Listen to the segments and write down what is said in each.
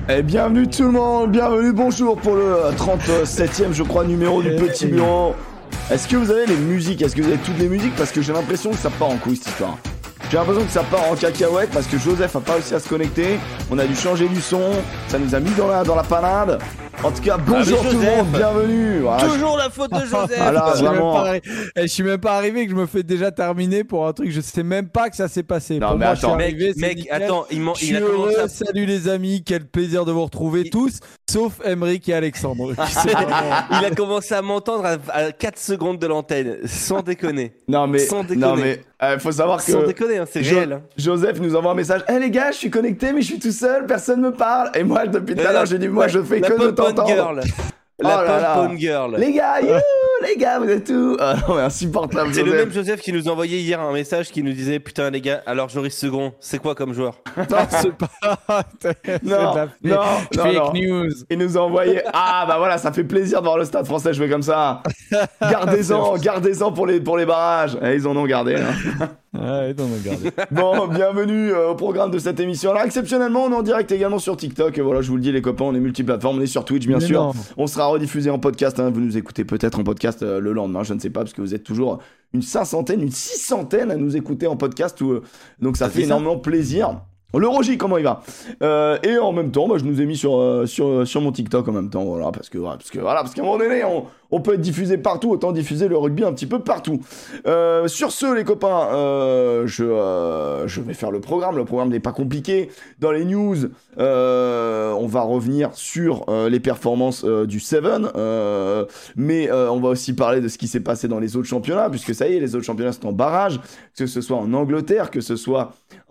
Et bienvenue tout le monde, bienvenue, bonjour pour le 37e je crois numéro du Petit Bureau. Est-ce que vous avez les musiques, est-ce que vous avez toutes les musiques? Parce que j'ai l'impression que ça part en couille cette histoire. J'ai l'impression que ça part en cacahuète parce que Joseph a pas réussi à se connecter. On a dû changer du son, ça nous a mis dans la panade. En tout cas, bonjour tout le monde, bienvenue. Voilà, toujours la faute de Joseph. Alors, je suis même pas arrivé que je me fais déjà terminer pour un truc, je sais même pas que ça s'est passé. Non, pour mais moi, attends, mec, attends, il a heureux, salut les amis, quel plaisir de vous retrouver tous, sauf Emeric et Alexandre. Il a commencé à m'entendre à 4 secondes de l'antenne, sans déconner. Non mais, faut savoir que sans déconner, hein, c'est réel. Hein. Joseph nous envoie un message. Hey les gars, je suis connecté, mais je suis tout seul, personne me parle. Et moi, depuis tout à l'heure, j'ai dit, moi, je fais que de t'entendre. La pom-pom girl. Les gars, les gars, vous êtes où? Non mais insupportable. C'est le même Joseph qui nous a envoyé hier un message qui nous disait putain les gars, alors Joris Second, c'est quoi comme joueur? Non, c'est pas. Non, fake news. Il nous a envoyé. Ah bah voilà, ça fait plaisir de voir le Stade Français jouer comme ça. Gardez-en pour les barrages. Et ils en ont gardé. Hein. Ouais, ils en ont gardé. Bon, bienvenue au programme de cette émission. Alors exceptionnellement, on est en direct également sur TikTok. Voilà, je vous le dis les copains, on est multiplateformes, on est sur Twitch bien sûr. On sera rediffusé en podcast. Hein. Vous nous écoutez peut-être en podcast le lendemain, je ne sais pas, parce que vous êtes toujours une 500aine, une 600aine à nous écouter en podcast. Donc ça fait énormément plaisir. Le Rogy, comment il va? Et en même temps, je nous ai mis sur mon TikTok en même temps, voilà, parce qu'à un moment donné, on peut être diffusé partout, autant diffuser le rugby un petit peu partout. Sur ce, les copains, je vais faire le programme. Le programme n'est pas compliqué. Dans les news, on va revenir sur les performances du Seven, mais on va aussi parler de ce qui s'est passé dans les autres championnats, puisque ça y est, les autres championnats sont en barrage, que ce soit en Angleterre, que ce soit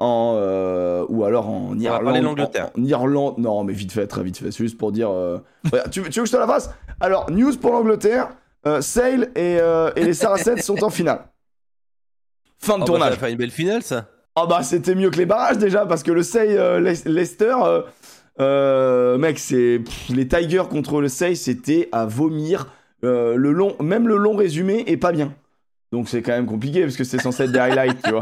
ou alors en Irlande. En Irlande, non, mais vite fait, très vite fait. C'est juste pour dire. Tu veux que je te la fasse? Alors, news pour l'Angleterre. Sale et les Saracens sont en finale. Fin de tournage. Ça a fait une belle finale, ça. Ah bah c'était mieux que les barrages déjà, parce que le Sale Leicester, mec, c'est les Tigers contre le Sale, c'était à vomir. Même le long résumé est pas bien. Donc c'est quand même compliqué parce que c'est censé être des highlights, tu vois.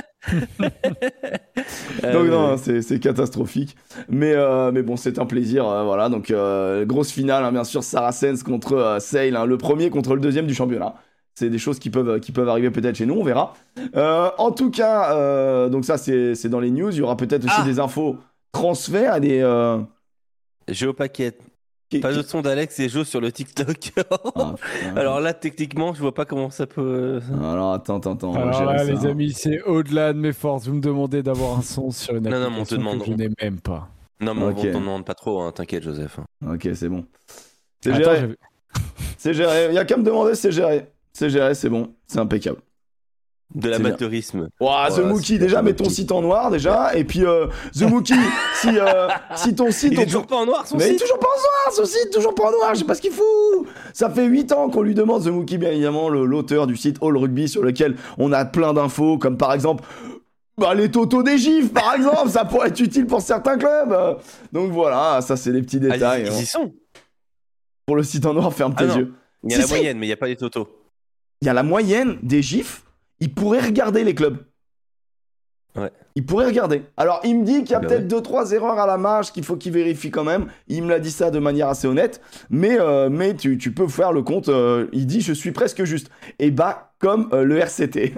Donc non, c'est catastrophique. Mais bon, c'est un plaisir, voilà. Donc grosse finale, hein, bien sûr, Saracens contre Sale, hein, le premier contre le deuxième du championnat. C'est des choses qui peuvent arriver peut-être chez nous, on verra. En tout cas, donc ça c'est dans les news. Il y aura peut-être aussi des infos transferts à des. Jeux au paquet. Pas de son d'Alex et Joe sur le TikTok. Alors là, techniquement, je vois pas comment ça peut. Alors attends. Alors là, les amis, c'est au-delà de mes forces. Vous me demandez d'avoir un son sur une application que je n'ai même pas. Non, mais on te demande pas trop, hein. T'inquiète, Joseph. Ok, c'est bon. C'est géré. C'est géré. Il y a qu'à me demander, c'est géré. C'est géré, c'est bon. C'est impeccable. De l'amateurisme. Ouah, The Mookie, déjà mets ton site en noir déjà, et puis The Mookie, si ton site... Il est toujours pas en noir son site. Mais toujours pas en noir son site, toujours pas en noir, je sais pas ce qu'il fout. Ça fait 8 ans qu'on lui demande, The Mookie bien évidemment, l'auteur du site All Rugby, sur lequel on a plein d'infos, comme par exemple... les totaux des gifs, par exemple, ça pourrait être utile pour certains clubs. Donc voilà, ça c'est les petits détails. Ils y sont. Pour le site en noir, ferme tes yeux. Il y a la moyenne, mais il n'y a pas les totaux. Il y a la moyenne des gifs. Il pourrait regarder les clubs. Ouais. Il pourrait regarder. Alors, il me dit qu'il y a peut-être 2-3 erreurs à la marge qu'il faut qu'il vérifie quand même. Il me l'a dit ça de manière assez honnête. Mais tu peux faire le compte. Il dit, je suis presque juste. Et comme le RCT.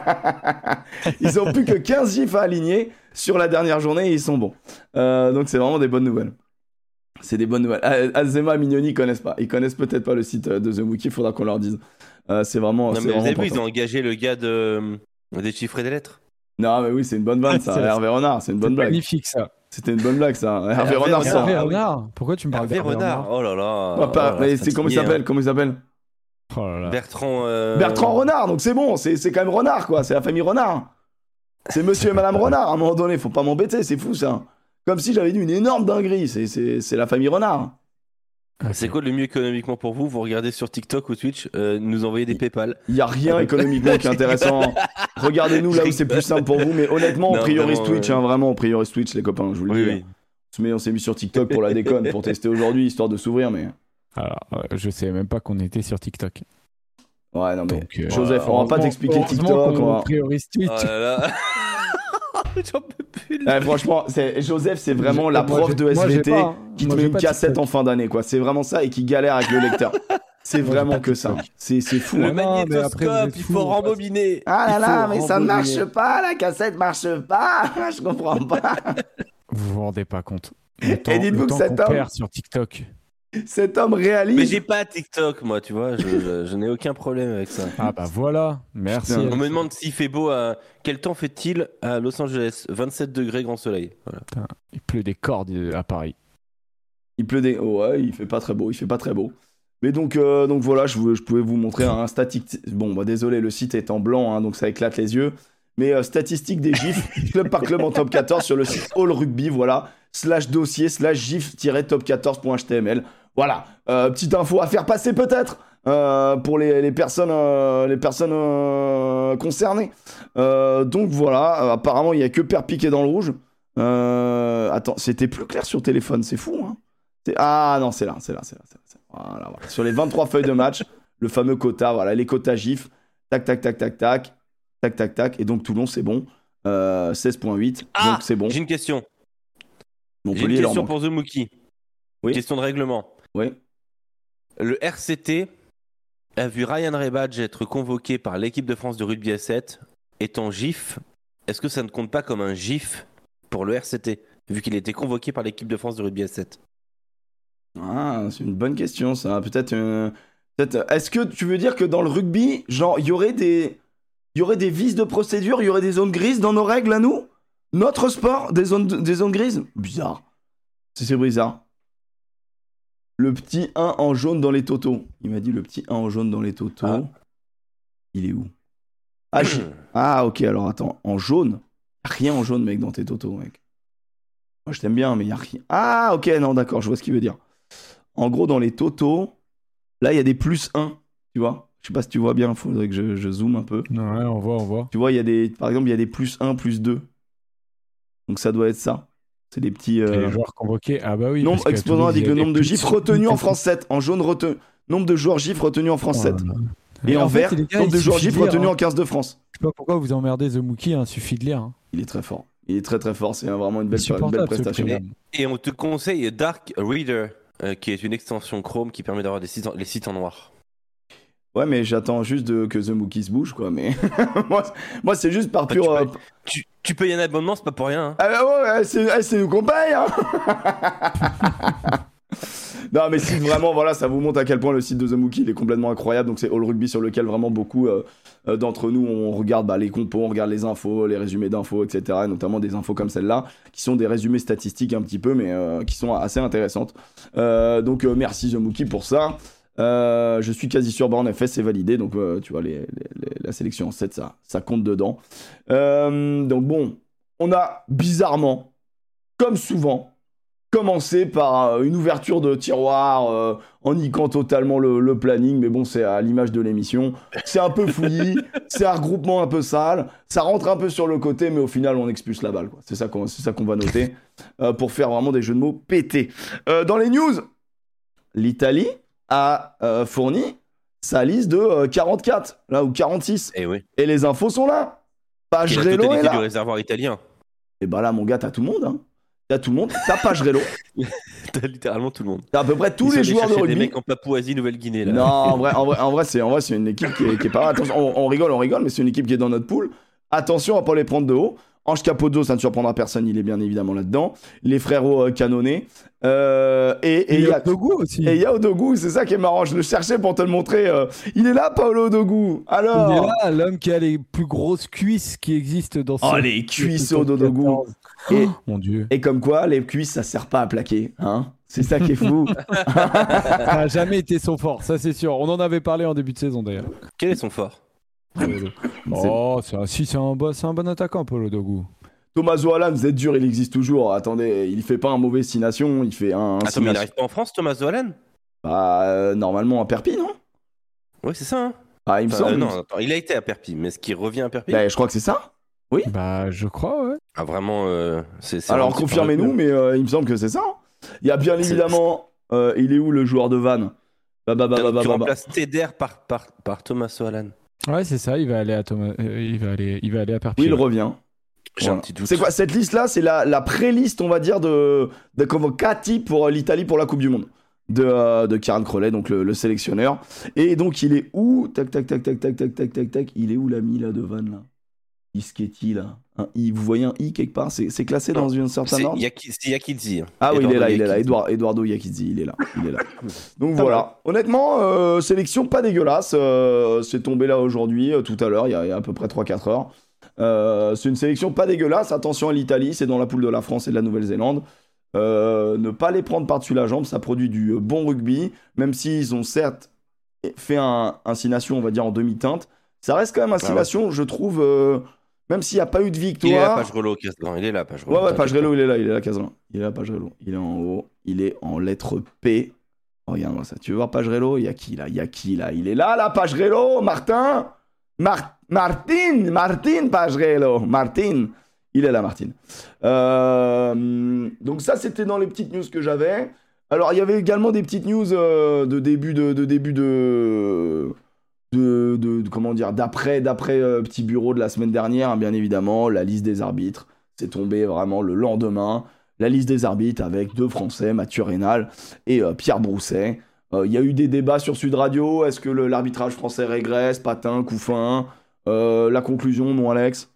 Ils ont plus que 15 gifs à aligner sur la dernière journée et ils sont bons. Donc, c'est vraiment des bonnes nouvelles. C'est des bonnes nouvelles. Azema et Mignoni, ils connaissent pas. Ils connaissent peut-être pas le site de The Mookie. Il faudra qu'on leur dise. C'est vraiment. Non, mais vous avez vu, ils ont engagé le gars des chiffres et des lettres. Non, mais oui, c'est une bonne vanne, ça. Hervé Renard, c'est une bonne blague. Magnifique, ça. C'était une bonne blague, ça. Hervé Renard, ça. Hervé Renard. Pourquoi tu me parles d'Hervé Renard? Oh là là. Mais c'est comment il s'appelle? Comment il s'appelle? Oh là là. Bertrand Renard, donc c'est bon, c'est quand même Renard, quoi. C'est la famille Renard. C'est monsieur et madame Renard, à un moment donné, faut pas m'embêter, c'est fou, ça. Comme si j'avais dit une énorme dinguerie, c'est la famille Renard. Okay. C'est quoi le mieux économiquement pour vous? Vous regardez sur TikTok ou Twitch, nous envoyer des PayPal. Il n'y a rien économiquement qui est intéressant. Regardez-nous là où c'est plus simple pour vous, mais honnêtement, on priorise Twitch, hein, vraiment, on priorise Twitch, les copains, je vous le dis. Oui. On s'est mis sur TikTok pour la déconne, pour tester aujourd'hui, histoire de s'ouvrir, mais... Alors, je savais même pas qu'on était sur TikTok. Ouais, non mais, Joseph, on va pas t'expliquer TikTok. On priorise Twitch. J'en peux plus. Franchement, Joseph, c'est vraiment la prof de SVT qui te met une cassette en fin d'année, quoi. C'est vraiment ça et qui galère avec le lecteur. C'est vraiment que ça. C'est fou. Le magnétoscope, il faut rembobiner. Ah là là, mais ça ne marche pas, la cassette marche pas. Je comprends pas. Vous vous rendez pas compte. Et dites-vous que cet homme sur TikTok. Cet homme réalise. Mais j'ai pas TikTok, moi, tu vois. Je n'ai aucun problème avec ça. Ah bah voilà. Merci. On me demande s'il fait beau quel temps fait-il à Los Angeles? 27 degrés, grand soleil. Voilà. Putain, il pleut des cordes à Paris. Il pleut des. Ouais, il fait pas très beau. Mais donc voilà, je pouvais vous montrer un statistique. Bon, bah désolé, le site est en blanc, hein, donc ça éclate les yeux. Mais statistique des gifs, club par club en top 14 sur le site All Rugby, voilà, /dossier /gif-top14.html. Voilà, petite info à faire passer peut-être pour les personnes concernées. Donc voilà, apparemment il n'y a que Perpi qui est dans le rouge. Attends, c'était plus clair sur téléphone, c'est fou, hein. Ah non, c'est là. Voilà. Sur les 23 feuilles de match, le fameux quota, voilà, les quotas GIF, tac, et donc Toulon, c'est bon, 16.8, donc c'est bon. J'ai une question. Montpellier, j'ai une question pour The Mookie. Oui. Question de règlement. Oui. Le RCT a vu Ryan Rebadge être convoqué par l'équipe de France de rugby à 7, étant GIF. Est-ce que ça ne compte pas comme un GIF pour le RCT, vu qu'il a été convoqué par l'équipe de France de rugby à 7? Ah, c'est une bonne question, ça. Peut-être. Est-ce que tu veux dire que dans le rugby, genre, il y aurait des vices de procédure, il y aurait des zones grises dans nos règles à nous? Notre sport, des zones grises? Bizarre. C'est bizarre. Le petit 1 en jaune dans les totos. Il m'a dit le petit 1 en jaune dans les totos. Ah. Il est où? Ah, ok, alors attends. En jaune? Rien en jaune, mec, dans tes totos, mec. Moi, je t'aime bien, mais il n'y a rien. Ah, ok, non, d'accord, je vois ce qu'il veut dire. En gros, dans les totos, là, il y a des plus 1, tu vois. Je sais pas si tu vois bien, il faudrait que je zoome un peu. Ouais, on voit. Tu vois, par exemple, il y a des plus 1, plus 2. Donc ça doit être ça. C'est des petits... Les joueurs convoqués, ah bah oui. Nombre exposant indique le nombre de gifs retenus en France 7. En jaune, nombre de joueurs gifs retenus en France 7. Et en vert, nombre de joueurs gifs retenus en 15 de France. Je sais pas pourquoi vous emmerdez The Mookie, il suffit de lire. Il est très fort. Il est très très fort, c'est vraiment une belle prestation. Et on te conseille Dark Reader, qui est une extension Chrome qui permet d'avoir les sites en noir. Ouais, mais j'attends juste que The Mookie se bouge, quoi. Mais moi c'est juste par pur... Tu payes un abonnement, c'est pas pour rien. Hein. Ah ouais, c'est nous qu'on paye, hein. Non, mais si vraiment, voilà, ça vous montre à quel point le site de The Mookie, il est complètement incroyable. Donc c'est All Rugby sur lequel vraiment beaucoup d'entre nous, on regarde les compos, on regarde les infos, les résumés d'infos, etc. Et notamment des infos comme celle-là, qui sont des résumés statistiques un petit peu, mais qui sont assez intéressantes. Donc merci The Mookie pour ça. Je suis quasi sûr, en effet, c'est validé. Donc tu vois, la sélection en 7, ça compte dedans. Donc bon, on a bizarrement, comme souvent, commencé par une ouverture de tiroir en niquant totalement le planning, mais bon, c'est à l'image de l'émission. C'est un peu fouillis, c'est un regroupement un peu sale, ça rentre un peu sur le côté, mais au final, on expulse la balle, quoi. C'est ça qu'on va noter pour faire vraiment des jeux de mots pétés. Dans les news, l'Italie a fourni sa liste de 44, là, ou 46. Et oui. Et les infos sont là. Pagerello est là. Du réservoir italien. Et bah là, mon gars, t'as tout le monde, hein. T'as tout le monde, t'as Pagerello. T'as littéralement tout le monde. T'as à peu près tous les joueurs de rugby. Des mecs en Papouasie, Nouvelle-Guinée là. Non, en vrai, c'est une équipe qui est pas. Attention, on rigole, mais c'est une équipe qui est dans notre pool. Attention à pas les prendre de haut. Ange Capozzo, ça ne surprendra personne, il est bien évidemment là-dedans. Les frérots Canonné. Et il y a Odogu aussi. Et il y a Odogu, c'est ça qui est marrant. Je le cherchais pour te le montrer. Il est là, Paolo Odogu. Alors. Il est là, l'homme qui a les plus grosses cuisses qui existent dans ce. Oh, les cuisses d'Odogu. Et, mon Dieu. Et comme quoi, les cuisses, ça sert pas à plaquer, hein. C'est ça qui est fou. Ça n'a jamais été son fort, ça c'est sûr. On en avait parlé en début de saison d'ailleurs. Quel est son fort? C'est un bon attaquant, Paolo Odogu. Tommaso Allan, vous êtes dur, il existe toujours. Attendez, il fait pas un mauvais 6 nations, il fait un. Attends, mais il n'arrive pas en France, Tommaso Allan? Bah, normalement à Perpi, non? Oui, c'est ça. Hein. Ah, il me semble. Non, attends, il a été à Perpi, mais est-ce qu'il revient à Perpi? Bah, je crois que c'est ça. Oui. Bah, je crois, ouais. Ah, vraiment, c'est. Alors, confirmez-nous, mais il me semble que c'est ça. Il y a bien évidemment. Il est où le joueur de Vannes? Tu remplaces Teder par Tommaso Allan. Ouais, c'est ça. Il va aller à il va aller à Perpignan. Oui, il revient. J'ai un petit doute. C'est quoi cette liste-là? C'est la pré-liste, on va dire, de convocati pour l'Italie pour la Coupe du Monde. De Kieran Crowley, donc le sélectionneur. Et donc, il est où? Tac. Il est où l'ami là de Van là? Ischetti là. Vous voyez un I quelque part? C'est classé dans une certaine ordre? C'est Yakidzi. Ah oui, il est là. Eduardo Yakidzi, il est là. Donc voilà. Honnêtement, sélection pas dégueulasse. C'est tombé là aujourd'hui, tout à l'heure, il y a à peu près 3-4 heures. C'est une sélection pas dégueulasse. Attention à l'Italie, c'est dans la poule de la France et de la Nouvelle-Zélande. Ne pas les prendre par-dessus la jambe, ça produit du bon rugby, même s'ils ont certes fait un 6 Nations, on va dire en demi-teinte, ça reste quand même un 6 Nations, je trouve, même s'il n'y a pas eu de victoire. Il est là, Pagerello, Castelin, il est là, Pagerello. Ouais, Pagerello, il est là, Castelin. Il est là, Pagerello. Il est en haut, il est en lettre P. Oh, regarde-moi ça, tu veux voir Pagerello? Il y a qui là? Il est là, Pagerello, Martin Pagerello, Martin. Il est là, Martine. Donc ça, c'était dans les petites news que j'avais. Alors, il y avait également des petites news de début comment dire, d'après petit bureau de la semaine dernière, hein, bien évidemment. La liste des arbitres, c'est tombé vraiment le lendemain. La liste des arbitres avec 2 Français, Mathieu Rénal et Pierre Brousset. Il y a eu des débats sur Sud Radio. Est-ce que l'arbitrage français régresse? Patin, Couffin. La conclusion, non, Alex?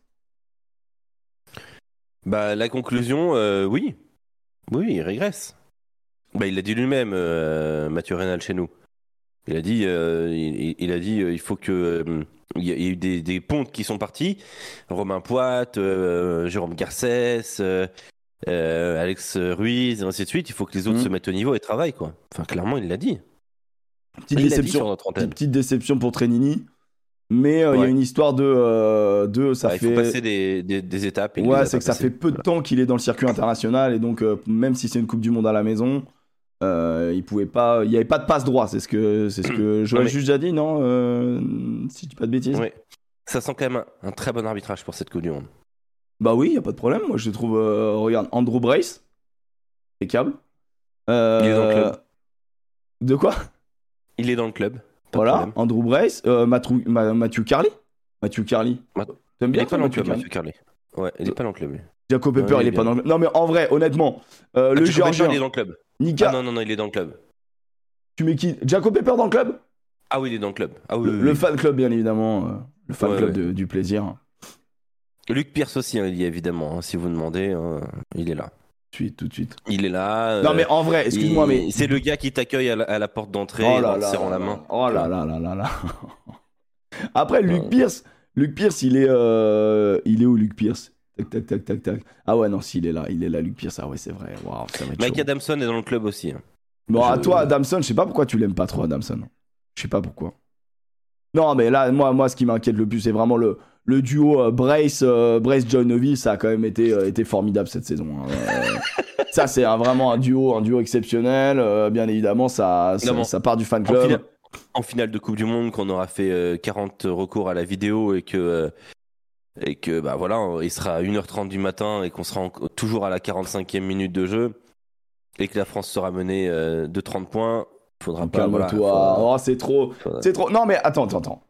Bah, la conclusion, oui, il régresse. Bah, il l'a dit lui-même, Mathieu Rénal chez nous. Il a dit, il faut que il y a eu des pontes qui sont partis. Romain Poit, Jérôme Garcès, Alex Ruiz, et ainsi de suite. Il faut que les autres se mettent au niveau et travaillent, quoi. Enfin, clairement, il l'a dit. Petite déception pour Trenini. Mais il y a une histoire ça fait... Il faut passer des étapes. Ouais, c'est que ça fait peu de temps qu'il est dans le circuit international et donc même si c'est une Coupe du Monde à la maison, il n'y avait pas de passe droit. C'est ce que j'aurais juste déjà dit, non si je dis pas de bêtises. Oui. Ça sent quand même un très bon arbitrage pour cette Coupe du Monde. Bah oui, il n'y a pas de problème. Moi, je trouve... regarde, Andrew Brace, impeccable. Il est dans le club. De quoi? Il est dans le club. Voilà, Andrew Brace, Mathieu Carly. T'aimes bien Mathieu Carly? Ouais, il est pas dans le club. Jaco Pepper, il est pas dans le club. Non, mais en vrai, honnêtement, le Géorgien. Il est dans le club. Nika. Ah non, il est dans le club. Tu mets qui? Jaco Pepper dans le club? Ah oui, il est dans le club. Ah, oui, le fan club, bien évidemment. Le fan club du plaisir. Luc Pierce aussi, il y a évidemment. Si vous demandez, il est là. Tout de suite. Il est là. Non, mais en vrai, excuse-moi, mais. C'est le gars qui t'accueille à la porte d'entrée en serrant la main. Oh là là. Après, Luc Pierce, il est où, Luc Pierce? Tac. Ah ouais, non, il est là, Luc Pierce. Ah ouais, c'est vrai. Waouh, ça va être Mike chaud. Adamson est dans le club aussi. Bon, à toi, Adamson, je sais pas pourquoi tu l'aimes pas trop, Adamson. Je sais pas pourquoi. Non, mais là, moi, ce qui m'inquiète le plus, c'est vraiment le duo Brace John Novi. Ça a quand même été formidable cette saison. Ça, c'est vraiment un duo exceptionnel. Bien évidemment, ça part du fan club. En finale de Coupe du Monde, qu'on aura fait 40 recours à la vidéo et que bah voilà, il sera à 1h30 du matin et qu'on sera toujours à la 45e minute de jeu et que la France sera menée de 30 points. Faudra pas. Calme-toi. Oh, c'est trop. Non, mais attends.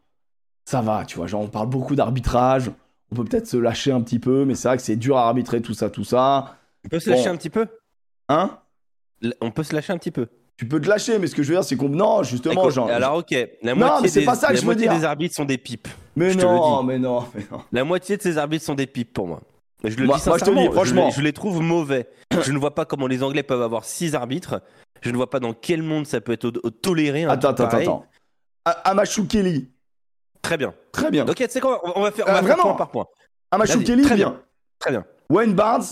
Ça va, tu vois. Genre, on parle beaucoup d'arbitrage. On peut peut-être se lâcher un petit peu, mais c'est vrai que c'est dur à arbitrer tout ça. On peut se lâcher un petit peu. Hein? On peut se lâcher un petit peu. Tu peux te lâcher, mais ce que je veux dire, c'est qu'on. Non, justement, écoute, genre. Alors, ok. La moitié des arbitres sont des pipes. Mais non. La moitié de ces arbitres sont des pipes pour moi. Je le dis sincèrement. Moi, je te dis, franchement. Je les trouve mauvais. Je ne vois pas comment les Anglais peuvent avoir 6 arbitres. Je ne vois pas dans quel monde ça peut être toléré. Attends. Amachou Kelly. Très bien. Donc, tu sais quoi, on va faire point par point. Amachou Kelly, bien. Très bien. Wayne Barnes,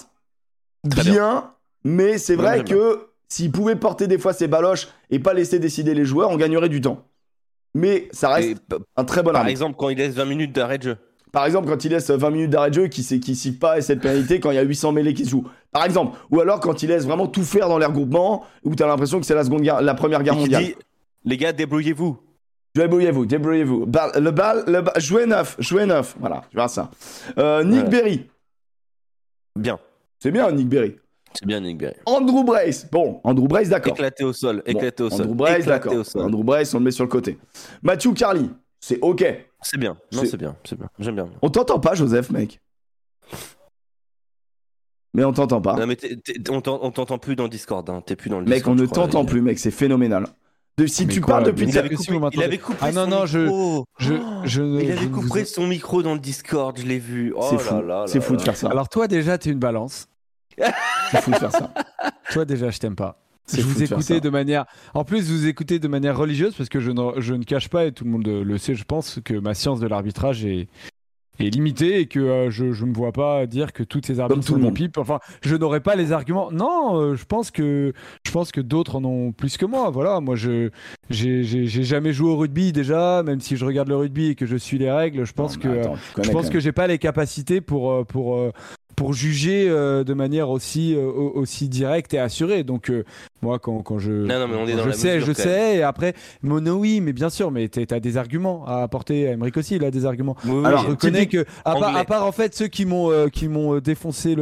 bien. Mais c'est vrai que s'il pouvait porter des fois ses baloches et pas laisser décider les joueurs, on gagnerait du temps. Mais ça reste un très bon arbitre. Par exemple, quand il laisse 20 minutes d'arrêt de jeu. Par exemple, quand il laisse 20 minutes d'arrêt de jeu et qu'il siffle pas et cette pénalité quand il y a 800 mêlées qui se jouent. Par exemple. Ou alors quand il laisse vraiment tout faire dans les regroupements où t'as l'impression que c'est la première guerre mondiale. Dit, les gars, débrouillez-vous. Débrouillez-vous. Jouez neuf. Voilà, je vois ça. Nick Berry. Bien. C'est bien, Nick Berry. Andrew Brace. Bon, Andrew Brace, d'accord. Éclaté au sol. Andrew Brace, d'accord. Andrew Brace, on le met sur le côté. Mathieu Carly, c'est ok. C'est bien. Non, c'est bien. J'aime bien. On t'entend pas, Joseph, mec. Mais on t'entend pas. Non, mais on t'entend plus dans le Discord. Hein. T'es plus dans le Mec, Discord. on ne t'entend plus, mec. C'est phénoménal. Si tu parles depuis... Il avait coupé ah non, non, micro. Il avait coupé son micro dans le Discord, je l'ai vu. Oh c'est fou. C'est fou de faire ça. Alors toi, déjà, t'es une balance. C'est fou de faire ça. Toi, déjà, je t'aime pas. C'est je fou vous de faire écoutais ça. de manière... En plus, vous écoutez de manière religieuse, parce que je ne cache pas, et tout le monde le sait, je pense, que ma science de l'arbitrage est limitée et que je ne me vois pas dire que toutes ces arbitres sont des pipes. Enfin, je n'aurais pas les arguments. Non, je pense que d'autres en ont plus que moi. Voilà, moi, j'ai jamais joué au rugby déjà, même si je regarde le rugby et que je suis les règles. Je pense que j'ai pas les capacités pour juger de manière aussi directe et assurée. Donc moi quand je non, mais on est dans la je mesure, sais et après Mono oui mais bien sûr mais t'as des arguments à apporter. Emeric aussi il a des arguments. Oui, alors je reconnais que à part en fait ceux qui m'ont défoncé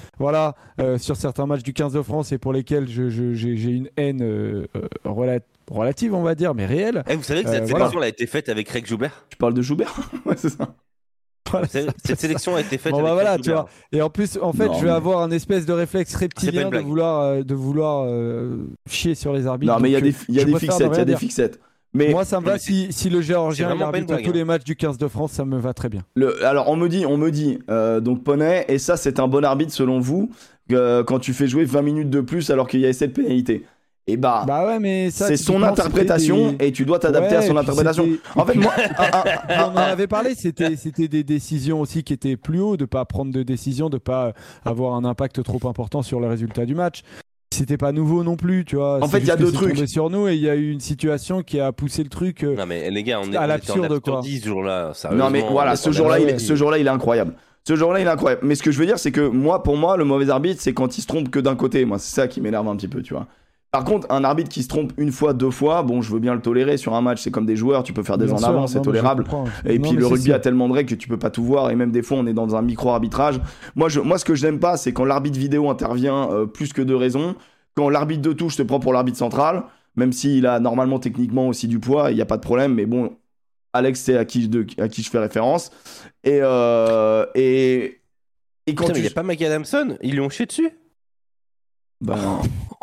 sur certains matchs du 15 de France et pour lesquels j'ai une haine relative on va dire mais réelle. Vous savez que cette sélection a été faite avec Craig Joubert. Tu parles de Joubert? Ouais, c'est ça. Voilà, cette sélection a été faite bon, avec voilà, Craig tu vois. Et en plus, en fait, je vais avoir un espèce de réflexe reptilien de vouloir chier sur les arbitres. Non, mais il y a des fixettes. Mais moi, ça me va si le Géorgien arbitre tous les matchs du 15 de France, ça me va très bien. Alors, on me dit, donc Poney, et ça, c'est un bon arbitre selon vous, quand tu fais jouer 20 minutes de plus alors qu'il y a cette pénalité. Et bah ouais, mais ça, c'est son interprétation et tu dois t'adapter à son interprétation. En fait, moi, on en avait parlé, c'était des décisions aussi qui étaient plus haut, de pas prendre de décisions, de pas avoir un impact trop important sur le résultat du match. C'était pas nouveau non plus, tu vois. En fait, il y a deux trucs. Tombé sur nous et il y a eu une situation qui a poussé le truc. Non mais les gars, on est à l'absurde quoi. 10 jour-là. Non mais voilà, ce jour-là, il est incroyable. Ce jour-là, il est incroyable. Mais ce que je veux dire, c'est que pour moi, le mauvais arbitre, c'est quand il se trompe que d'un côté. Moi, c'est ça qui m'énerve un petit peu, tu vois. Par contre, un arbitre qui se trompe une fois, deux fois, bon, je veux bien le tolérer sur un match. C'est comme des joueurs, tu peux faire des en avant, c'est tolérable. Et puis le rugby a tellement de règles que tu peux pas tout voir. Et même des fois, on est dans un micro-arbitrage. Moi, ce que je n'aime pas, c'est quand l'arbitre vidéo intervient plus que de raison. Quand l'arbitre de touche te prend pour l'arbitre central, même s'il a normalement techniquement aussi du poids, il n'y a pas de problème. Mais bon, Alex, c'est à qui je fais référence. Et quand putain, mais il n'y a pas Mike Adamson, ils lui ont chié dessus. Ben non.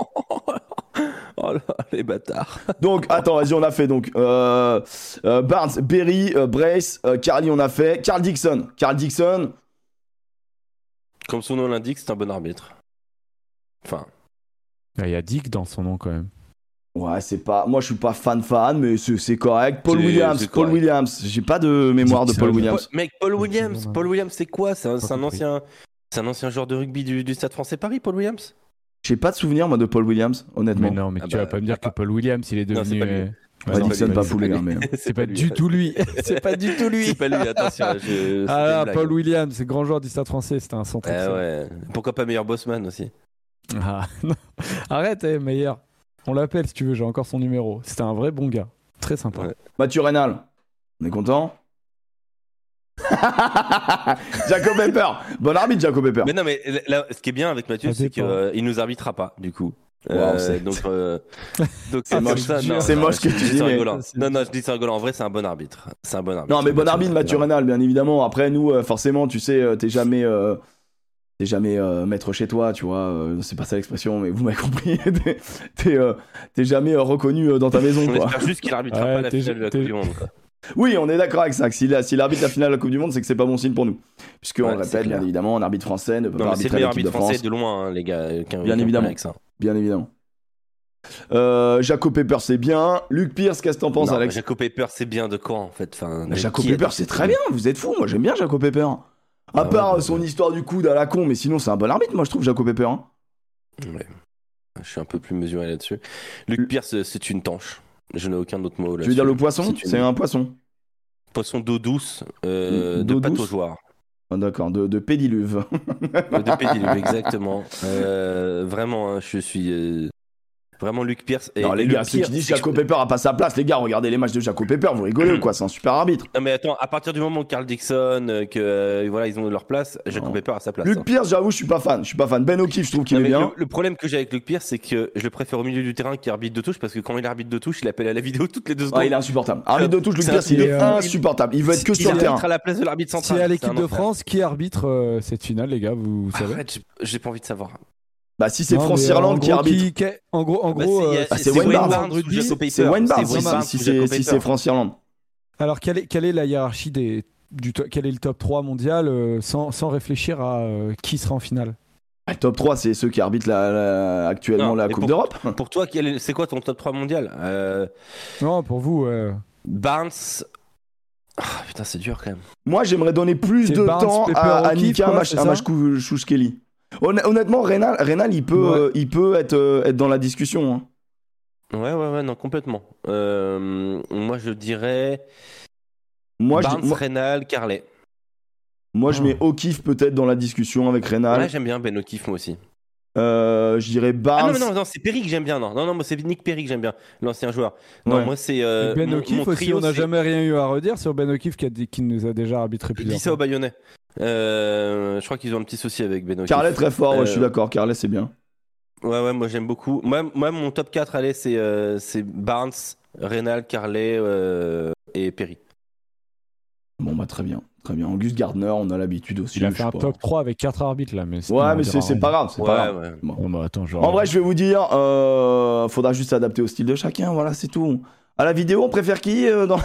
Oh là, les bâtards. Donc, attends, vas-y, on a fait donc Barnes, Berry, Brace, Carly, on a fait. Carl Dixon. Comme son nom l'indique, c'est un bon arbitre. Enfin. Il y a Dick dans son nom quand même. Ouais, c'est pas. Moi, je suis pas fan, mais c'est correct. Paul Williams. J'ai pas de mémoire de Paul Williams. Mec, Paul Williams, c'est quoi? C'est un ancien joueur de rugby du Stade Français Paris, Paul Williams. J'ai pas de souvenir moi de Paul Williams, honnêtement. Mais non, mais tu vas pas me dire que Paul Williams, il est devenu. Non, Dixon pas poulet, mais. C'est pas du tout lui. C'est pas du tout lui. C'est pas lui. Attention. Paul Williams, grand joueur du Stade Français, c'était un centre. Ouais. Pourquoi pas meilleur Bosman aussi? Ah non. Arrête, meilleur. On l'appelle si tu veux. J'ai encore son numéro. C'était un vrai bon gars, très sympa. Ouais. Mathieu Reynal, on est content. Jacob Pepper, bon arbitre Jacob Pepper. Mais non, mais là, ce qui est bien avec Mathieu, c'est qu'il nous arbitrera pas du coup. Wow, donc c'est moche. C'est moche que tu dis. Mais... Non, je dis c'est rigolant. En vrai, c'est un bon arbitre. Non, mais bon arbitre, Mathieu Reynal, bien évidemment. Après, nous, forcément, tu sais, t'es jamais maître chez toi, tu vois. C'est pas ça l'expression, mais vous m'avez compris. T'es jamais reconnu dans ta maison. On espère juste qu'il arbitrera pas la finale de la Coupe du Monde. Quoi. Oui, on est d'accord avec ça. S'il arbitre la finale de la Coupe du Monde, c'est que c'est pas bon signe pour nous. Puisqu'on le répète, bien évidemment, un arbitre français ne peut pas arbitrer l'équipe de France. C'est le meilleur arbitre français de loin, les gars. Bien évidemment. Bien évidemment. Jacob Pepper, c'est bien. Luc Pierce, qu'est-ce que t'en penses, Alex? Jacob Pepper, c'est bien de quoi en fait? Jacob Pepper, c'est très bien. Vous êtes fous. Moi, j'aime bien Jacob Pepper. À part son histoire du coude à la con, mais sinon, c'est un bon arbitre, moi, je trouve, Jacob Pepper. Ouais. Je suis un peu plus mesuré là-dessus. Luc Pierce, c'est une tanche. Je n'ai aucun autre mot là-dessus. Tu veux dire le poisson? C'est un poisson. Poisson d'eau douce, de pataugeoire. Ah, d'accord, de pédiluve. De pédiluve, exactement. Vraiment, je suis Vraiment, Luke Pierce. Non, les gars, ceux qui disent Jaco Pepper a pas sa place, les gars, regardez les matchs de Jaco Pepper, vous rigolez ou quoi? C'est un super arbitre. Non, mais attends, à partir du moment où Carl Dixon, voilà, ils ont leur place, Jaco Pepper a sa place. Luke Pierce, j'avoue, je suis pas fan. Ben O'Keefe, je trouve qu'il est bien. Le problème que j'ai avec Luke Pierce, c'est que je le préfère au milieu du terrain qui arbitre de touche, parce que quand il est arbitre de touche, il appelle à la vidéo toutes les 2 secondes. Ah, il est insupportable. Arbitre de touche, Luke Pierce, il est insupportable. Il veut être que sur le terrain. Il arbitre à la place de l'arbitre central. C'est à l'équipe de France qui arbitre cette finale, les gars, vous savez. Arrête, j'ai pas envie de savoir. Bah si c'est France-Irlande qui arbitre. En gros, c'est Wayne Barnes. C'est Wayne Barnes si c'est France-Irlande. Alors quelle est la hiérarchie quel est le top 3 mondial sans réfléchir à qui sera en finale? Le top 3, c'est ceux qui arbitrent actuellement la Coupe d'Europe. Pour toi, c'est quoi ton top 3 mondial? Non, pour vous. Barnes. Ah, putain, c'est dur quand même. Moi, j'aimerais donner plus de temps à Nika Mashkouchkeli. Honnêtement, Reynal, il peut être dans la discussion. Hein. Ouais, non, complètement. Moi, je dirais Barnes, Reynal, Carlet. Moi, je mets O'Keefe peut-être dans la discussion avec Reynal. Ouais, j'aime bien Ben O'Keefe, moi aussi. Je dirais Barnes. Ah non, c'est Perry que j'aime bien. Non, moi, c'est Nick Perry que j'aime bien, l'ancien joueur. Non, moi, c'est. Ben O'Keefe aussi, on n'a jamais rien eu à redire sur Ben O'Keefe qui nous a déjà arbitré plusieurs fois. Je dis ça au Bayonnais. Je crois qu'ils ont un petit souci avec Ben O'Keefe. Carlet très fort, je suis d'accord. Carlet, c'est bien. Ouais, moi j'aime beaucoup. Moi, mon top 4, allez, c'est Barnes, Reynal, Carlet et Perry. Bon, bah très bien. Auguste Gardner, on a l'habitude aussi. Il a fait un top 3 avec 4 arbitres là. Mais c'est pas grave. C'est pas grave. Ouais. Bon. Bah, attends, en vrai, je vais vous dire, faudra juste s'adapter au style de chacun. Voilà, c'est tout. À la vidéo, on préfère qui dans...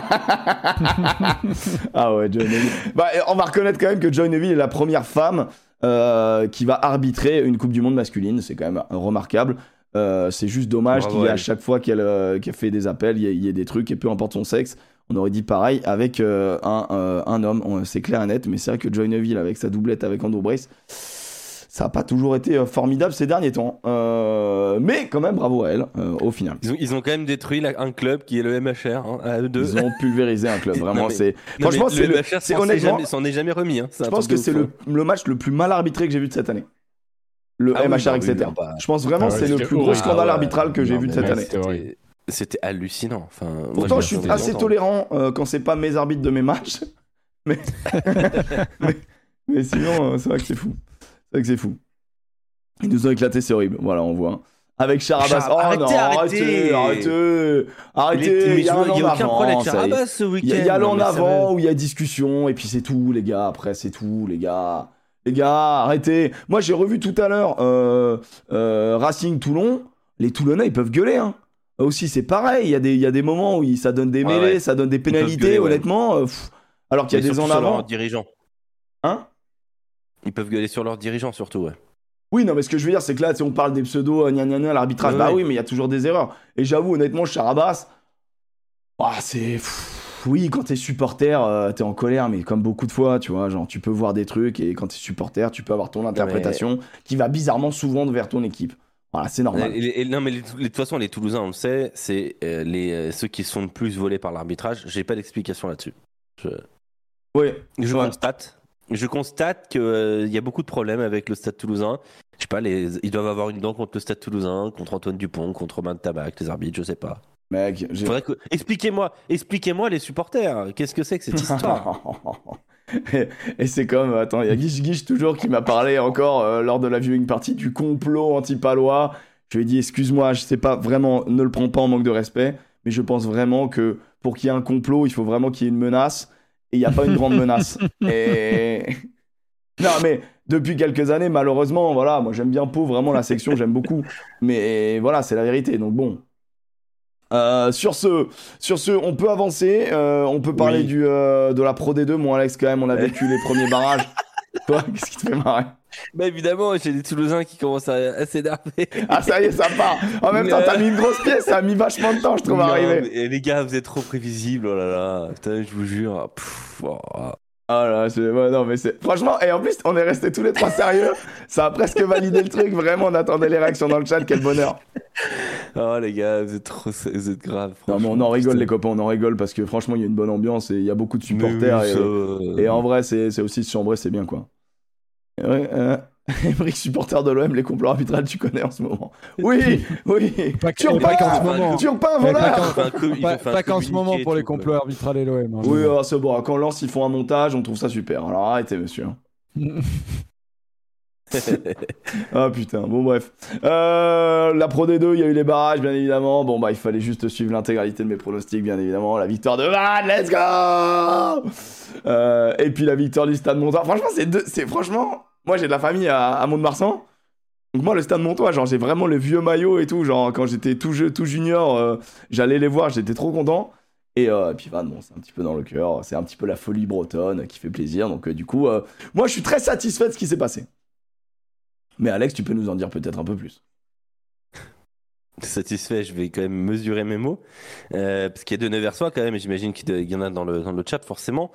Ah ouais, Joy Neville. Bah, on va reconnaître quand même que Joy Neville est la première femme qui va arbitrer une Coupe du Monde masculine. C'est quand même remarquable. C'est juste dommage qu'il y ait à chaque fois qu'elle fait des appels, il y ait des trucs, et peu importe son sexe. On aurait dit pareil avec un homme. C'est clair et net, mais c'est vrai que Joy Neville, avec sa doublette avec Andrew Brace, ça n'a pas toujours été formidable ces derniers temps. Mais quand même, bravo à elle, au final. Ils ont quand même détruit un club qui est le MHR, à eux deux. Ils ont pulvérisé un club, vraiment. Franchement, le MHR honnêtement, s'en est jamais remis. Hein. Je pense que c'est le match le plus mal arbitré que j'ai vu de cette année. Le MHR, etc. Je pense vraiment que c'est le plus gros scandale arbitral que j'ai vu de cette année. C'était hallucinant. Enfin, pourtant, je suis assez tolérant quand c'est pas mes arbitres de mes matchs. Mais sinon, c'est vrai que c'est fou. Ils nous ont éclaté, c'est horrible. Voilà, on voit. Avec Charabas. Arrêtez. Il y a aucun problème avec Charabas ce week-end. Il y a l'en avant où il y a discussion, et puis c'est tout, les gars. Après, c'est tout, les gars. Les gars, arrêtez. Moi, j'ai revu tout à l'heure Racing Toulon. Les Toulonnais, ils peuvent gueuler, hein. Aussi, c'est pareil. Il y a des moments où ça donne des mêlées, ça donne des pénalités, gueuler, honnêtement. Alors qu'il y a des en avant. Leurs dirigeants. Hein? Ils peuvent gueuler sur leurs dirigeants, surtout, ouais. Oui, non, mais ce que je veux dire, c'est que là, on parle des pseudos, l'arbitrage. Oui, mais il y a toujours des erreurs. Et j'avoue, honnêtement, Charabas, c'est. Oui, quand t'es supporter, t'es en colère, mais comme beaucoup de fois, tu vois, genre, tu peux voir des trucs, et quand t'es supporter, tu peux avoir ton interprétation qui va bizarrement souvent vers ton équipe. Voilà, c'est normal. Non, mais de toute façon, les Toulousains, on le sait, c'est ceux qui sont le plus volés par l'arbitrage. J'ai pas d'explication là-dessus. Je constate qu'il y a beaucoup de problèmes avec le Stade Toulousain. Je sais pas, ils doivent avoir une dent contre le Stade Toulousain, contre Antoine Dupont, contre Romain de Tabac, les arbitres, je sais pas. Mec, expliquez-moi les supporters. Qu'est-ce que c'est que cette histoire? Et c'est comme, attends, il y a Guiche toujours qui m'a parlé encore lors de la viewing party du complot anti-palois. Je lui ai dit, excuse-moi, je sais pas vraiment, ne le prends pas en manque de respect, mais je pense vraiment que pour qu'il y ait un complot, il faut vraiment qu'il y ait une menace, et il n'y a pas une grande menace. Et... Non, mais depuis quelques années, malheureusement, voilà, moi j'aime bien Pau, vraiment la section, j'aime beaucoup. Mais voilà, c'est la vérité, donc bon. Sur ce, on peut avancer. On peut parler de la Pro D2. Moi, Alex, quand même, on a vécu les premiers barrages. Toi, qu'est-ce qui te fait marrer? Bah évidemment, j'ai des Toulousains qui commencent à s'énerver. Ah ça y est, ça part. En même temps, t'as mis une grosse pièce, ça a mis vachement de temps, je trouve, à arriver. Et les gars, vous êtes trop prévisibles, oh là là. Putain, je vous jure. Ah là, non mais c'est... Franchement, et en plus, on est restés tous les trois sérieux. Ça a presque validé le truc. Vraiment, on attendait les réactions dans le chat. Quel bonheur. Oh les gars, vous êtes graves. Non mais on en rigole, les copains, on en rigole parce que franchement, il y a une bonne ambiance et il y a beaucoup de supporters. Et en vrai, c'est aussi se chambrer, c'est bien quoi. Emmerich, supporter de l'OM, les complots arbitrales, tu connais en ce moment. Oui. Pas qu'en ce moment. Turpin, voleur. Pas qu'en ce moment pour les complots arbitrales et l'OM. Hein, oui, c'est bon. Quand Lens, ils font un montage, on trouve ça super. Alors arrêtez, monsieur. Ah putain, bon bref. La Pro D2, il y a eu les barrages, bien évidemment. Bon, il fallait juste suivre l'intégralité de mes pronostics, bien évidemment. La victoire de Vannes, let's go. Et puis la victoire du Stade Montois. Franchement, c'est franchement... Moi, j'ai de la famille à Mont-de-Marsan. Donc moi, le Stade Montois, genre, j'ai vraiment le vieux maillot et tout. Genre, quand j'étais tout junior, j'allais les voir, j'étais trop content. Et puis Vannes, bon, c'est un petit peu dans le cœur. C'est un petit peu la folie bretonne qui fait plaisir. Donc du coup, moi, je suis très satisfait de ce qui s'est passé. Mais Alex, tu peux nous en dire peut-être un peu plus. Satisfait, je vais quand même mesurer mes mots. Parce qu'il y a deux Nevers-Sois quand même, et j'imagine qu'il y en a dans le chat forcément.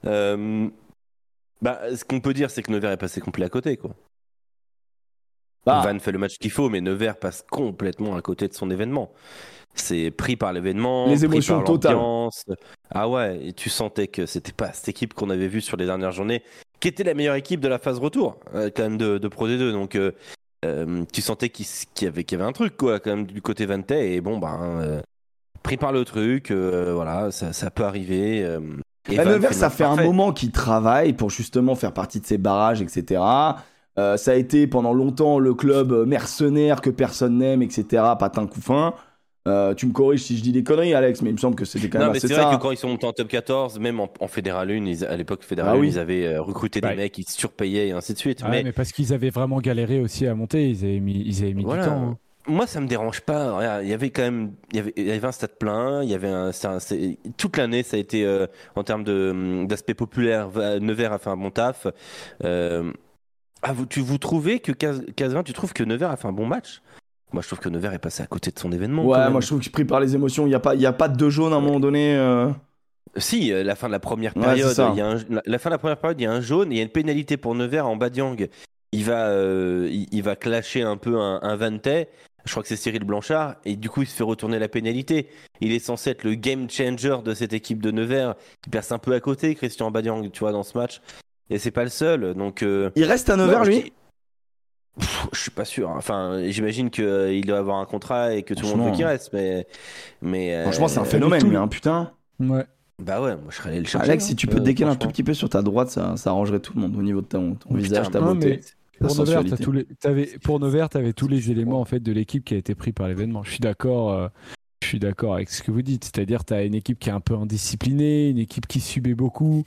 Ce qu'on peut dire, c'est que Nevers est passé complet à côté, quoi. Vannes fait le match qu'il faut, mais Nevers passe complètement à côté de son événement. C'est pris par l'événement, les émotions pris par l'ambiance. Ah ouais, et tu sentais que c'était pas cette équipe qu'on avait vue sur les dernières journées, qui était la meilleure équipe de la phase retour, quand même de Pro D2. Donc tu sentais qu'il y avait un truc, quoi, quand même du côté Vantais. Et bon, pris par le truc, voilà, ça peut arriver. Nevers, ça fait un moment qu'il travaille pour justement faire partie de ces barrages, etc. Ça a été pendant longtemps le club mercenaire que personne n'aime, etc. Patin couffin. Tu me corriges si je dis des conneries, Alex, mais il me semble que c'était quand même assez ça. C'est vrai que quand ils sont montés en top 14, même en Fédéral 1, à l'époque Fédéral 1, ils avaient recruté des mecs, ils surpayaient et ainsi de suite. Mais parce qu'ils avaient vraiment galéré aussi à monter, ils avaient mis du temps. Hein. Moi, ça me dérange pas. Regarde, il y avait quand même, il y avait un stade plein. Il y avait toute l'année, ça a été en termes d'aspect populaire. Nevers a fait un bon taf. Vous trouvez que Casvin, tu trouves que Nevers a fait un bon match? Moi, je trouve que Nevers est passé à côté de son événement. Ouais, moi, je trouve qu'il est pris par les émotions. Il y a pas de deux jaunes à un moment donné. Si, la fin de la première période, la fin de la première période, il y a un jaune. Il y a une pénalité pour Nevers en Badiang. Il va clasher un peu un Vantais. Je crois que c'est Cyril Blanchard, et du coup il se fait retourner la pénalité. Il est censé être le game changer de cette équipe de Nevers. Il perce un peu à côté, Christian Badiang, tu vois, dans ce match. Et c'est pas le seul. Donc il reste à Nevers, lui. Je suis pas sûr. Enfin, j'imagine qu'il doit avoir un contrat et que tout le monde veut qu'il reste, mais franchement, c'est un phénomène, lui, hein, putain. Ouais. Bah ouais, moi je serais allé le chercher. Alex, si tu peux décaler un tout petit peu sur ta droite, ça arrangerait tout le monde au niveau de ton visage, ta beauté. Pour Nevers, t'avais tous les éléments en fait de l'équipe qui a été pris par l'événement. Je suis d'accord avec ce que vous dites. C'est-à-dire, t'as une équipe qui est un peu indisciplinée, une équipe qui subit beaucoup,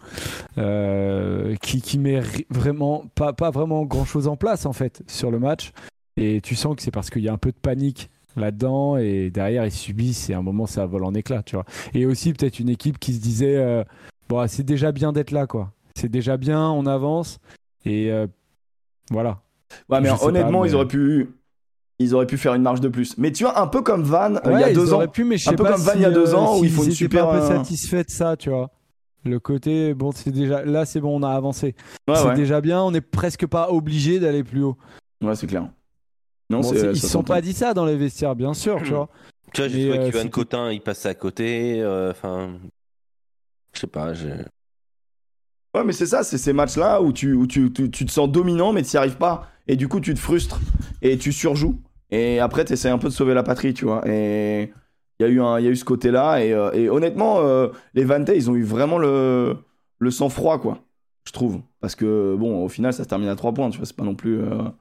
qui met vraiment pas vraiment grand-chose en place en fait sur le match. Et tu sens que c'est parce qu'il y a un peu de panique là-dedans et derrière ils subissent et à un moment ça vole en éclats, tu vois. Et aussi peut-être une équipe qui se disait c'est déjà bien d'être là, quoi. C'est déjà bien, on avance et voilà. Ouais, mais honnêtement, ils auraient pu faire une marge de plus. Mais tu vois, un peu comme Vannes il y a 2 ans. Un peu comme Vannes il y a 2 ans où il faut une super. Un peu satisfait de ça, tu vois. Le côté, bon, c'est déjà. Là, c'est bon, on a avancé. C'est déjà bien, on n'est presque pas obligé d'aller plus haut. Ouais, c'est clair. Non, ils ne se sont pas dit ça dans les vestiaires, bien sûr, tu vois. Tu vois, j'ai trouvé qu'Ivan Cotin, il passait à côté. Enfin. Je sais pas, Ouais, mais c'est ça, c'est ces matchs-là où tu te sens dominant, mais tu n'y arrives pas. Et du coup, tu te frustres et tu surjoues. Et après, tu essaies un peu de sauver la patrie, tu vois. Et il y a eu ce côté-là. Et honnêtement, les Vantais, ils ont eu vraiment le sang-froid, quoi, je trouve. Parce que, bon, au final, ça se termine à 3 points, tu vois. C'est pas non plus,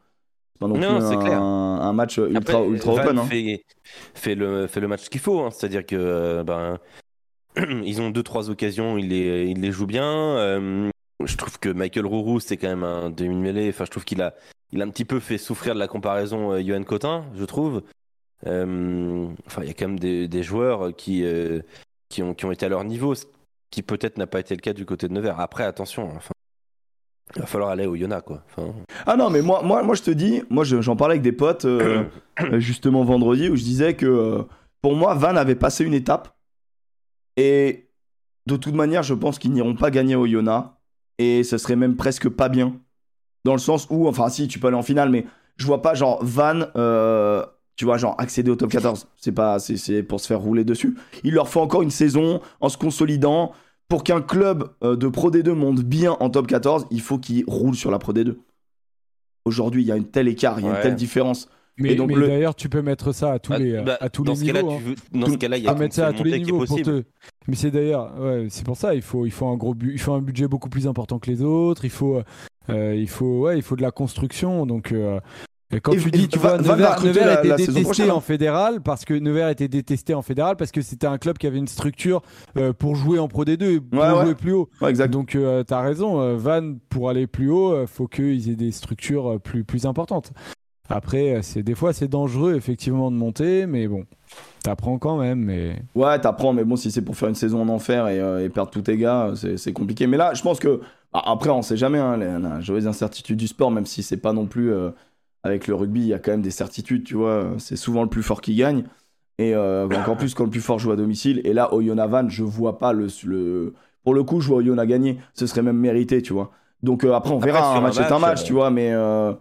un match ultra open. Hein. Fait le match qu'il faut. Hein. C'est-à-dire que, ils ont 2-3 occasions, ils les jouent bien. Je trouve que Michael Rourou, c'est quand même un demi-mêlée. Enfin, je trouve qu'il a un petit peu fait souffrir de la comparaison Yohan Cotin, je trouve. Enfin, il y a quand même des joueurs qui ont été à leur niveau, ce qui peut-être n'a pas été le cas du côté de Nevers. Après, attention, enfin, il va falloir aller au Yona, quoi. Enfin... Ah non, mais moi je te dis, j'en parlais avec des potes justement vendredi où je disais que pour moi, Vannes avait passé une étape. Et de toute manière, je pense qu'ils n'iront pas gagner au Yona. Et ce serait même presque pas bien. Dans le sens où, enfin si, tu peux aller en finale, mais je vois pas genre Vannes, tu vois, genre accéder au top 14. C'est pour se faire rouler dessus. Il leur faut encore une saison en se consolidant. Pour qu'un club de Pro D2 monte bien en top 14, il faut qu'il roule sur la Pro D2. Aujourd'hui, il y a une telle écart, il y a une telle différence. Mais d'ailleurs, tu peux mettre ça à tous les niveaux. Dans ce cas-là, il y a mettre ça à tous les niveaux pour te. Mais c'est d'ailleurs, c'est pour ça, il faut un budget beaucoup plus important que les autres. Il faut de la construction. Donc, quand tu dis, tu vois, Nevers était détesté en fédéral parce que c'était un club qui avait une structure pour jouer en Pro D2 pour jouer plus haut. Ouais, exact. Donc, t'as raison. Vannes, pour aller plus haut, faut qu'ils aient des structures plus importantes. Après, des fois, c'est dangereux, effectivement, de monter, mais bon, t'apprends quand même. Mais... Ouais, t'apprends, mais bon, si c'est pour faire une saison en enfer et perdre tous tes gars, c'est compliqué. Mais là, je pense que... Après, on sait jamais, hein, les incertitudes du sport, même si c'est pas non plus... avec le rugby, il y a quand même des certitudes, tu vois. C'est souvent le plus fort qui gagne. Et encore plus quand le plus fort joue à domicile. Et là, Oyonnax-Vannes, je vois pas Pour le coup, je vois Oyonnax gagner. Ce serait même mérité, tu vois. Donc après, on verra. Un match est un match, tu vois, mais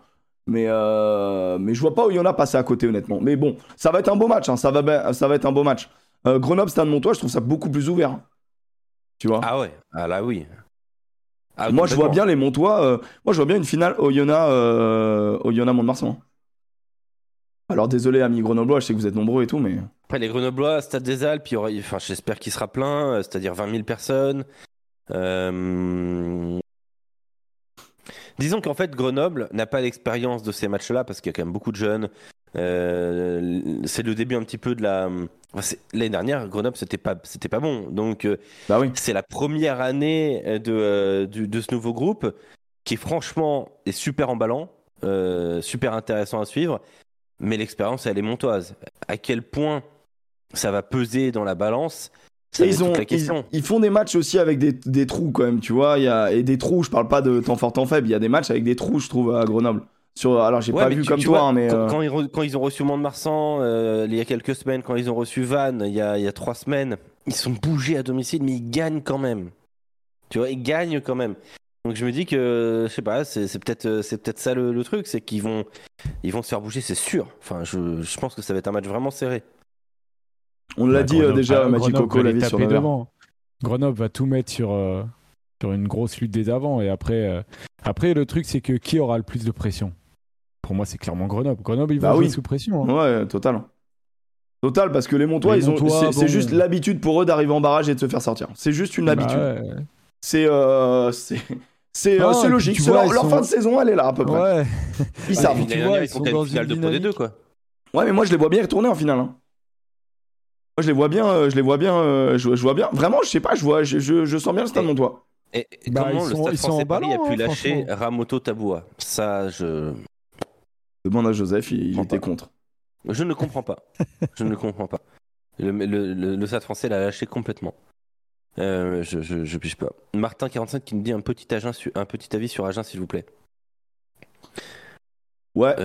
je vois pas Oyonnax passer à côté, honnêtement. Mais bon, ça va être un beau match, hein, ça va être un beau match. Grenoble-Stade Montois, je trouve ça beaucoup plus ouvert, hein. Tu vois. Ah ouais, ah là oui. Moi je vois bien les Montois, moi je vois bien une finale Oyonnax-Mont-de-Marsan. Alors désolé amis grenoblois, je sais que vous êtes nombreux et tout, mais... Après les Grenoblois, Stade des Alpes, j'espère qu'il sera plein, c'est-à-dire 20 000 personnes. Disons qu'en fait, Grenoble n'a pas l'expérience de ces matchs-là parce qu'il y a quand même beaucoup de jeunes. C'est le début un petit peu de la. L'année dernière, Grenoble, c'était pas bon. Donc, c'est la première année de ce nouveau groupe qui, franchement, est super emballant, super intéressant à suivre. Mais l'expérience, elle est montoise. À quel point ça va peser dans la balance? Ils font des matchs aussi avec des trous quand même, tu vois. Et des trous, je parle pas de temps fort, temps faible. Il y a des matchs avec des trous, je trouve, à Grenoble. Alors, j'ai pas vu comme toi, vois, mais. Quand ils ont reçu Mont-de-Marsan, il y a quelques semaines, quand ils ont reçu Vannes, il y a 3 semaines, ils sont bougés à domicile, mais ils gagnent quand même. Tu vois, ils gagnent quand même. Donc, je me dis que, je sais pas, c'est peut-être ça le truc, c'est qu'ils vont se faire bouger, c'est sûr. Enfin, je pense que ça va être un match vraiment serré. On l'a dit déjà, Magic Coco l'a vu sur Nevers. Grenoble va tout mettre sur une grosse lutte des avants. Et après, le truc, c'est que qui aura le plus de pression? Pour moi, c'est clairement Grenoble. Grenoble, ils vont jouer sous pression. Hein. Ouais, total. Total, parce que les Montois, c'est juste l'habitude pour eux d'arriver en barrage et de se faire sortir. C'est juste une habitude. Ouais. C'est logique. Leur fin de saison, elle est là, à peu près. Ouais. Ils savent. Ils sont dans une finale de Pro D2, quoi. Ouais, mais moi, je les vois bien retourner en finale. Hein. Moi, je les vois bien. Vraiment, je sais pas, je sens bien le Stade Montois. Et comment le Stade français Paris a pu lâcher Ramoto Taboua? Ça, je... Demande à Joseph, il était contre. Je ne comprends pas. Le Stade français l'a lâché complètement. Je piche pas. Martin 45 qui me dit un petit avis sur Agen, s'il vous plaît. Ouais.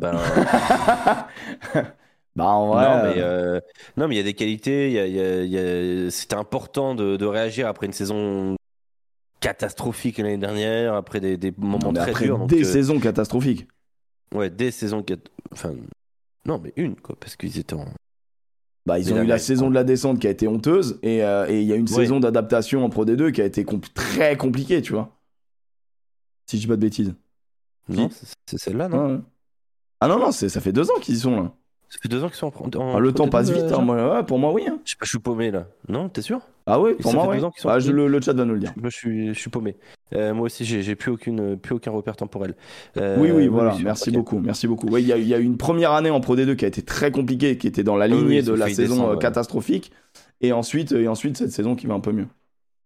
En vrai. Non, mais il y a des qualités. C'était important de réagir après une saison catastrophique l'année dernière, après des moments très durs. Des saisons catastrophiques. Ouais, des saisons. Enfin, non, mais une, quoi, parce qu'ils étaient en. Ils ont eu la saison de la descente qui a été honteuse et il y a une saison d'adaptation en Pro D2 qui a été très compliquée, tu vois. Si je dis pas de bêtises. Non, c'est celle-là, non? Ouais. Ah non, ça fait 2 ans qu'ils y sont là. Ça fait 2 ans qu'ils sont en le temps passe vite, hein, pour moi, oui. Hein. Je sais pas, je suis paumé là. Non, t'es sûr? Ah oui, pour moi, oui. Le chat va nous le dire. Moi, je suis paumé. Moi aussi, j'ai plus aucun repère temporel. Oui, voilà. Merci beaucoup. Ouais, il y a eu une première année en Pro D2 qui a été très compliquée, qui était dans la lignée de la saison catastrophique. Et ensuite, cette saison qui va un peu mieux.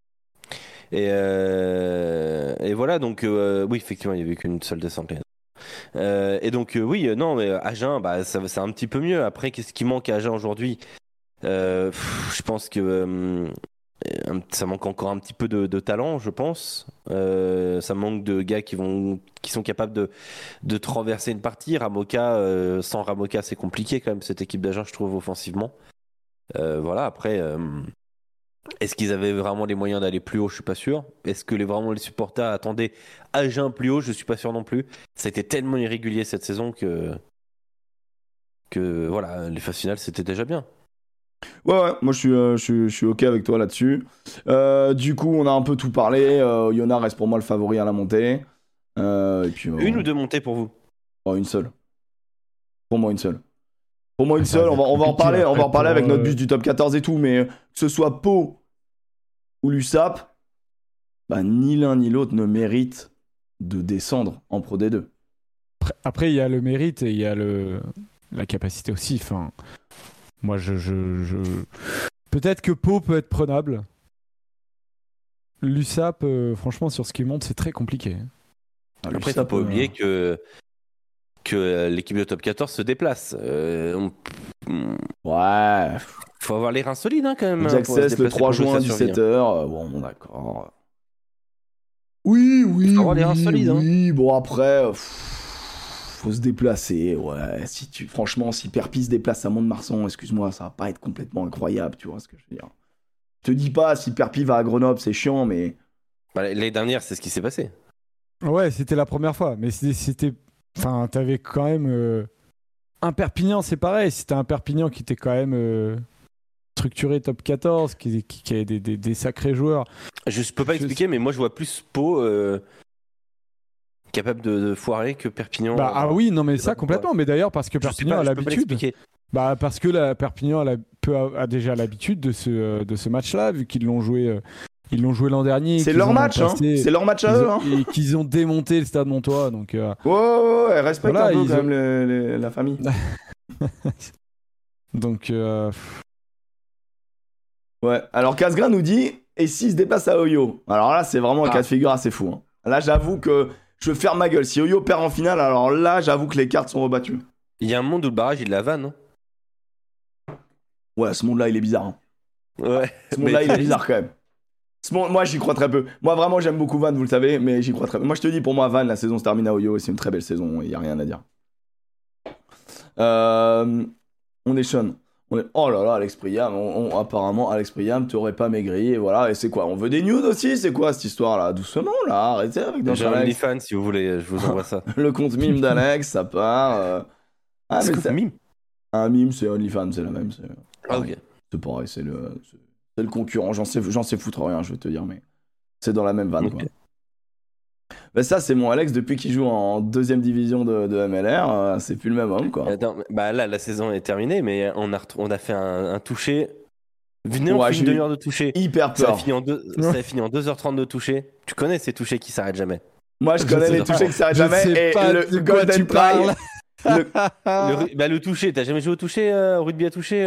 Et voilà, donc, oui, effectivement, il n'y avait qu'une seule descente. Et donc, mais Agen, c'est un petit peu mieux. Après, qu'est-ce qui manque à Agen aujourd'hui? Je pense que ça manque encore un petit peu de talent, je pense. Ça manque de gars qui sont capables de te renverser une partie. Ramoka, sans Ramoka, c'est compliqué quand même, cette équipe d'Agen, je trouve, offensivement. Voilà, après, est-ce qu'ils avaient vraiment les moyens d'aller plus haut? Je suis pas sûr. Est-ce que vraiment les supporters attendaient Agen plus haut? Je suis pas sûr non plus. Ça a été tellement irrégulier cette saison que voilà, les phases finales, c'était déjà bien. Ouais, moi je suis ok avec toi là-dessus. Du coup, on a un peu tout parlé. Oyonnax reste pour moi le favori à la montée. Et puis, Une ou deux montées pour vous? Oh, une seule. Pour moi, une seule. On va en parler, avec notre bus du top 14 et tout, mais que ce soit Pau ou l'USAP, bah, ni l'un ni l'autre ne mérite de descendre en Pro D2. Après, il y a le mérite et il y a la capacité aussi. Enfin, moi, peut-être que Pau peut être prenable. L'USAP, franchement, sur ce qui monte, c'est très compliqué. Après, il ne faut pas oublier que l'équipe de top 14 se déplace. Ouais. Faut avoir les reins solides quand même. Access le 3 juin 17h. Bon, d'accord. Oui. Faut avoir les reins solides. Oui, bon après, faut se déplacer. Ouais. Franchement, si Perpis se déplace à Mont-de-Marsan, excuse-moi, ça va pas être complètement incroyable, tu vois ce que je veux dire. Je te dis pas si Perpis va à Grenoble, c'est chiant, mais. L'année dernière, c'est ce qui s'est passé. Ouais, c'était la première fois, mais c'était. Enfin, t'avais quand même un Perpignan, c'est pareil. C'était un Perpignan qui était quand même structuré top 14, qui avait des sacrés joueurs. Je peux pas expliquer, mais moi je vois plus Pau capable de foirer que Perpignan. Ah oui, non mais ça complètement. Mais d'ailleurs parce que Perpignan a l'habitude. Parce que Perpignan a déjà l'habitude de ce match-là, vu qu'ils l'ont joué. Ils l'ont joué l'an dernier. C'est leur match, c'est leur match à eux. Et qu'ils ont démonté le Stade Montois. Donc, ouais, respecte un peu quand même la famille. Donc. Ouais, alors Casgrain nous dit et s'il se déplace à Oyo. Alors là, c'est vraiment un cas de figure assez fou. Hein. Là, j'avoue que je ferme ma gueule. Si Oyo perd en finale, alors là, j'avoue que les cartes sont rebattues. Il y a un monde où le barrage, il la vanne. Hein. Ouais, ce monde-là, il est bizarre. Hein. Ouais. Ce monde-là, il est bizarre quand même. Moi, j'y crois très peu. Moi, vraiment, j'aime beaucoup Van, vous le savez, mais j'y crois très peu. Moi, je te dis, pour moi, Van, la saison se termine à Oyo et c'est une très belle saison. Il n'y a rien à dire. On est Sean. Oh là là, Alex Priam. Apparemment, Alex Priam, t'aurais pas maigri. Et voilà. Et c'est quoi? On veut des nudes aussi? C'est quoi cette histoire-là? Doucement, là. Arrêtez avec notre J'ai un OnlyFans si vous voulez. Je vous envoie ça. Le compte mime d'Alex, ça part. C'est quoi mime? Un mime, c'est OnlyFans, c'est la même. Ok. C'est pareil, c'est le concurrent. J'en sais foutre rien, je vais te dire, mais c'est dans la même vanne, quoi. Ben ça, c'est mon Alex depuis qu'il joue en deuxième division de MLR. C'est plus le même homme, quoi. Attends, bah là, la saison est terminée, mais on a fait un toucher. Venez, on fait une demi-heure de toucher. Hyper peur. Ça a fini en 2h30 de toucher. Tu connais ces touchés qui s'arrêtent jamais. Moi, je connais les touchés qui s'arrêtent jamais. Et le Golden Try. Le toucher, t'as jamais joué au toucher, rugby à toucher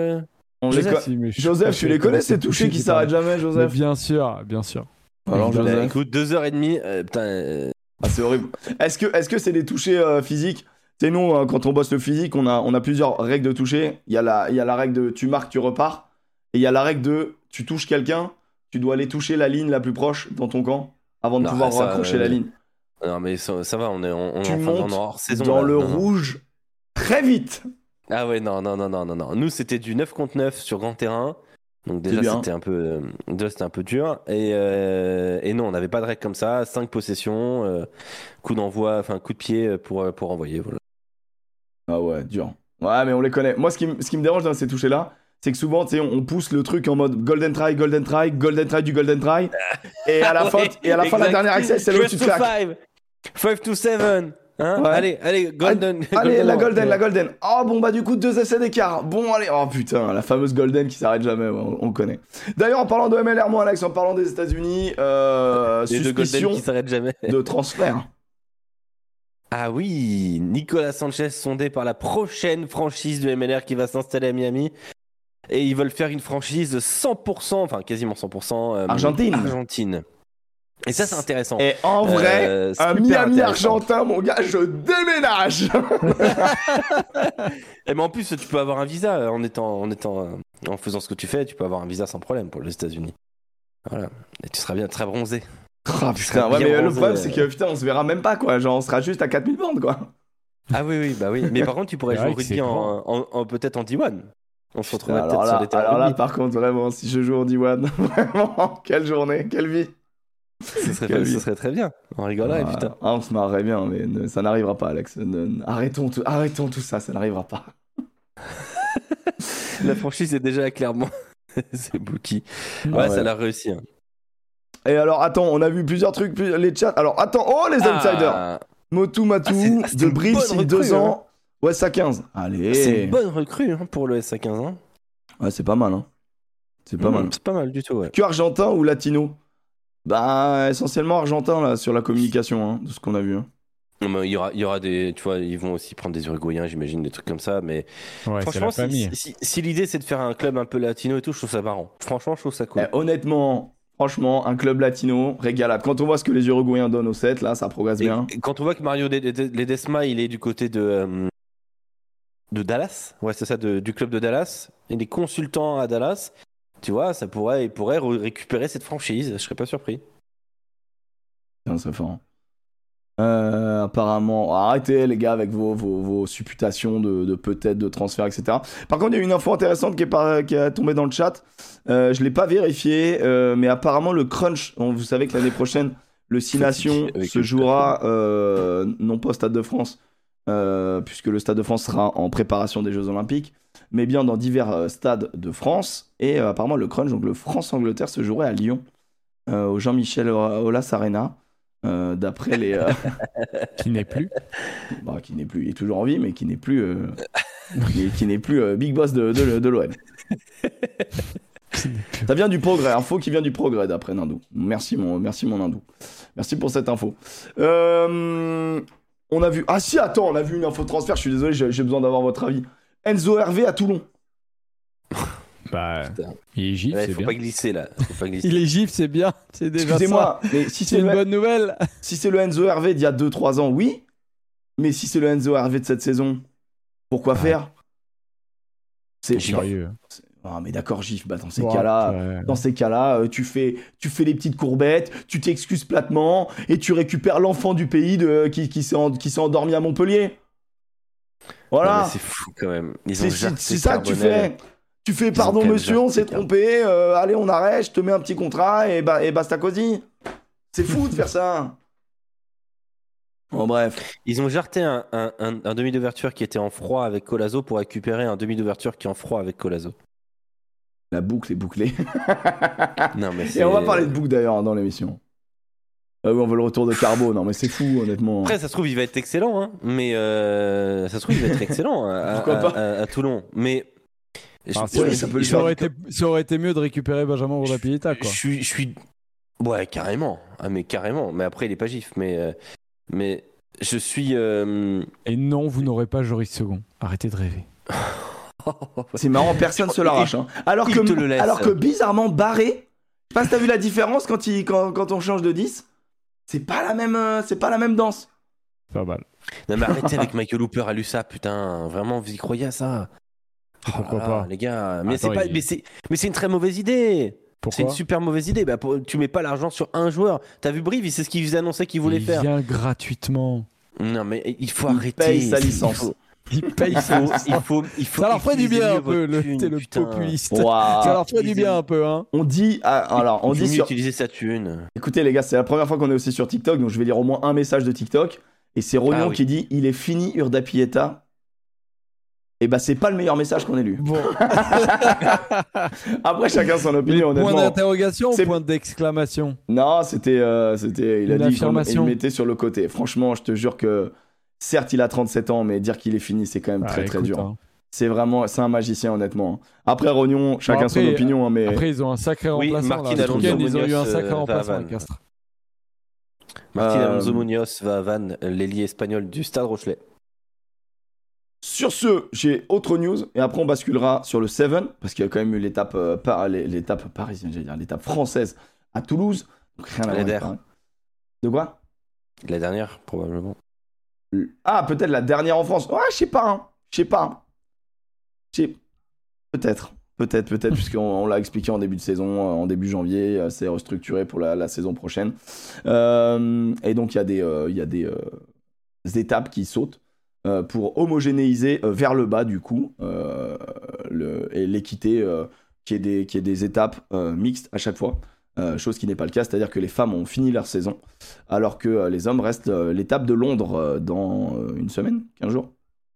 Joseph, tu les connais ces touchés qui s'arrêtent jamais, Joseph? Bien sûr. Alors, Joseph. Écoute, 2h30, putain. C'est horrible. Est-ce que c'est des touchés physiques? Tu sais, nous, quand on bosse le physique, on a plusieurs règles de toucher. Il y a la règle de tu marques, tu repars. Et il y a la règle de tu touches quelqu'un, tu dois aller toucher la ligne la plus proche dans ton camp avant de pouvoir raccrocher la ligne. Non, mais ça va, on tu est montes en hors saison. Dans le rouge très vite. Ah ouais, non. Nous, c'était du 9 contre 9 sur grand terrain. Donc déjà, c'était un peu dur. Et non, on n'avait pas de règle comme ça. 5 possessions, coup d'envoi, coup de pied pour envoyer. Voilà. Ah ouais, dur. Ouais, mais on les connaît. Moi, ce qui me dérange dans ces touchés-là, c'est que souvent, tu sais, on pousse le truc en mode golden try du golden try. Et à la fin, la dernière access, c'est là où tu te claques. 5 to 7. Hein, ouais. Allez, golden. Allez, la golden. Oh, bon, bah, du coup, 2 essais d'écart. Bon, allez. Oh, putain, la fameuse golden qui s'arrête jamais. On connaît. D'ailleurs, en parlant de MLR, moi, Alex, en parlant des États-Unis, suspicion qui s'arrête jamais. De transfert. Ah oui, Nicolas Sanchez sondé par la prochaine franchise de MLR qui va s'installer à Miami. Et ils veulent faire une franchise 100%, enfin quasiment 100%. Argentine. Et ça, c'est intéressant. Et en vrai, un Miami argentin, mon gars, je déménage. Mais en plus, tu peux avoir un visa en faisant ce que tu fais, tu peux avoir un visa sans problème pour les États-Unis. Voilà. Et tu seras bien très bronzé. Oh, putain, ouais, mais bronzé, le problème, c'est que putain, on se verra même pas, quoi. Genre, on sera juste à 4000 bandes, quoi. Ah oui, bah oui. Mais par contre, tu pourrais jouer au rugby peut-être en D1. On se retrouverait peut-être sur les terrains. Alors là, par contre, vraiment, si je joue en D1, vraiment, quelle journée, quelle vie. Ce serait très bien. On rigolerait, putain. On se marrerait bien, mais ça n'arrivera pas, Alex. Arrêtons tout ça, ça n'arrivera pas. La franchise est déjà clairement. C'est Bookie. Ouais, ça l'a réussi. Hein. Et alors, attends, on a vu plusieurs trucs, les chats. Alors, attends, oh, les outsiders. Motu Matu de Brive, c'est 2 ans. Ouais, SA15. Allez. C'est une bonne recrue pour le SA15. Hein. Ouais, c'est pas mal. Hein. C'est pas mal. C'est pas mal du tout, ouais. Que argentin ou latino? Bah, essentiellement argentin, là, sur la communication, hein, de ce qu'on a vu. Hein. Il y aura des. Tu vois, ils vont aussi prendre des Uruguayens, j'imagine, des trucs comme ça. Mais ouais, franchement, si l'idée c'est de faire un club un peu latino et tout, je trouve ça marrant. Franchement, je trouve ça cool. Honnêtement, franchement, un club latino, régalable. Quand on voit ce que les Uruguayens donnent au 7, là, ça progresse bien. Quand on voit que Mario Ledesma, il est du côté de Dallas, ouais, c'est ça, du club de Dallas, il est consultant à Dallas, tu vois, il pourrait récupérer cette franchise, je serais pas surpris. C'est fort. Apparemment, arrêtez les gars avec vos supputations de peut-être de transfert, etc. Par contre, il y a une info intéressante qui est tombée dans le chat. Je l'ai pas vérifié, mais apparemment le crunch. Vous savez que l'année prochaine, le 6 Nations se jouera non pas au Stade de France, puisque le Stade de France sera en préparation des Jeux Olympiques, mais bien dans divers stades de France. Et apparemment le crunch, donc le France-Angleterre, se jouerait à Lyon, au Jean-Michel Aulas Arena. D'après les qui n'est plus qui n'est plus, il est toujours en vie, mais qui n'est plus qui n'est plus big boss de l'OM. Ça vient du progrès, info qui vient du progrès d'après Nindou. Merci mon Nindou, merci pour cette info. On a vu on a vu une info transfert, je suis désolé, j'ai besoin d'avoir votre avis. Enzo Hervé à Toulon. Bah, il est gif, c'est faut bien. pas glisser là. Il est gif, c'est bien. C'est déjà Excusez-moi, ça. mais si c'est une bonne nouvelle. Si c'est le Enzo Hervé d'il y a 2-3 ans, oui. Mais si c'est le Enzo Hervé de cette saison, pourquoi faire? C'est sérieux. Ah mais d'accord, gif. Bah dans ces cas-là, tu fais les petites courbettes, tu t'excuses platement et tu récupères l'enfant du pays qui s'est endormi à Montpellier. Voilà. Non, mais c'est fou quand même. C'est ça que tu fais. Tu fais pardon monsieur, on s'est trompé, allez on arrête, je te mets un petit contrat et basta cosy. C'est fou de faire ça. Bon bref. Ils ont jarté un demi d'ouverture qui était en froid avec Colazo pour récupérer un demi d'ouverture qui est en froid avec Colazo. La boucle est bouclée. Non, mais et on va parler de boucle d'ailleurs dans l'émission. Oui, on veut le retour de Carbo, non mais c'est fou honnêtement. Après ça se trouve il va être excellent, hein, mais ça se trouve il va être excellent à Toulon. Mais ça aurait été mieux de récupérer Benjamin Rodapilleta, quoi. Je suis ouais carrément, mais carrément. Mais après il est pas gif, mais je suis. Et non, vous n'aurez pas Joris Second. Arrêtez de rêver. C'est marrant, personne se l'arrache. Hein. Alors que bizarrement Barré, je sais pas si t'as vu la différence quand on change de 10. C'est pas la même danse. Pas mal. Non mais arrêtez avec Michael Hooper à l'USA, putain, vraiment vous y croyez à ça? Pourquoi pas les gars, mais c'est une très mauvaise idée. Pourquoi? C'est une super mauvaise idée. Tu mets pas l'argent sur un joueur. T'as vu Brive, c'est ce qu'ils annonçaient qu'ils voulaient faire. Il vient gratuitement. Non mais il faut arrêter. Paye sa licence. Il paye ça. Ça leur ferait du bien un peu, le populiste. Wow. Ça leur ferait du bien un peu, hein. On dit utiliser sa thune. Écoutez les gars, c'est la première fois qu'on est aussi sur TikTok, donc je vais lire au moins un message de TikTok. Et c'est Rognon qui dit il est fini Urdapieta. Et bah c'est pas le meilleur message qu'on ait lu. Bon. Après chacun son opinion. Honnêtement. Point d'interrogation ou point d'exclamation? Non, c'était il a dit qu'il mettait sur le côté. Franchement, je te jure que certes il a 37 ans, mais dire qu'il est fini c'est quand même très dur. Hein. C'est un magicien honnêtement. Après Rognon, chacun son opinion. Hein, mais après ils ont un sacré remplaçant. Ils ont eu un sacré remplaçant à Castres. Martin Alonso Munoz va à Vannes, l'ailier espagnol du Stade Rochelet. Sur ce, j'ai autre news et après on basculera sur le 7 parce qu'il y a quand même eu l'étape parisienne, j'allais dire l'étape française à Toulouse. Donc rien à voir. De quoi? La dernière probablement. Ah peut-être la dernière en France. Ouais, je sais pas. Peut-être puisqu'on l'a expliqué en début de saison, en début janvier, c'est restructuré pour la saison prochaine. Et donc il y a des étapes qui sautent. Pour homogénéiser vers le bas du coup et l'équité qui est des étapes mixtes à chaque fois, chose qui n'est pas le cas, c'est-à-dire que les femmes ont fini leur saison alors que les hommes restent l'étape de Londres dans une semaine, 15 jours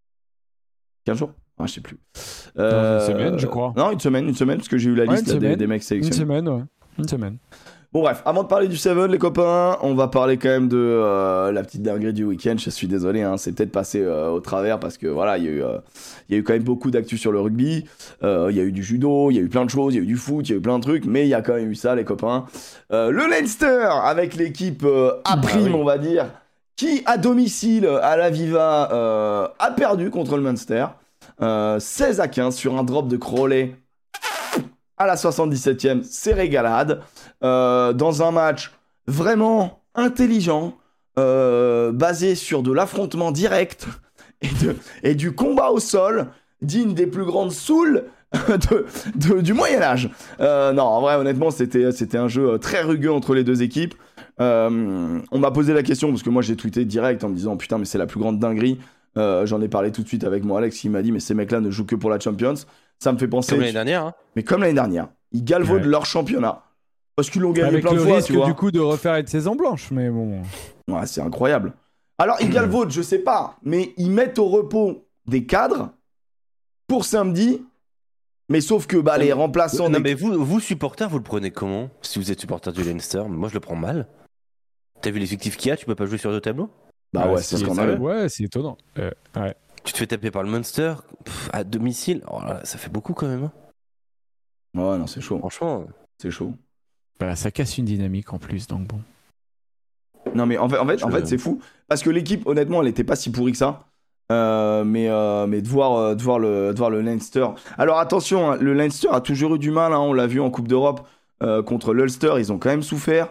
je sais plus dans une semaine je crois. Non, une semaine parce que j'ai eu la liste des mecs sélectionnés. Une semaine. Bon bref, avant de parler du Seven, les copains, on va parler quand même de la petite dinguerie du week-end. Je suis désolé, hein, c'est peut-être passé au travers parce que voilà, il y a eu quand même beaucoup d'actu sur le rugby. Il y a eu du judo, il y a eu plein de choses, il y a eu du foot, il y a eu plein de trucs, mais il y a quand même eu ça, les copains. Le Leinster avec l'équipe A', on va dire, qui à domicile à l'Aviva a perdu contre le Munster 16-15 sur un drop de Crowley à la 77e, c'est régalade. Dans un match vraiment intelligent, basé sur de l'affrontement direct et du combat au sol, digne des plus grandes soules du Moyen-Âge. Non, en vrai, honnêtement, c'était un jeu très rugueux entre les deux équipes. On m'a posé la question, parce que moi j'ai tweeté direct en me disant putain, mais c'est la plus grande dinguerie. J'en ai parlé tout de suite avec mon Alex qui m'a dit mais ces mecs-là ne jouent que pour la Champions. Ça me fait penser. Comme l'année dernière. Hein. Mais comme l'année dernière. Ils galvaudent leur championnat. Parce qu'ils l'ont gagné avec plein de fois. Avec le risque du coup de refaire une saison blanche, mais bon. Ouais, c'est incroyable. Alors, ils galvaudent, je sais pas, mais ils mettent au repos des cadres pour samedi. Mais sauf que les remplaçants. Non, mais vous, supporters, vous le prenez comment? Si vous êtes supporter du Leinster, moi je le prends mal. T'as vu l'effectif qu'il y a? Tu peux pas jouer sur deux tableaux? Bah ouais, c'est scandaleux. Ouais, c'est étonnant. Ouais. Tu te fais taper par le Munster à domicile. Oh là, ça fait beaucoup quand même. Hein. Ouais, non, c'est chaud. Franchement, c'est chaud. Bah, ça casse une dynamique en plus, donc bon. Non, mais en fait, c'est fou. Parce que l'équipe, honnêtement, elle était pas si pourrie que ça. Mais de voir le Leinster. Alors attention, hein, le Leinster a toujours eu du mal. Hein, on l'a vu en Coupe d'Europe contre l'Ulster. Ils ont quand même souffert.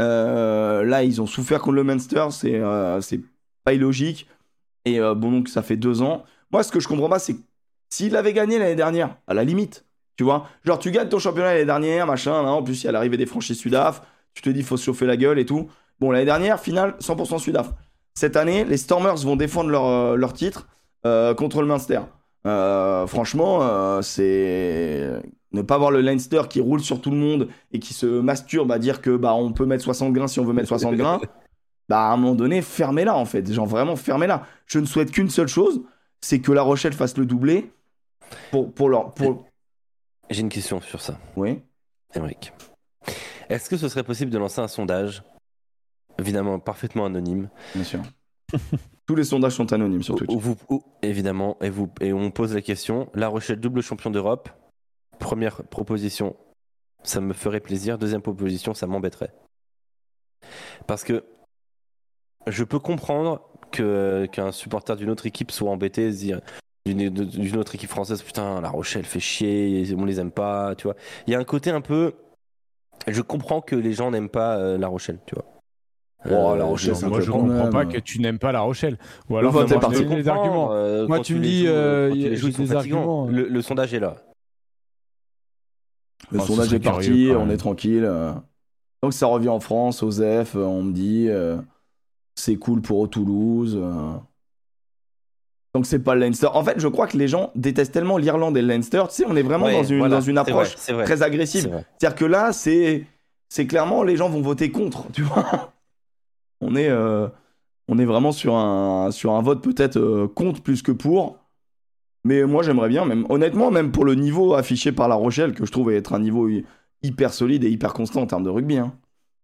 Là, ils ont souffert contre le Munster. C'est pas illogique. Et donc ça fait 2 ans. Moi, ce que je comprends pas, c'est que s'il avait gagné l'année dernière, à la limite, tu vois, genre tu gagnes ton championnat l'année dernière, machin, là, en plus il y a l'arrivée des franchises Sudaf, tu te dis faut se chauffer la gueule et tout. Bon, l'année dernière, finale 100% Sudaf. Cette année, les Stormers vont défendre leur titre contre le Munster. Franchement, c'est ne pas voir le Leinster qui roule sur tout le monde et qui se masturbe à dire que on peut mettre 60 grains si on veut mettre 60 grains. À un moment donné, fermez-la en fait. Genre vraiment, fermez-la. Je ne souhaite qu'une seule chose, c'est que La Rochelle fasse le doublé pour leur... J'ai une question sur ça. Oui. Émeric. Est-ce que ce serait possible de lancer un sondage, évidemment parfaitement anonyme? Bien sûr. Tous les sondages sont anonymes sur Twitch. Évidemment, et on pose la question, La Rochelle double champion d'Europe. Première proposition, ça me ferait plaisir. Deuxième proposition, ça m'embêterait. Parce que je peux comprendre qu'un supporter d'une autre équipe soit embêté, se dire d'une autre équipe française, putain, La Rochelle fait chier, on les aime pas, tu vois. Il y a un côté un peu... Je comprends que les gens n'aiment pas La Rochelle, tu vois. La Rochelle, moi je comprends pas que tu n'aimes pas La Rochelle. Ou alors t'es parti des arguments. Moi tu me dis j'ai des arguments. Le sondage est là. Le sondage est parti, on est tranquille. Donc ça revient en France, aux F, on me dit c'est cool pour Toulouse. Donc c'est pas le Leinster. En fait, je crois que les gens détestent tellement l'Irlande et le Leinster. Tu sais, on est vraiment dans une approche très agressive. C'est-à-dire que là, c'est clairement les gens vont voter contre, tu vois. On est vraiment sur un vote peut-être contre plus que pour. Mais moi, j'aimerais bien, honnêtement, même pour le niveau affiché par La Rochelle, que je trouve être un niveau hyper solide et hyper constant en termes de rugby. Hein.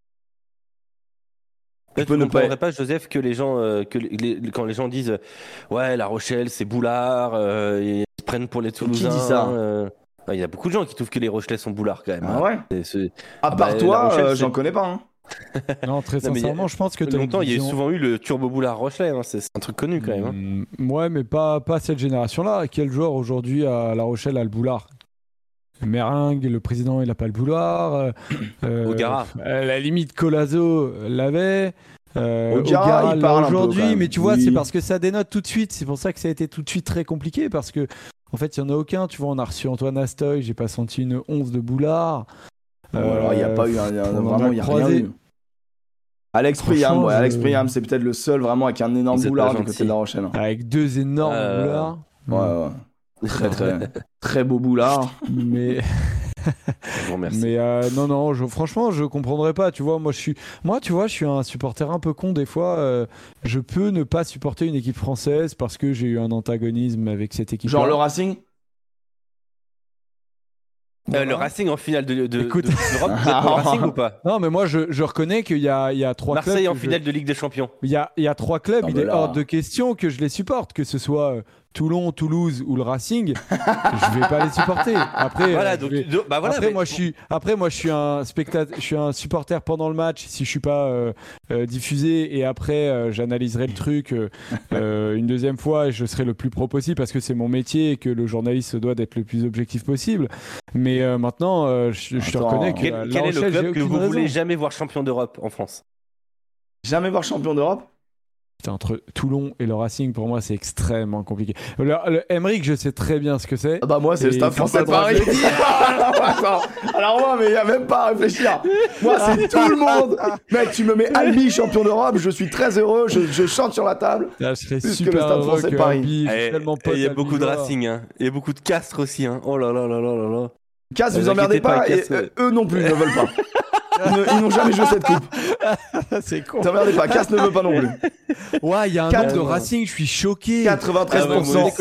Tu ne comprendrais pas, Joseph, que les gens, quand les gens disent ouais, La Rochelle, c'est boulard, ils se prennent pour les Toulousains. Qui dit ça il y a beaucoup de gens qui trouvent que les Rochelais sont boulards quand même. Ah ouais À part toi, j'en connais pas. Hein. Non, très sincèrement, je pense que longtemps, il y a souvent eu le turbo boulard Rochelais, hein. C'est un truc connu quand même. Hein. Ouais, mais pas cette génération-là. Quel joueur aujourd'hui à La Rochelle a le boulard? Meringue, le président, il a pas le boulard. O'Gara. À la limite, Colazo l'avait. O'Gara, il parle aujourd'hui, mais tu vois, c'est parce que ça dénote tout de suite. C'est pour ça que ça a été tout de suite très compliqué parce que, en fait, il y en a aucun. Tu vois, on a reçu Antoine Astoy, j'ai pas senti une once de boulard. Alors, il n'y a pas eu vraiment, il n'y a rien eu. Alex Priam, c'est peut-être le seul vraiment avec un énorme boulard du côté de La Rochelle. Hein. Avec 2 énormes boulards. Ouais. Très beau boulard. Mais je vous remercie. Mais non, franchement, je comprendrais pas. Tu vois, moi, je suis un supporter un peu con des fois. Je peux ne pas supporter une équipe française parce que j'ai eu un antagonisme avec cette équipe. Genre le Racing. Le Racing en finale Écoute. d'Europe, vous êtes pour le Racing ou pas? Non, mais moi, je reconnais qu'il y a 3 clubs. Marseille en finale de Ligue des Champions. Il y a 3 clubs, Ah, il bah est là. hors de question que je les supporte, que ce soit Toulon, Toulouse ou le Racing. Je vais pas les supporter. Après, Voilà, je donc, vais- bah voilà. après, mais- moi, je suis un spectateur, je suis un supporter pendant le match si je suis pas diffusé, et après j'analyserai le truc une deuxième fois et je serai le plus pro possible parce que c'est mon métier et que le journaliste se doit d'être le plus objectif possible. Mais maintenant, je te Attends. reconnais que Quel La est le Rochelle, j'ai club que aucune vous raison. voulez jamais voir champion d'Europe en France? Jamais voir champion d'Europe? Putain, entre Toulon et le Racing, pour moi, c'est extrêmement compliqué. Le Emmerich, je sais très bien ce que c'est. Ah bah moi c'est le Et Stade quand français ça de Paris. doit Alors moi mais il y a même pas à réfléchir. Moi c'est tout le monde. Mec tu me mets Albi champion d'Europe, je suis très heureux, je chante sur la table. Là, je serais Plus que super le Stade heureux français de que Paris. Albi, je suis Et tellement pote il y a Albi, beaucoup de voilà. Racing, hein. Il y a beaucoup de Castres aussi, hein. Oh là là là là là là. Casse Ne vous vous emmerdez inquiétez pas, pas et Casse, ouais. eux non plus ils ne veulent pas. Ils n'ont jamais joué cette coupe. C'est con. Vous emmerdez pas, Casse ne veut pas non plus. Ouais, il y a un Quatre- nombre de Racing, je suis choqué. 93%.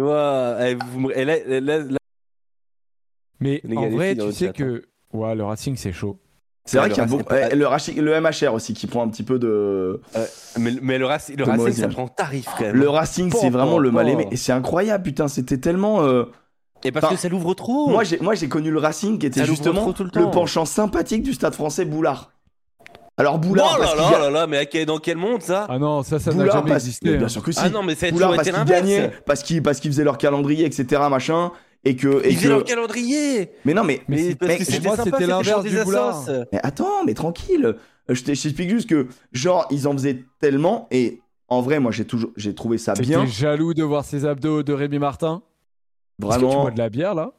Mais Les en gars, les vrai, filles dans tu le sais chat, que ouais, le Racing, c'est chaud. C'est vrai Le qu'il y a Racing, beaucoup. Le MHR aussi qui prend un petit peu de. Mais le Racing, De mauvaise ça image. prend tarif quand même. Le Racing, c'est Bon, vraiment bon, le mal aimé. bon. Et c'est incroyable, putain, c'était tellement. Et parce Enfin, que ça l'ouvre trop. Moi, j'ai connu le Racing qui était Ça l'ouvre justement trop tout le le temps. penchant sympathique du Stade français Boulard. Alors Oh Boulard, parce là qu'il là ga- là là, mais dans quel monde ça? Ah non, ça n'a Boulard jamais parce- existé. mais bien hein. sûr que si. Ah non, mais ça a Boulard toujours parce été qu'ils l'inverse. gagnaient, parce qu'ils faisaient leur calendrier, etc. Machin. Et que. Ils faisaient leur calendrier. Mais non, mais. Mais parce mec, que pour c'était moi, sympa, c'était c'était l'inverse genre du des Boulard. assos. Mais attends, mais tranquille. Je t'explique juste que, genre, ils en faisaient tellement. Et en vrai, moi, j'ai trouvé ça bien. T'étais jaloux de voir ces abdos de Rémi Martin. Est-ce que tu Vraiment. bois de la bière là?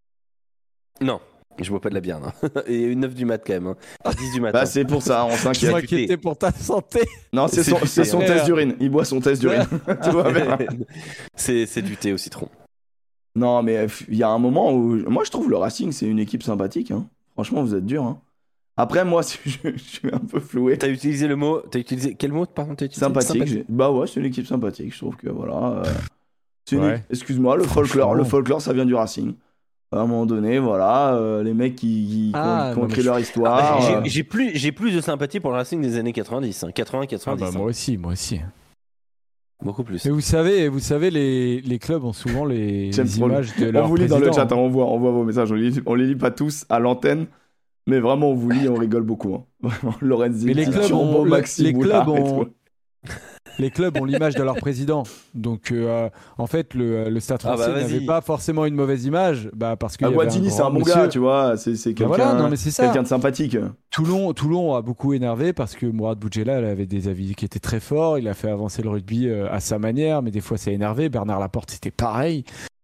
Non, je bois pas de la bière, non. Et 9 du mat quand même. Hein. 10 du matin. Bah, c'est pour ça, on Je s'inquiète. m'inquiétais pour ta santé. Non, c'est son puté. test d'urine. Il boit son test d'urine. Tu vois bien. C'est du thé au citron. Non, mais il y a un moment où. Moi, je trouve le Racing, c'est une équipe sympathique. Hein. Franchement, vous êtes dur. Hein. Après, moi, je suis un peu floué. T'as utilisé le mot. T'as utilisé. Quel mot, pardon, t'as utilisé? Sympathique. Bah ouais, c'est une équipe sympathique. Je trouve que voilà. C'est une- Ouais. Excuse-moi, le folklore. Franchement. Le folklore, ça vient du Racing. À un moment donné, voilà, les mecs qui Ah, ont non, écrit mais leur histoire. J'ai plus de sympathie pour le Racing des années 90. Hein. 80-90. Ah bah, hein. moi aussi. Beaucoup plus. Mais vous savez, les clubs ont souvent les J'aime trop images de On leur vous lit dans le président. chat, hein, on voit vos messages. On les lit pas tous à l'antenne, mais vraiment, on vous lit, on rigole beaucoup. Hein. Vraiment, Lorenzi, Mais les clubs Turbo, ont- Maxi, les Boulard clubs et ont- tout. Les clubs ont l'image de leur président. Donc, en fait, le Stade Ah bah, français vas-y. n'avait pas forcément une mauvaise image, parce que Ah, Guattini, c'est un bon gars, tu vois. C'est quelqu'un voilà, non, mais c'est ça. quelqu'un de sympathique. Toulon a beaucoup énervé parce que Mourad Boudjela elle avait des avis qui étaient très forts. Il a fait avancer le rugby à sa manière, mais des fois ça a énervé. Bernard Laporte, c'était pareil.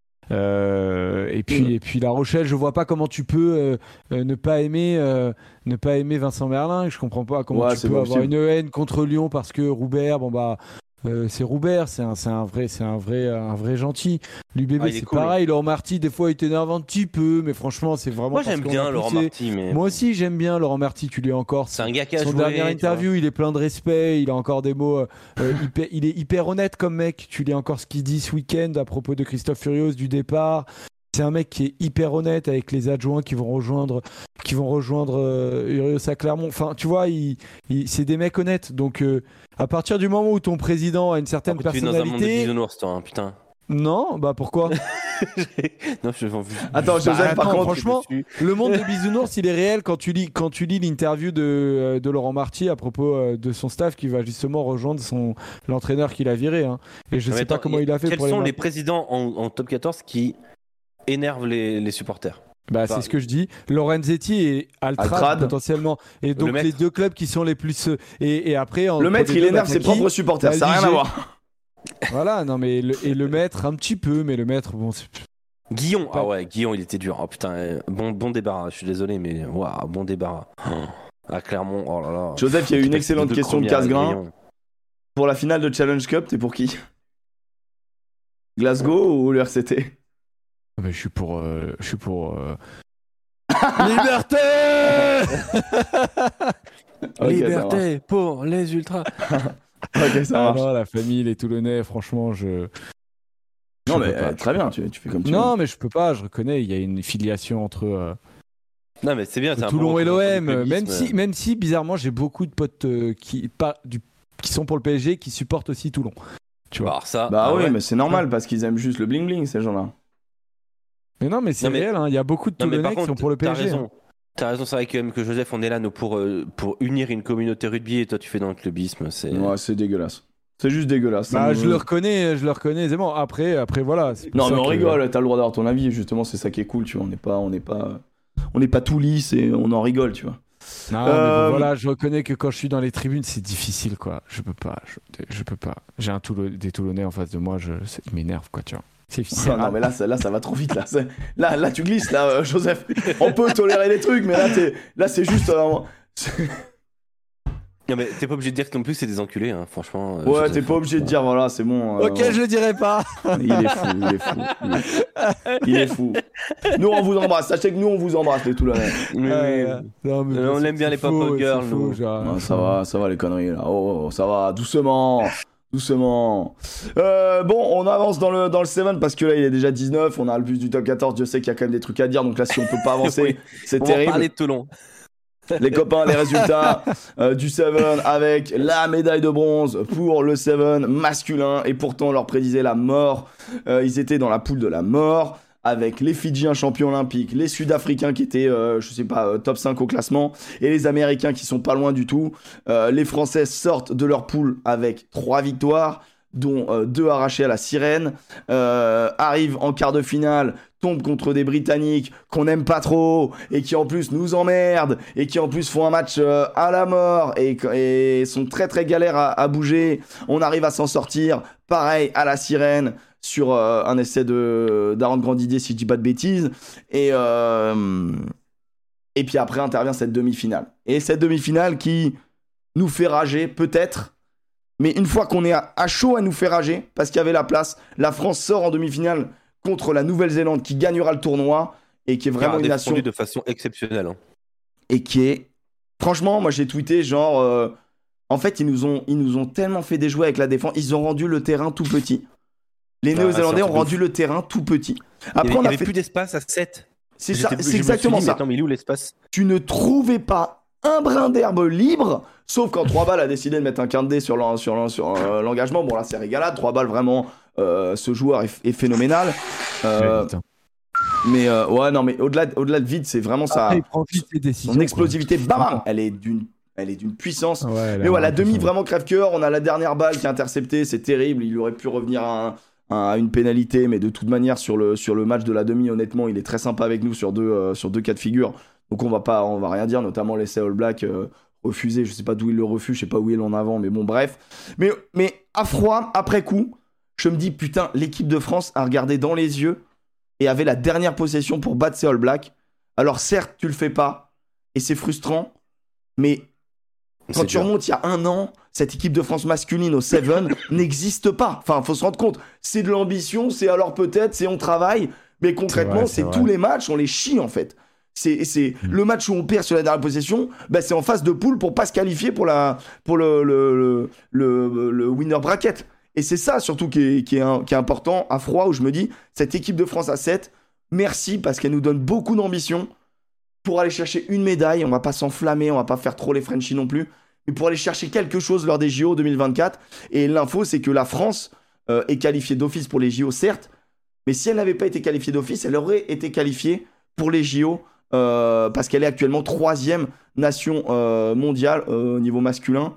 Et puis La Rochelle, je vois pas comment tu peux ne pas aimer Vincent Merlin. Je comprends pas comment Ouais, tu c'est peux pas avoir possible. une haine contre Lyon parce que Roubert, c'est Roubert, c'est un vrai gentil. L'UBB, Ah, il est c'est cool. pareil. Laurent Marty, des fois, il t'énerve un petit peu, mais franchement, c'est vraiment. Moi, parce j'aime qu'on bien a Laurent poussé. Marty, mais. Moi aussi, j'aime bien Laurent Marty. Tu lui as encore. C'est un gars qui a Son joué. dernière tu vois. interview, il est plein de respect, il a encore des mots, il est hyper honnête comme mec. Tu lis encore ce qu'il dit ce week-end à propos de Christophe Furios du départ. C'est un mec qui est hyper honnête avec les adjoints qui vont rejoindre Urios à Clermont. Enfin, tu vois, c'est des mecs honnêtes. Donc, à partir du moment où ton président a une certaine Par contre, tu vis dans un monde de personnalité, bisounours, toi, hein, putain. non, bah pourquoi? Non, je m'en fous. Attends, Joseph, par attends, contre, franchement, le monde de bisounours, il est réel quand tu lis l'interview de Laurent Marty à propos de son staff qui va justement rejoindre l'entraîneur qu'il a viré. Hein. Et je Non, sais mais pas attends, comment il a fait Quels pour sont les les présidents en top 14 qui énervent les supporters? Bah, c'est ce que je dis. Lorenzetti et Altrad, Altrad. potentiellement. Et donc maître. les deux clubs qui sont les plus. Et après, le maître, il énerve ses propres supporters. Ça n'a rien à voir. Voilà, non, mais le maître, un petit peu, mais le maître, bon, c'est. Guillon, ah ouais, Guillon, il était dur. Oh putain, bon débarras. Je suis désolé, mais waouh, bon débarras. À Clermont, oh là là. Joseph, il y a eu une Les excellente deux question de premières, Casgrain. Guillon. Pour la finale de Challenge Cup, t'es pour qui? Glasgow ou le RCT? Ah, mais je suis pour. Liberté. Ok, Liberté pour les ultras. Ok, ça Ah marche. non, la famille, les Toulonnais, franchement, Non, mais très bien, tu fais comme tu veux. Non, mais je peux pas, je reconnais, il y a une filiation entre Non, mais c'est bien, c'est Toulon et l'OM, même si bizarrement j'ai beaucoup de potes qui sont pour le PSG qui supportent aussi Toulon. Tu vois. Oui, mais c'est normal parce qu'ils aiment juste le bling bling ces gens-là. Mais non, mais c'est réel, il y a beaucoup de Toulonnais qui sont pour le PSG. T'as raison, c'est vrai que Joseph, on est là nous pour unir une communauté rugby et toi tu fais dans le clubisme. Ouais, c'est dégueulasse. C'est juste dégueulasse. Je le reconnais aisément. Après voilà. Non, mais on rigole, t'as le droit d'avoir ton avis, justement, c'est ça qui est cool, tu vois. On n'est pas tout lisse et on en rigole, tu vois. Non, mais voilà, je reconnais que quand je suis dans les tribunes, c'est difficile, quoi. Je peux pas. J'ai des Toulonnais en face de moi, ils m'énervent, quoi, tu vois. C'est difficile. Non, mais là, ça va trop vite, là. Là, tu glisses, là, Joseph. On peut tolérer les trucs, mais là, c'est juste... Non, mais t'es pas obligé de dire que non plus c'est des enculés, hein, franchement. Ouais, t'es pas obligé de dire, voilà, c'est bon. Ok, je le dirai pas. Il est fou. Nous, on vous embrasse. Sachez que nous, on vous embrasse, les Toulonnais. On aime bien les pop-up girls, nous. Ça va, les conneries, là. Oh, ça va, doucement. Bon, on avance dans le 7 parce que là, il est déjà 19. On a le bus du top 14. Je sais qu'il y a quand même des trucs à dire. Donc là, si on peut pas avancer, oui. C'est terrible. On va parler de Toulon. Les copains, les résultats du 7 avec la médaille de bronze pour le 7 masculin et pourtant on leur prédisait la mort. Ils étaient dans la poule de la mort avec les Fidjiens champions olympiques, les Sud-Africains qui étaient, top 5 au classement et les Américains qui sont pas loin du tout. Les Français sortent de leur poule avec 3 victoires dont 2 arrachées à la sirène, arrivent en quart de finale, tombent contre des Britanniques qu'on n'aime pas trop et qui en plus nous emmerdent et qui en plus font un match à la mort et sont très très galères à bouger. On arrive à s'en sortir, pareil à la sirène sur un essai d'Aaron Grandidier si je dis pas de bêtises et puis après intervient cette demi-finale. Et cette demi-finale qui nous fait rager peut-être. Mais une fois qu'on est à chaud à nous faire rager, parce qu'il y avait la place, la France sort en demi-finale contre la Nouvelle-Zélande qui gagnera le tournoi et qui est vraiment une nation de façon exceptionnelle. Hein. Et qui est, franchement, moi j'ai tweeté genre, en fait ils nous ont tellement fait déjouer avec la défense, ils ont rendu le terrain tout petit. Les Néo-Zélandais ont rendu le terrain tout petit. Après, il n'y avait plus d'espace à 7. C'est ça, c'est exactement ça. Attends, mais il est où l'espace ? Tu ne trouvais pas un brin d'herbe libre, sauf quand 3 balles a décidé de mettre un quinte D sur l'engagement. Bon là c'est régalade, 3 balles vraiment, ce joueur est phénoménal. Mais ouais non mais au-delà de vide c'est vraiment ça. Il prend vite ses décisions. Son explosivité, bam, elle est d'une puissance. Ouais, mais voilà, la demi vraiment crève-cœur. On a la dernière balle qui est interceptée, c'est terrible. Il aurait pu revenir à une pénalité, mais de toute manière sur le match de la demi, honnêtement, il est très sympa avec nous sur deux cas de figure. Donc on va rien dire, notamment l'essai All Black refusé. Je sais pas d'où il le refuse, je sais pas où il est en avant, mais bon bref. Mais à froid, après coup, je me dis putain, l'équipe de France a regardé dans les yeux et avait la dernière possession pour battre ces All Blacks. Alors certes, tu le fais pas et c'est frustrant, mais quand tu remontes il y a 1 an, cette équipe de France masculine au 7 n'existe pas. Enfin, faut se rendre compte, c'est de l'ambition, c'est alors peut-être, c'est on travaille, mais concrètement, c'est tous les matchs, on les chie en fait. C'est le match où on perd sur la dernière possession, bah c'est en phase de poule pour pas se qualifier pour le winner bracket. Et c'est ça surtout qui est important à froid, où je me dis, cette équipe de France à 7, merci parce qu'elle nous donne beaucoup d'ambition pour aller chercher une médaille. On va pas s'enflammer, on va pas faire trop les Frenchies non plus, mais pour aller chercher quelque chose lors des JO 2024. Et l'info, c'est que la France est qualifiée d'office pour les JO, certes, mais si elle n'avait pas été qualifiée d'office, elle aurait été qualifiée pour les JO parce qu'elle est actuellement 3e nation mondiale au niveau masculin,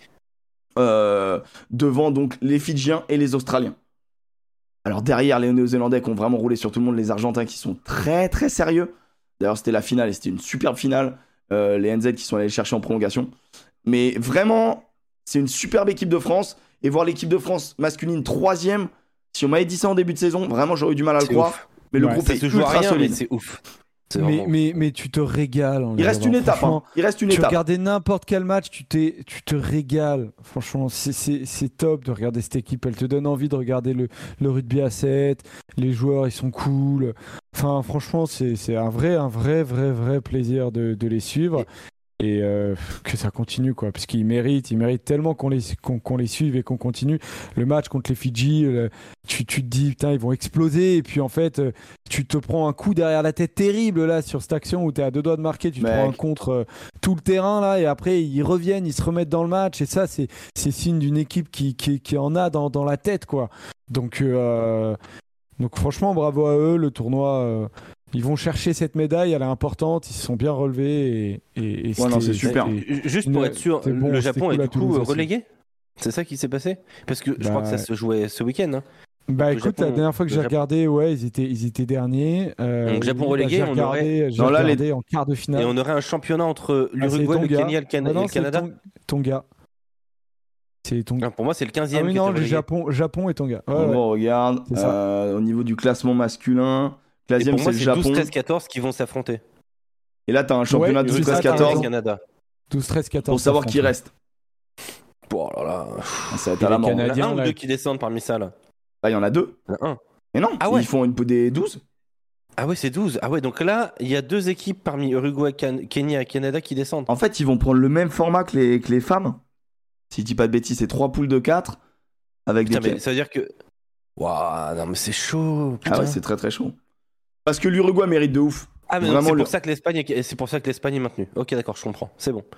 devant donc les Fidjiens et les Australiens. Alors derrière les Néo-Zélandais qui ont vraiment roulé sur tout le monde, les Argentins qui sont très très sérieux. D'ailleurs c'était la finale et c'était une superbe finale. Les NZ qui sont allés chercher en prolongation. Mais vraiment, c'est une superbe équipe de France. Et voir l'équipe de France masculine 3e, si on m'avait dit ça en début de saison, vraiment j'aurais eu du mal à le croire. Mais le groupe est ultra solide. Mais c'est ouf. Mais tu te régales. Il reste une étape. Tu regardais n'importe quel match, tu te régales. Franchement, c'est top de regarder cette équipe. Elle te donne envie de regarder le rugby à 7. Les joueurs, ils sont cool. Enfin, franchement, c'est un vrai plaisir de les suivre. que ça continue, quoi, parce qu'ils méritent tellement qu'on les suive et qu'on continue. Le match contre les Fidji, tu te dis putain, ils vont exploser, et puis en fait tu te prends un coup derrière la tête terrible là sur cette action où t'es à 2 doigts de marquer, tu te prends un contre tout le terrain là, et après ils reviennent, ils se remettent dans le match, et ça c'est signe d'une équipe qui en a dans la tête, quoi. Donc franchement bravo à eux. Le tournoi, ils vont chercher cette médaille, elle est importante, ils se sont bien relevés, et non, c'est super. Juste pour être sûr, le Japon est du coup relégué ? C'est ça qui s'est passé ? Parce que je crois que ça se jouait ce week-end. Hein. Bah écoute, Japon, la dernière fois que j'ai regardé, ils étaient derniers. Donc Japon relégué, on aurait en quart de finale. Et on aurait un championnat entre l'Uruguay, le Kenya et le Canada. Tonga. Pour moi, c'est le 15e. Ah oui, non, le Japon et Tonga. Bon, regarde, au niveau du classement masculin, 15e, c'est le Japon. C'est 12-13-14 qui vont s'affronter. Et là, t'as un championnat 12-13-14. Canada. 12-13-14. Pour savoir qui reste. Oh là là. Ça va être à la mort. Il y en a un ou deux qui descendent parmi ça, là. Là, il y en a 2. Il y en a un. Mais non, ils font des 12. Ah ouais, c'est 12. Ah ouais, donc là, il y a 2 équipes parmi Uruguay, Kenya et Canada qui descendent. En fait, ils vont prendre le même format que les femmes. Si je dis pas de bêtises, c'est 3 poules de 4. Avec mais ça veut dire que... Waouh, non mais c'est chaud. Putain. Ah ouais, c'est très très chaud. Parce que l'Uruguay mérite de ouf. Ah mais c'est pour ça que l'Espagne est maintenue. Ok, d'accord, je comprends. C'est bon.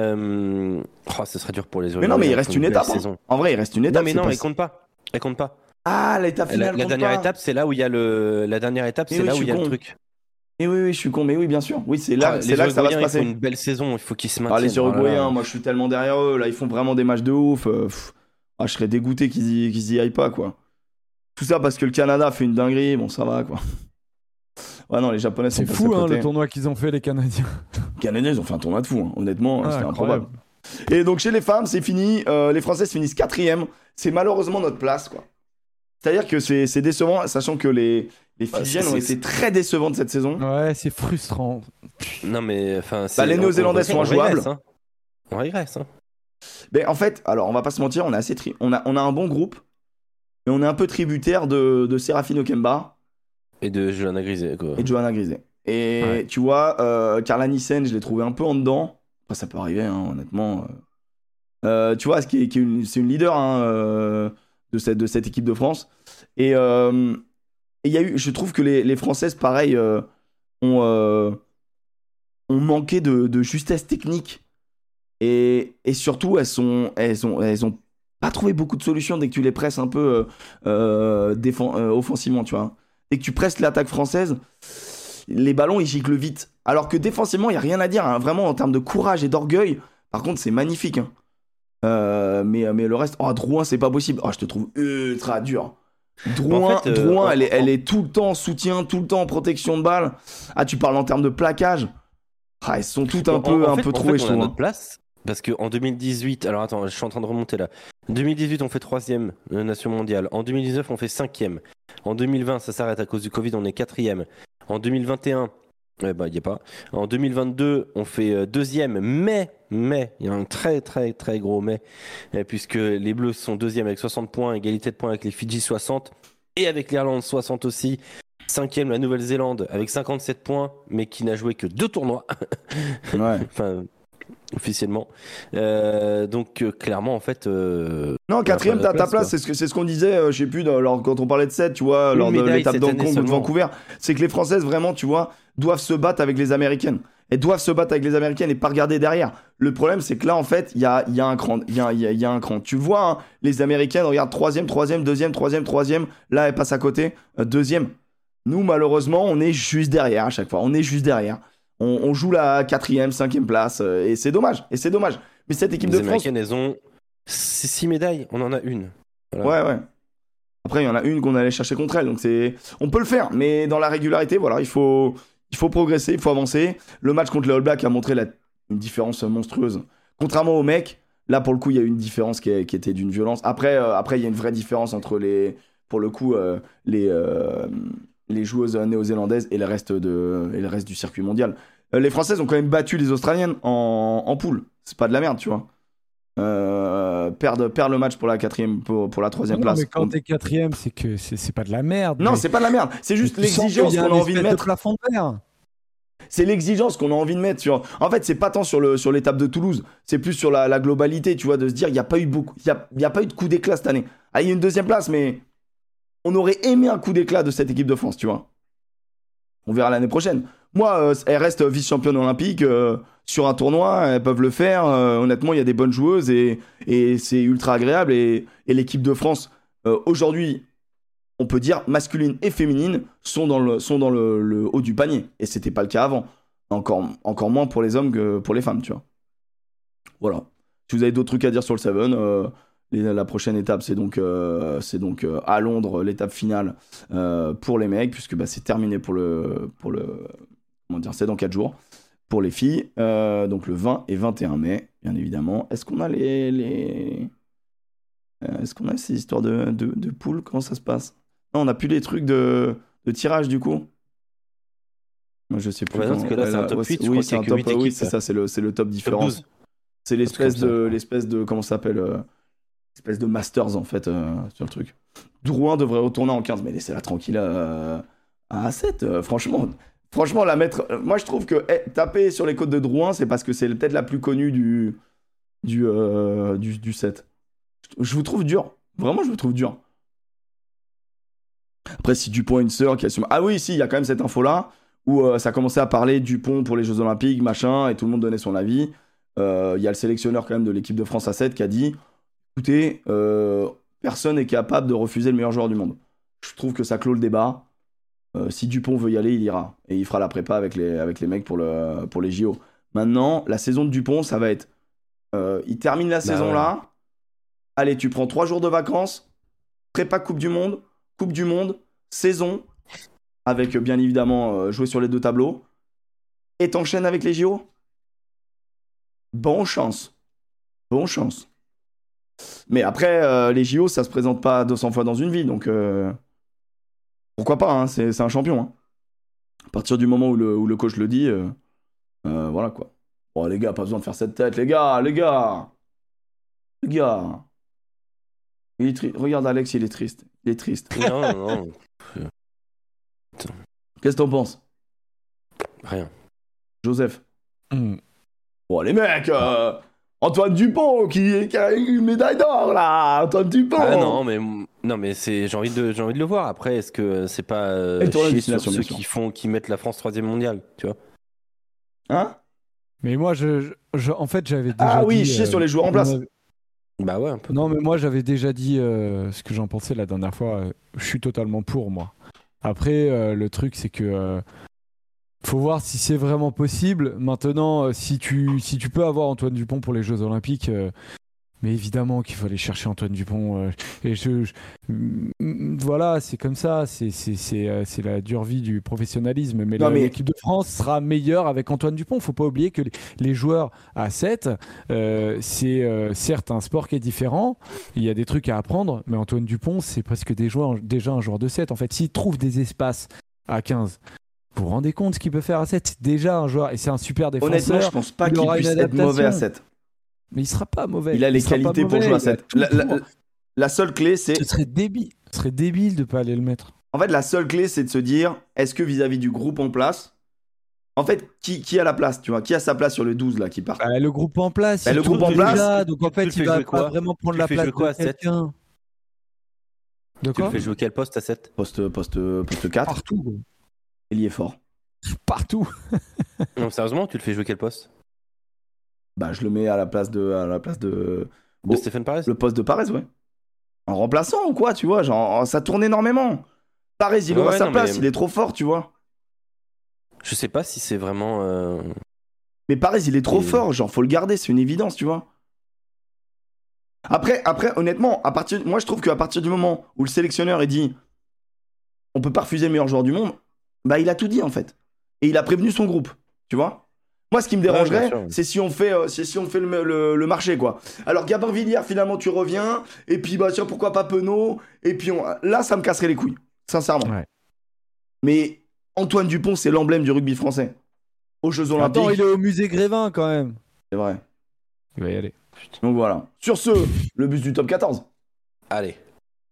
Ce serait dur pour les Uruguayens. Mais non, mais il reste une étape. Hein. En vrai, il reste une étape. Non, mais non, elle compte pas. Elle compte pas. Ah, l'étape finale. La dernière étape, c'est là où il y a la dernière étape, c'est là où il y a le truc. Et oui, je suis con, mais oui, bien sûr. Oui, c'est là que ça va se passer. Ils font une belle saison, il faut qu'ils se maintiennent. Les Uruguayens, moi je suis tellement derrière eux, là, ils font vraiment des matchs de ouf. Je serais dégoûté qu'ils y aillent pas, quoi. Tout ça parce que le Canada fait une dinguerie, bon, ça va, quoi. Ouais, non, les Japonais sont c'est fou, hein, le tournoi qu'ils ont fait, les Canadiens. Les Canadiens, ils ont fait un tournoi de fou, hein. Honnêtement, c'était improbable. Et donc, chez les femmes, c'est fini. Les Françaises finissent 4e. C'est malheureusement notre place, quoi. C'est-à-dire que c'est décevant, sachant que les Fidjiennes ont été très décevantes cette saison. Ouais, c'est frustrant. Non, mais enfin. Les Néo-Zélandais sont injouables. On régresse. Hein. Mais en fait, alors on va pas se mentir, on est assez on a un bon groupe, mais on est un peu tributaire de Séraphine Okemba. Et de Johanna Grisé, quoi. Et tu vois, Carla Nissen, je l'ai trouvé un peu en dedans. Enfin, ça peut arriver, hein, honnêtement. Tu vois, c'est une leader de cette équipe de France. Et il y a eu, je trouve que les Françaises, pareil, ont manqué de justesse technique. Et surtout, elles ont pas trouvé beaucoup de solutions dès que tu les presses un peu offensivement, tu vois. Dès que tu presses l'attaque française, les ballons, ils giclent vite. Alors que défensivement, il n'y a rien à dire, hein. Vraiment, en termes de courage et d'orgueil, par contre, c'est magnifique. Hein. Mais le reste, Drouin, c'est pas possible. Je te trouve ultra dur. Drouin, elle est tout le temps en soutien, tout le temps en protection de balle. Tu parles en termes de plaquage. Elles sont toutes un peu trouées, je trouve. Notre place, parce qu'en 2018, alors attends, je suis en train de remonter là. En 2018, on fait 3e nation mondiale. En 2019, on fait 5e. En 2020, ça s'arrête à cause du Covid, on est 4e. En 2021, il n'y a pas. En 2022, on fait 2e, mais, il y a un très très très gros mais, puisque les Bleus sont 2e avec 60 points, égalité de points avec les Fidji 60, et avec l'Irlande 60 aussi. 5e, la Nouvelle-Zélande avec 57 points, mais qui n'a joué que 2 tournois. Ouais. Enfin, officiellement. Donc, clairement, en fait. Non, 4e, t'as ta place. C'est ce qu'on disait, je sais plus, quand on parlait de 7, tu vois, lors de l'étape d'Hong ou de Vancouver. C'est que les Françaises, vraiment, tu vois, doivent se battre avec les Américaines. Elles doivent se battre avec les Américaines et pas regarder derrière. Le problème, c'est que là, en fait, il y a un cran. Il y a un cran. Tu vois, hein, les Américaines regardent 3e, 2e, 3e, 3e. Là, elles passent à côté. 2e. Nous, malheureusement, on est juste derrière à chaque fois. On est juste derrière. On joue la 4e, 5e place. Et c'est dommage. Mais cette équipe de France... Les Américaines, elles ont 6 médailles. On en a une. Voilà. Ouais. Après, il y en a une qu'on allait chercher contre elle. Donc, on peut le faire. Mais dans la régularité, voilà, il faut progresser, il faut avancer. Le match contre les All Blacks a montré une différence monstrueuse. Contrairement aux mecs, là, pour le coup, il y a eu une différence qui était d'une violence. Après, il y a une vraie différence entre les joueuses néo-zélandaises et le reste du circuit mondial. Les Françaises ont quand même battu les Australiennes en poule. C'est pas de la merde, tu vois. Perdre le match pour la 4e, pour la 3e place. Mais quand t'es 4e, c'est que c'est pas de la merde. Non, c'est pas de la merde. C'est juste l'exigence qu'on a envie de mettre. Plafond de verre. c'est l'exigence qu'on a envie de mettre sur. En fait, c'est pas tant sur l'étape de Toulouse, c'est plus sur la globalité, tu vois, de se dire il y a pas eu de coup d'éclat cette année. Ah, il y a une deuxième place, mais on aurait aimé un coup d'éclat de cette équipe de France, tu vois. On verra l'année prochaine. Moi, elle reste vice-championne olympique sur un tournoi, elles peuvent le faire. Honnêtement, il y a des bonnes joueuses et c'est ultra agréable. Et l'équipe de France, aujourd'hui, on peut dire masculine et féminine, sont dans le haut du panier. Et c'était pas le cas avant. Encore moins pour les hommes que pour les femmes, tu vois. Voilà. Si vous avez d'autres trucs à dire sur le Seven, la prochaine étape, c'est donc à Londres, l'étape finale pour les mecs, puisque c'est terminé pour le comment dire, c'est dans 4 jours. Pour les filles, donc le 20 et 21 mai, bien évidemment. Est-ce qu'on a est-ce qu'on a ces histoires de poules? Comment ça se passe? Non, on n'a plus les trucs de tirage, du coup. Moi, je sais plus. Ouais, parce que là, c'est un top 8. Oui, c'est un top. Oui, c'est ça, c'est le top différence. C'est l'espèce de comment ça s'appelle espèce de masters, en fait, sur le truc. Drouin devrait retourner en 15, mais laissez-la tranquille à A7, franchement. Franchement, la mettre. Moi, je trouve que taper sur les côtes de Drouin, c'est parce que c'est peut-être la plus connue du 7. Je vous trouve dur. Vraiment, je vous trouve dur. Après, si Dupont a une sœur qui assume. Ah oui, si, il y a quand même cette info-là où ça commençait à parler Dupont pour les Jeux Olympiques, machin, et tout le monde donnait son avis. Il y a le sélectionneur, quand même, de l'équipe de France A7 qui a dit écoutez, personne n'est capable de refuser le meilleur joueur du monde. Je trouve que ça clôt le débat. Si Dupont veut y aller, il ira. Et il fera la prépa avec les mecs pour les JO. Maintenant, la saison de Dupont, ça va être... il termine la saison là. Allez, tu prends 3 jours de vacances. Prépa Coupe du Monde, saison. Avec, bien évidemment, jouer sur les 2 tableaux. Et t'enchaînes avec les JO. Bonne chance. Mais après, les JO, ça se présente pas 200 fois dans une vie. Donc... pourquoi pas, hein, c'est un champion. Hein. À partir du moment où le coach le dit, voilà quoi. Bon, les gars, pas besoin de faire cette tête, les gars. Regarde Alex, il est triste. Non. Qu'est-ce que t'en penses? Rien. Joseph. Bon, les mecs, Antoine Dupont qui a eu une médaille d'or là. Antoine Dupont. Ah non mais c'est j'ai envie de le voir. Après, est-ce que c'est pas chier sur ceux qui mettent la France 3e mondiale, tu vois? Hein? Mais moi, en fait, j'avais déjà Ah oui, dit, chier sur les joueurs en place. Bah ouais, un peu. Non, mais moi, j'avais déjà dit ce que j'en pensais la dernière fois. Je suis totalement pour, moi. Après, le truc, c'est que faut voir si c'est vraiment possible. Maintenant, si tu peux avoir Antoine Dupont pour les Jeux Olympiques, mais évidemment qu'il faut aller chercher Antoine Dupont. Et voilà, c'est comme ça. C'est la dure vie du professionnalisme. Mais l'équipe de France sera meilleure avec Antoine Dupont. Faut pas oublier que les joueurs à 7, c'est certes un sport qui est différent. Il y a des trucs à apprendre, mais Antoine Dupont, c'est presque déjà un joueur de 7. En fait, s'il trouve des espaces à 15, vous vous rendez compte ce qu'il peut faire à 7? C'est déjà un joueur et c'est un super défenseur. Honnêtement, je pense pas qu'il puisse être mauvais à 7. Mais il sera pas mauvais. Il a les qualités pour jouer à 7. La seule clé, c'est... Ce serait débile de pas aller le mettre. En fait, la seule clé, c'est de se dire, est-ce que vis-à-vis du groupe en place, en fait, qui a la place, tu vois? Qui a sa place sur le 12 là qui part? Le groupe en place. Le groupe en place. Déjà, donc en fait, il va pas vraiment prendre la place de quelqu'un. De quoi? Tu le fais jouer quel poste à 7? Poste 4. Partout. Ailier fort. Partout. Non, sérieusement, tu le fais jouer quel poste? Bah, je le mets à la place de Stéphane Parez. Le poste de Parez, ouais. En remplaçant ou quoi, tu vois, genre ça tourne énormément. Parez, il aura sa place, il est trop fort, tu vois. Je sais pas si c'est vraiment. Mais Parez, il est trop fort, genre faut le garder, c'est une évidence, tu vois. Après, honnêtement, moi je trouve qu'à partir du moment où le sélectionneur est dit, on peut pas refuser le meilleur joueur du monde, bah il a tout dit en fait, et il a prévenu son groupe, tu vois. Moi, ce qui me dérangerait, c'est si on fait le marché, quoi. Alors, Gabin Villière, finalement, tu reviens, et puis, bah, tiens, pourquoi pas Penaud, et puis, là, ça me casserait les couilles, sincèrement. Ouais. Mais Antoine Dupont, c'est l'emblème du rugby français. Aux Jeux Olympiques. Attends, il est au musée Grévin, quand même. C'est vrai. Il va y aller. Donc, voilà. Sur ce, le bus du top 14. Allez.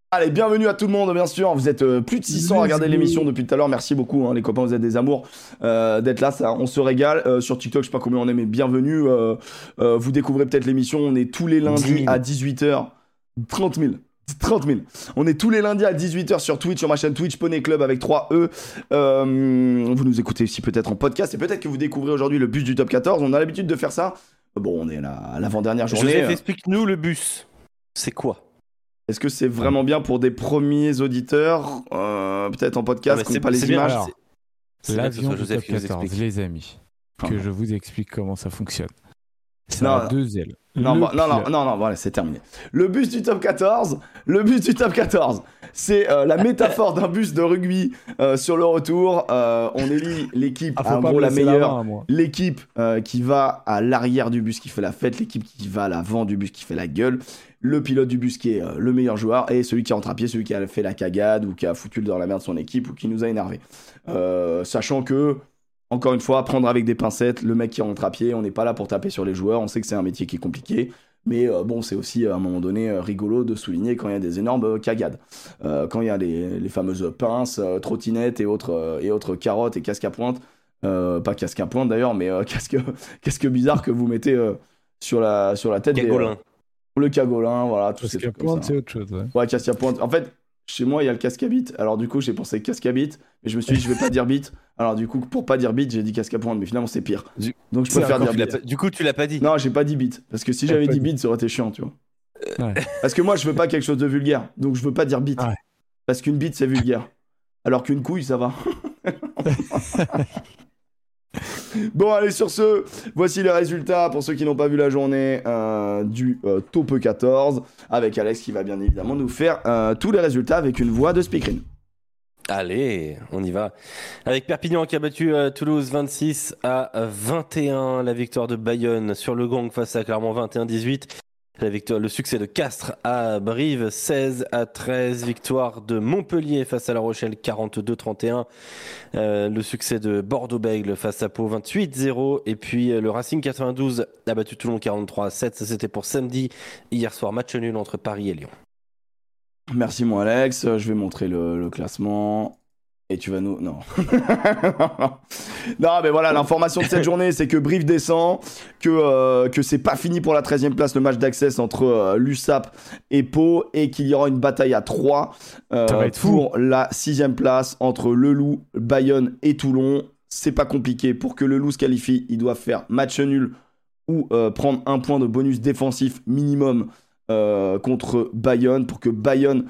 Allez, bienvenue à tout le monde, bien sûr. Vous êtes plus de 600 à regarder l'émission depuis tout à l'heure. Merci beaucoup, hein, les copains, vous êtes des amours d'être là. Ça, on se régale. Sur TikTok, je sais pas combien on est, mais bienvenue. Vous découvrez peut-être l'émission. On est tous les lundis à 18h. 30 000. On est tous les lundis à 18h sur Twitch, sur ma chaîne Twitch Poney Club avec 3 E. Vous nous écoutez aussi peut-être en podcast et peut-être que vous découvrez aujourd'hui le bus du top 14. On a l'habitude de faire ça. Bon, on est à l'avant-dernière journée. Joseph, explique-nous le bus. C'est quoi ? Est-ce que c'est vraiment bien pour des premiers auditeurs, peut-être en podcast, qui n'ont pas les images? L'avion du top 14, les amis, que je vous explique comment ça fonctionne. Ça a deux ailes. Non, voilà, c'est terminé. Le bus du top 14, c'est la métaphore d'un bus de rugby sur le retour. On élit l'équipe, en gros la meilleure, l'équipe qui va à l'arrière du bus qui fait la fête, l'équipe qui va à l'avant du bus qui fait la gueule, le pilote du bus qui est le meilleur joueur et celui qui rentre à pied, celui qui a fait la cagade ou qui a foutu dans la merde son équipe ou qui nous a énervé. Sachant que, encore une fois, prendre avec des pincettes, le mec qui rentre à pied, on n'est pas là pour taper sur les joueurs, on sait que c'est un métier qui est compliqué, mais bon, c'est aussi à un moment donné rigolo de souligner quand il y a des énormes cagades. Quand il y a les fameuses pinces, trottinettes et autres carottes et casques à pointe, pas casque à pointe d'ailleurs, mais casque bizarre que vous mettez sur la tête Cagolin. Le cagolin, voilà, tout casque à pointe, c'est autre chose. Ouais, casque à pointe. En fait, chez moi, il y a le casque à bite. Alors du coup, j'ai pensé casque à bite, mais je me suis dit, je vais pas dire bite. Alors du coup, pour pas dire bite, j'ai dit casque à pointe, mais finalement, c'est pire. Donc je préfère dire bite. Du coup, tu l'as pas dit. Non, j'ai pas dit bite, parce que si j'avais dit bite, ça aurait été chiant, tu vois. Ouais. Parce que moi, je veux pas quelque chose de vulgaire, donc je veux pas dire bite. Ouais. Parce qu'une bite, c'est vulgaire. Alors qu'une couille, ça va. Bon, allez, sur ce, voici les résultats pour ceux qui n'ont pas vu la journée du Top 14, avec Alex qui va bien évidemment nous faire tous les résultats avec une voix de speakerine. Allez, on y va. Avec Perpignan qui a battu Toulouse 26-21, la victoire de Bayonne sur le Gong face à Clermont 21-18. Le succès de Castres à Brive 16-13, victoire de Montpellier face à La Rochelle 42-31, le succès de Bordeaux-Bègles face à Pau 28-0 et puis le Racing 92 a battu Toulon 43-7, ça c'était pour samedi, hier soir match nul entre Paris et Lyon. Merci mon Alex, je vais montrer le classement. Et tu vas nous... Non. Non, mais voilà, l'information de cette journée, c'est que Brive descend, que c'est pas fini pour la 13e place, le match d'accès entre l'USAP et Pau, et qu'il y aura une bataille à 3 pour la 6e place entre Le Loup, Bayonne et Toulon. C'est pas compliqué. Pour que Le Loup se qualifie, ils doivent faire match nul ou prendre un point de bonus défensif minimum contre Bayonne, pour que Bayonne,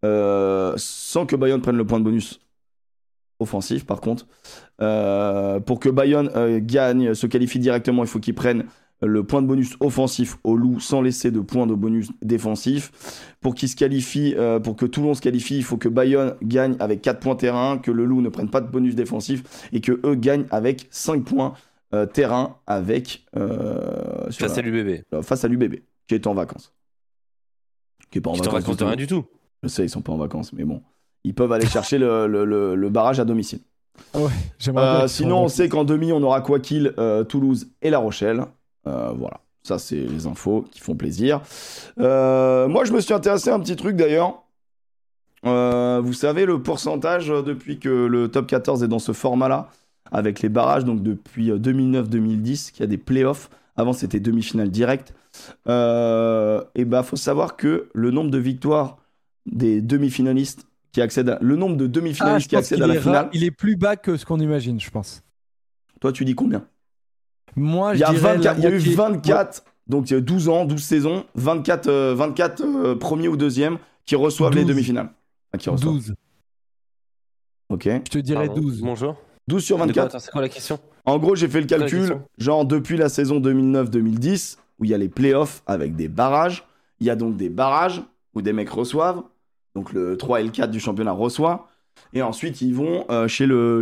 sans que Bayonne prenne le point de bonus offensif par contre, pour que Bayonne gagne, se qualifie directement, il faut qu'ils prennent le point de bonus offensif au Loup sans laisser de point de bonus défensif. Pour qu'ils se qualifient, pour que Toulon se qualifie, il faut que Bayonne gagne avec 4 points terrain, que le Loup ne prenne pas de bonus défensif et que eux gagnent avec 5 points terrain avec face à l'UBB. Face à l'UBB qui est en vacances. Qui est pas en vacances de rien du tout. Je sais, ils sont pas en vacances, mais bon. Ils peuvent aller chercher le barrage à domicile. Ouais, sinon, on sait qu'en demi, on aura quoi qu'il Toulouse et La Rochelle. Voilà, ça, c'est les infos qui font plaisir. Moi, je me suis intéressé à un petit truc d'ailleurs. Vous savez, le pourcentage depuis que le top 14 est dans ce format-là, avec les barrages, donc depuis 2009-2010, qu'il y a des playoffs. Avant, c'était demi-finale directe. Et bah, faut savoir que le nombre de victoires des demi-finalistes qui accèdent le nombre de demi-finalistes qui accèdent à la finale, il est plus bas que ce qu'on imagine, je pense. Toi, tu dis combien? Moi, il y a 24, il y a eu 24, donc 12 ans, 12 saisons, 24 premiers ou deuxièmes qui reçoivent 12. Les demi-finales. Qui reçoivent. 12. Ok. Je te dirais 12. Bonjour. 12 sur 24. Attends, c'est quoi la question? En gros, j'ai fait le calcul, genre depuis la saison 2009-2010, où il y a les playoffs avec des barrages. Il y a donc des barrages où des mecs reçoivent. Donc le 3 et le 4 du championnat reçoit. Et ensuite, ils vont chez le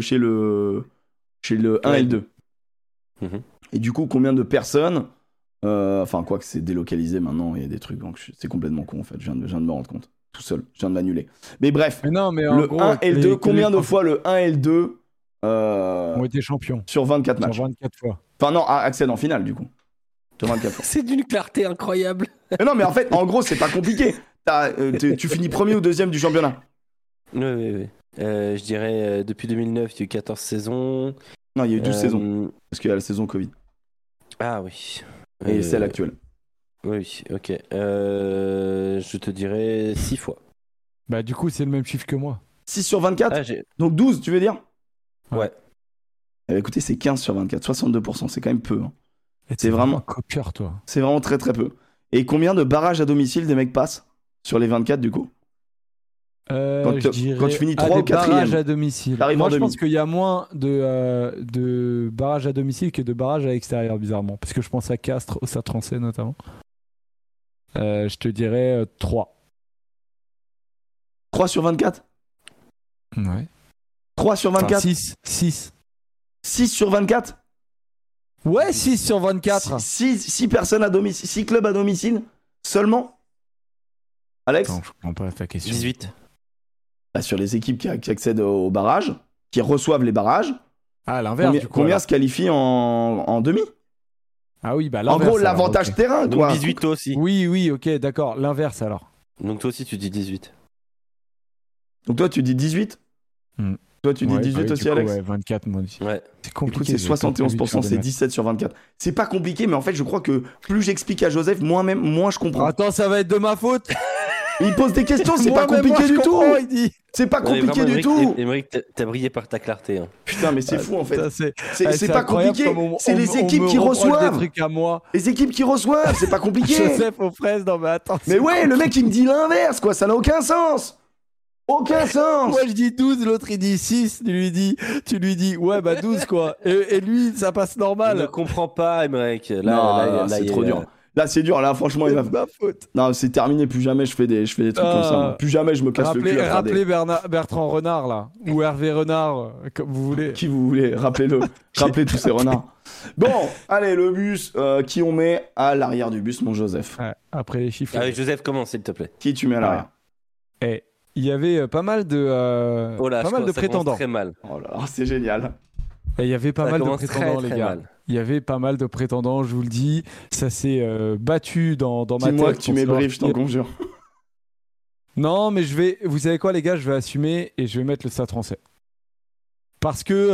1 et le 2. Mmh. Et du coup, combien de personnes... Enfin, quoi que c'est délocalisé maintenant, il y a des trucs. Donc c'est complètement con, en fait. Je viens de me rendre compte. Tout seul. Je viens de m'annuler. Mais bref, mais non, mais le gros, 1 et le 2, combien de fois le 1 et le 2 ont été champions sur 24 matchs. Sur 24 fois. Enfin non, accèdent en finale, du coup. Sur 24 fois. C'est d'une clarté incroyable. Mais non, mais en fait, en gros, c'est pas compliqué. Tu finis premier ou deuxième du championnat. Oui. Je dirais depuis 2009, il y a eu 14 saisons. Non, il y a eu 12 saisons. Parce qu'il y a la saison Covid. Ah oui. Et celle actuelle. Oui, ok. Je te dirais 6 fois. Bah, du coup, c'est le même chiffre que moi. 6 sur 24 Donc 12, tu veux dire? Ouais. Écoutez, c'est 15 sur 24, 62%, c'est quand même peu. Hein. C'est vraiment un copieur, toi. C'est vraiment très très peu. Et combien de barrages à domicile des mecs passent sur les 24 du coup? Quand tu finis 3 ou 4e. Barrages à domicile. Moi, je pense qu'il y a moins de barrages à domicile que de barrages à l'extérieur, bizarrement. Parce que je pense à Castres, au Stade Français notamment. Je te dirais 3. 3 sur 24? Ouais. 3 sur 24? Enfin, 6. 6 sur 24? Ouais, 6 sur 24. 6 personnes à domicile, 6 clubs à domicile seulement? Alex? Attends, je comprends pas ta question. 18. Bah, sur les équipes qui accèdent aux barrages, qui reçoivent les barrages. Ah, l'inverse. Combien se qualifient en demi? Ah oui, bah l'inverse. En gros, l'avantage alors, terrain, quoi. Donc 18 toi aussi. Oui, ok, d'accord. L'inverse alors. Donc toi aussi, tu dis 18. Donc toi, tu dis 18 Toi, tu dis 18 aussi, Alex? Ouais, 24, moi aussi. Ouais. C'est compliqué. Écoute, c'est 71%, c'est 17 sur 24. C'est pas compliqué, mais en fait, je crois que plus j'explique à Joseph, moins je comprends. Attends, ça va être de ma faute. Il pose des questions, c'est pas compliqué du tout. Il dit. C'est pas compliqué du tout. Émeric, t'as brillé par ta clarté. Hein. Putain, mais c'est fou en fait. C'est pas compliqué. C'est les équipes qui reçoivent. Les équipes qui reçoivent, c'est pas compliqué. Joseph aux fraises, non mais attends. Mais ouais, le mec il me dit l'inverse, quoi. Ça n'a aucun sens. Aucun sens. Moi je dis 12, l'autre il dit 6. Tu lui dis ouais, bah 12 quoi. Et lui, ça passe normal. Je ne comprends pas, Émeric. Là, c'est trop dur. Là, c'est dur. Là, franchement, il va. Ma faute. Non, c'est terminé. Plus jamais je fais des trucs comme ça. Moi. Plus jamais je me casse le cul. Rappelez Bertrand Renard, là. Ou Hervé Renard, comme vous voulez. Qui vous voulez. Rappelez-le. Rappelez tous ces renards. Bon, allez, le bus. Qui on met à l'arrière du bus, mon Joseph? Ouais, après les chiffres. Allez, Joseph, commence, s'il te plaît. Qui tu mets à l'arrière? Il y avait pas mal de prétendants. Très mal. Oh là là, c'est génial. Il y avait pas mal de prétendants, les gars. Mal. Il y avait pas mal de prétendants, je vous le dis. Ça s'est battu dans ma tête. Dis-moi que tu m'ébrives, je t'en conjure. Non, mais vous savez quoi, les gars, je vais assumer et je vais mettre le Stade Français. Parce que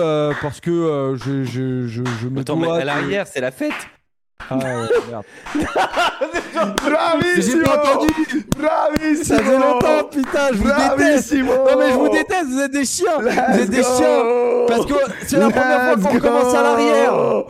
je me Attends, mais à l'arrière, c'est la fête. Ah ouais, merde. Bravissimo. J'ai pas entendu. Bravissimo. Ça fait longtemps, putain, je vous déteste. Non mais je vous déteste, vous êtes des chiens. Vous êtes des chiens. Parce que c'est la première fois qu'on commence à l'arrière.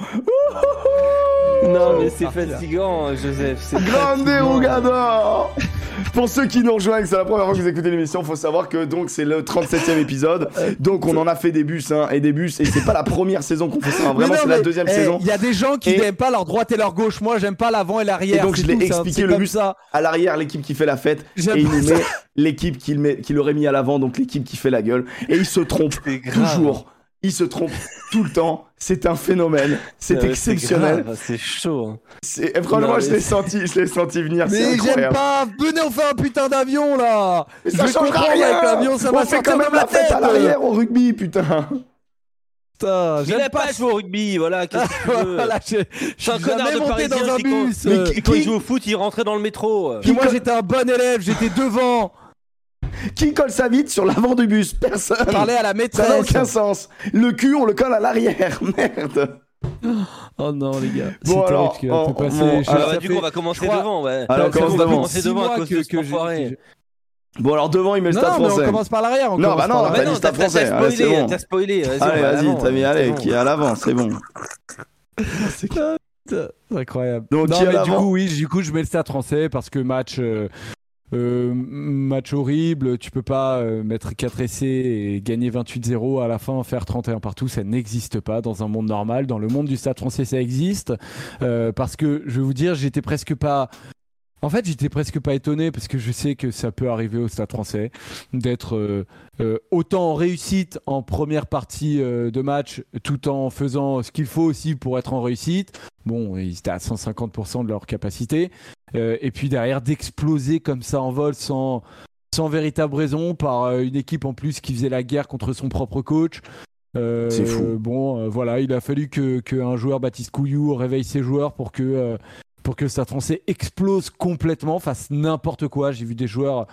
Non mais c'est fatigant, Joseph. C'est Grande Rugador. Pour ceux qui nous rejoignent, c'est la première fois que vous écoutez l'émission, faut savoir que donc c'est le 37e épisode. Donc on en a fait des bus et des bus, et c'est pas la première saison qu'on fait ça, hein. Vraiment c'est la deuxième saison. Il y a des gens qui n'aiment pas leur droite et leur gauche. Moi j'aime pas l'avant et l'arrière. Et donc je l'ai expliqué, le bus à l'arrière, l'équipe qui fait la fête, et il nous met l'équipe qui l'aurait mis à l'avant, donc l'équipe qui fait la gueule. Et il se trompe toujours. Il se trompe tout le temps. C'est un phénomène. C'est exceptionnel. C'est chaud. Hein. Franchement, je l'ai senti venir. Mais j'aime pas. Venez, on fait un putain d'avion là. Mais ça changera rien. Avec l'avion, ça va faire quand même la fête à l'arrière au rugby, putain. Putain, il a pas joué au rugby, voilà. Qu'est-ce que tu veux voilà, je suis un connard de Parisien dans un bus. Quand il joue au foot, il rentrait dans le métro. Moi, j'étais un bon élève. J'étais devant. Qui colle sa bite sur l'avant du bus? Personne. Parler à la maîtresse. Ça n'a aucun sens. Le cul, on le colle à l'arrière. Merde. Oh non, les gars. Bon, alors, du coup, on va commencer devant. Ouais. Alors, on va commencer devant à cause de ce foiré. Bon, alors devant, il met le Stade Français. Non, on commence par l'arrière. Non, t'as dit Stade Français. T'as spoilé. Allez, vas-y, t'as mis, allez, qui est à l'avant, c'est bon. C'est incroyable. Donc, non, mais du coup, je mets le Stade Français parce que match horrible, tu peux pas mettre 4 essais et gagner 28-0 à la fin, faire 31 partout, ça n'existe pas dans un monde normal. Dans le monde du Stade Français, ça existe parce que je vais vous dire, j'étais presque pas étonné parce que je sais que ça peut arriver au Stade Français d'être autant en réussite en première partie de match tout en faisant ce qu'il faut aussi pour être en réussite. Bon, ils étaient à 150% de leur capacité. Et puis derrière, d'exploser comme ça en vol sans véritable raison par une équipe en plus qui faisait la guerre contre son propre coach. C'est fou. Bon, voilà, il a fallu qu'un joueur, Baptiste Couillou, réveille ses joueurs pour que pour que le Stade Français explose complètement, fasse n'importe quoi. J'ai vu des joueurs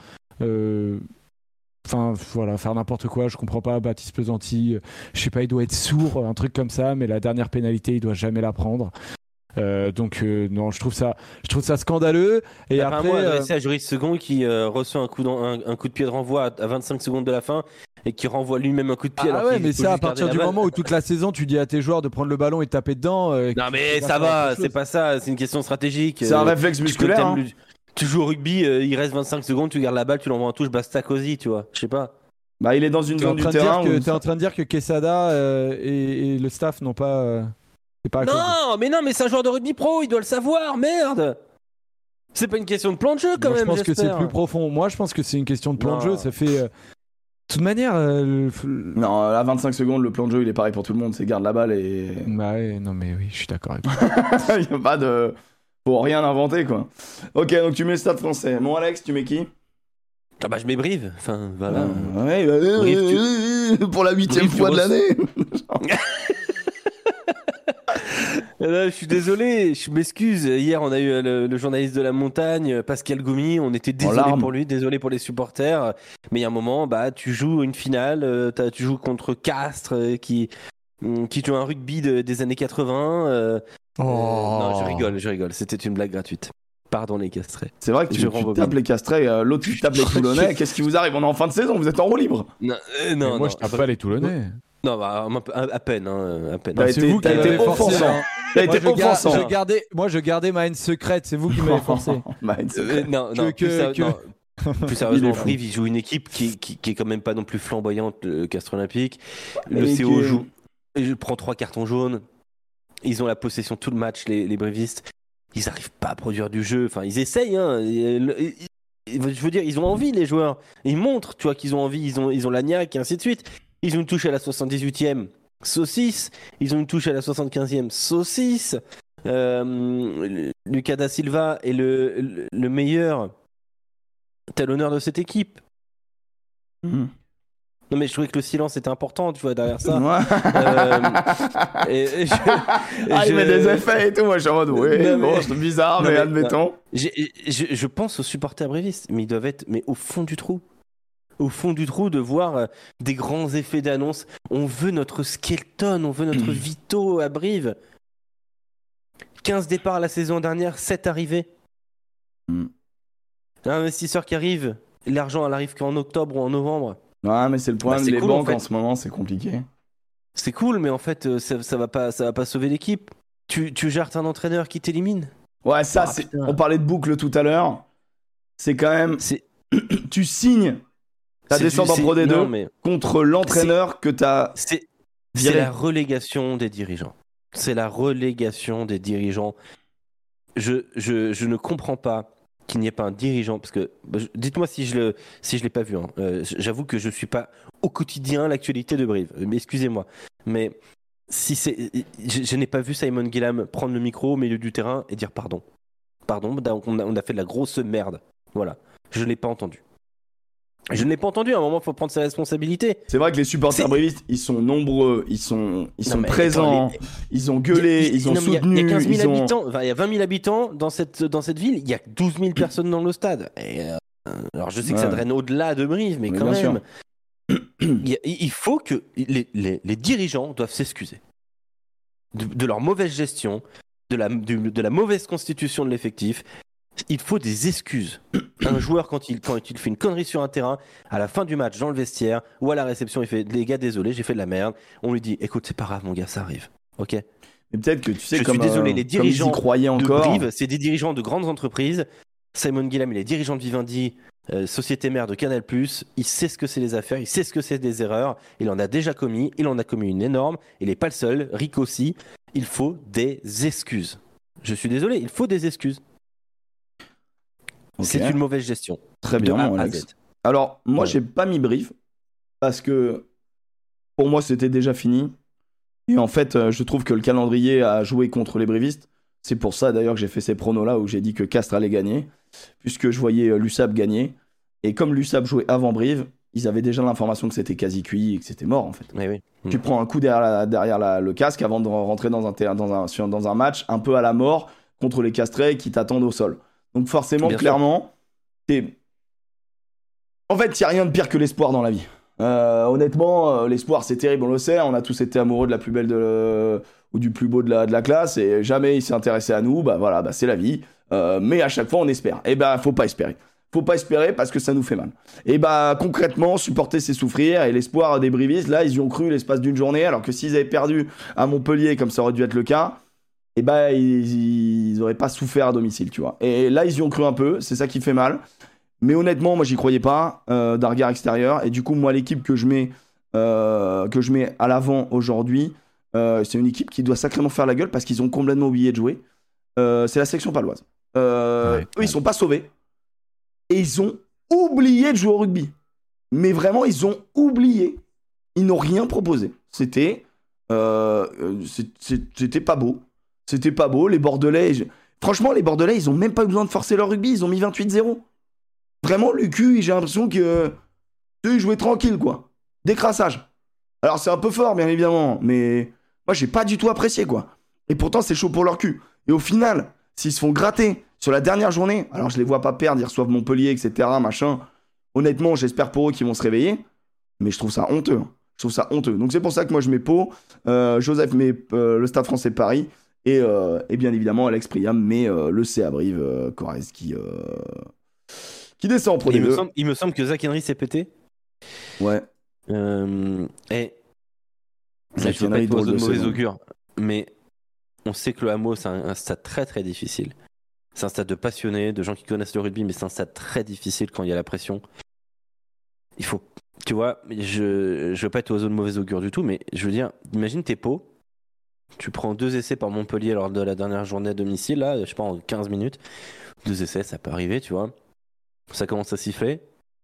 faire n'importe quoi, je comprends pas. Baptiste Pesanti, je sais pas, il doit être sourd, un truc comme ça, mais la dernière pénalité, il doit jamais la prendre. Non, je trouve ça scandaleux. Et après, moi adressé à Joris Second qui reçoit un coup de pied de renvoi à 25 secondes de la fin et qui renvoie lui-même un coup de pied. Mais ça, à partir du moment où toute la saison tu dis à tes joueurs de prendre le ballon et de taper dedans. Non mais ça va, c'est pas ça, c'est une question stratégique. C'est un réflexe musculaire. Tu joues au rugby, il reste 25 secondes, tu gardes la balle, tu l'envoies en touche, basta cosy, tu vois. Je sais pas. Bah il est dans une zone du terrain. T'es en train de dire que Quesada et le staff n'ont pas. Non, mais c'est un joueur de rugby pro, il doit le savoir, merde. C'est pas une question de plan de jeu quand même. Je pense que c'est plus profond. Moi, je pense que c'est une question de plan de jeu. Ça fait. De toute manière. Non, à 25 secondes, le plan de jeu il est pareil pour tout le monde. C'est garde la balle et. Bah ouais, non mais oui, je suis d'accord avec toi. Il y a pas de. Faut rien inventer quoi. Ok, donc tu mets le Stade Français. Mon Alex, tu mets qui? Ah bah je mets Brive. Enfin voilà. Pour la 8e fois de l'année. Je suis désolé, je m'excuse. Hier, on a eu le journaliste de la montagne, Pascal Goumi. On était désolé pour lui, désolé pour les supporters. Mais il y a un moment, tu joues une finale, tu joues contre Castres qui joue un rugby des années 80. Non, je rigole. C'était une blague gratuite. Pardon les Castrés. C'est vrai que tu tapes les Castrés, l'autre tu tapes les Toulonnais. Qu'est-ce qui vous arrive? On est en fin de saison, vous êtes en roue libre. Non, moi je tape pas les Toulonnais. Non, à peine. T'as été offensant. Moi, je gardais ma haine secrète. C'est vous qui m'avez forcé. Non. Plus sérieusement, Brive, il joue une équipe qui est quand même pas non plus flamboyante, le Castres Olympique. Le CO prend 3 cartons jaunes. Ils ont la possession tout le match, les Brivistes. Ils arrivent pas à produire du jeu. Enfin, ils essayent. Je veux dire, ils ont envie, les joueurs. Ils montrent, tu vois, qu'ils ont envie. Ils ont la niaque et ainsi de suite. Ils ont une touche à la 78e, saucisse. Ils ont une touche à la 75e, saucisse. Lucas da Silva est le meilleur talonneur de cette équipe. Non mais je trouvais que le silence était important, tu vois, derrière ça. Il met des effets et tout, moi je suis en mode c'est bizarre, mais admettons. Je pense aux supporters brévistes, mais ils doivent être au fond du trou. Au fond du trou de voir des grands effets d'annonce. On veut notre Skelton, on veut notre Vito à Brive. 15 départs la saison dernière, 7 arrivées. Un investisseur qui arrive, l'argent elle arrive qu'en octobre ou en novembre. Ouais, mais c'est le problème des banques en ce moment, c'est compliqué. C'est cool, mais en fait, ça va pas sauver l'équipe. Tu gères un entraîneur qui t'élimine. Ouais, ça, on parlait de boucle tout à l'heure. C'est quand même. Tu signes ta descente en Pro D2 contre l'entraîneur que t'as. C'est la relégation des dirigeants. C'est la relégation des dirigeants. Je ne comprends pas qu'il n'y ait pas un dirigeant, parce que dites-moi si je l'ai pas vu. J'avoue que je suis pas au quotidien l'actualité de Brive. Mais excusez-moi, mais je n'ai pas vu Simon Gillam prendre le micro au milieu du terrain et dire pardon. On a fait de la grosse merde. Voilà, je l'ai pas entendu. Je ne l'ai pas entendu, à un moment il faut prendre ses responsabilités. C'est vrai que les supporters brivistes, ils sont nombreux, ils sont présents, ils ont gueulé, ils ont soutenu. Il y a 15 000 habitants, il y a 20 000 habitants dans cette ville, il y a 12 000 personnes dans le stade. Alors je sais que ça draine au-delà de Brive, mais quand même, il faut que les dirigeants doivent s'excuser de leur mauvaise gestion, de la mauvaise constitution de l'effectif. Il faut des excuses. Un joueur, quand il fait une connerie sur un terrain, à la fin du match, dans le vestiaire, ou à la réception, il fait « Les gars, désolé, j'ai fait de la merde. » On lui dit « Écoute, c'est pas grave, mon gars, ça arrive. » Ok. Mais peut-être que tu sais, je suis désolé, les dirigeants de Brive, c'est des dirigeants de grandes entreprises. Simon Gillam, il est dirigeant de Vivendi, société mère de Canal+. Il sait ce que c'est les affaires, il sait ce que c'est des erreurs. Il en a déjà commis, il en a commis une énorme. Il n'est pas le seul, Rick aussi. Il faut des excuses. Je suis désolé, il faut des excuses. Okay. C'est une mauvaise gestion. Très bien, mon Alex. Alors, moi, j'ai pas mis Brive parce que pour moi, c'était déjà fini. Et en fait, je trouve que le calendrier a joué contre les brivistes. C'est pour ça, d'ailleurs, que j'ai fait ces pronos-là où j'ai dit que Castres allait gagner, puisque je voyais l'USAP gagner. Et comme l'USAP jouait avant Brive, ils avaient déjà l'information que c'était quasi cuit et que c'était mort, en fait. Oui. Tu prends un coup derrière le casque avant de rentrer dans un match un peu à la mort contre les castrés qui t'attendent au sol. Donc forcément, Bien clairement, en fait, il n'y a rien de pire que l'espoir dans la vie. Honnêtement, l'espoir, c'est terrible, on le sait. On a tous été amoureux de la plus belle ou du plus beau de la classe et jamais il s'est intéressé à nous. Bah voilà, c'est la vie. Mais à chaque fois, on espère. Et faut pas espérer. Faut pas espérer parce que ça nous fait mal. Et concrètement, supporter, c'est souffrir. Et l'espoir des Brivistes, là, ils y ont cru l'espace d'une journée. Alors que s'ils avaient perdu à Montpellier, comme ça aurait dû être le cas, ils auraient pas souffert à domicile, tu vois. Et là, ils y ont cru un peu. C'est ça qui fait mal. Mais honnêtement, moi, j'y croyais pas d'un regard extérieur. Et du coup, moi, l'équipe que je mets à l'avant aujourd'hui, c'est une équipe qui doit sacrément faire la gueule parce qu'ils ont complètement oublié de jouer. C'est la sélection paloise. Eux, ils sont pas sauvés. Et ils ont oublié de jouer au rugby. Mais vraiment, ils ont oublié. Ils n'ont rien proposé. C'était pas beau. C'était pas beau. Les Bordelais... Franchement, les Bordelais, ils ont même pas eu besoin de forcer leur rugby. Ils ont mis 28-0. Vraiment, Lucu, j'ai l'impression que... Ils jouaient tranquille, quoi. Décrassage. Alors, c'est un peu fort, bien évidemment. Mais moi, j'ai pas du tout apprécié, quoi. Et pourtant, c'est chaud pour leur cul. Et au final, s'ils se font gratter... Sur la dernière journée, alors je les vois pas perdre, ils reçoivent Montpellier, etc. Machin. Honnêtement, j'espère pour eux qu'ils vont se réveiller. Mais je trouve ça honteux. Donc c'est pour ça que moi je mets Pau. Joseph met le Stade Français Paris. Et bien évidemment, Alex Priam met le CA Brive, Corrèze qui descend en Pro D2. Il me semble que Zach Henry s'est pété. Ouais. Et ça ne pas être de mauvais augure. Mais on sait que le Hameau, c'est un stade très très difficile. C'est un stade de passionnés, de gens qui connaissent le rugby, mais c'est un stade très difficile quand il y a la pression. Il faut, tu vois, je veux pas être oiseau de mauvais augure du tout, mais je veux dire, imagine tes Pau, tu prends 2 essais par Montpellier lors de la dernière journée à domicile, là, je sais pas, en 15 minutes. 2 essais, ça peut arriver, tu vois. Ça commence à siffler.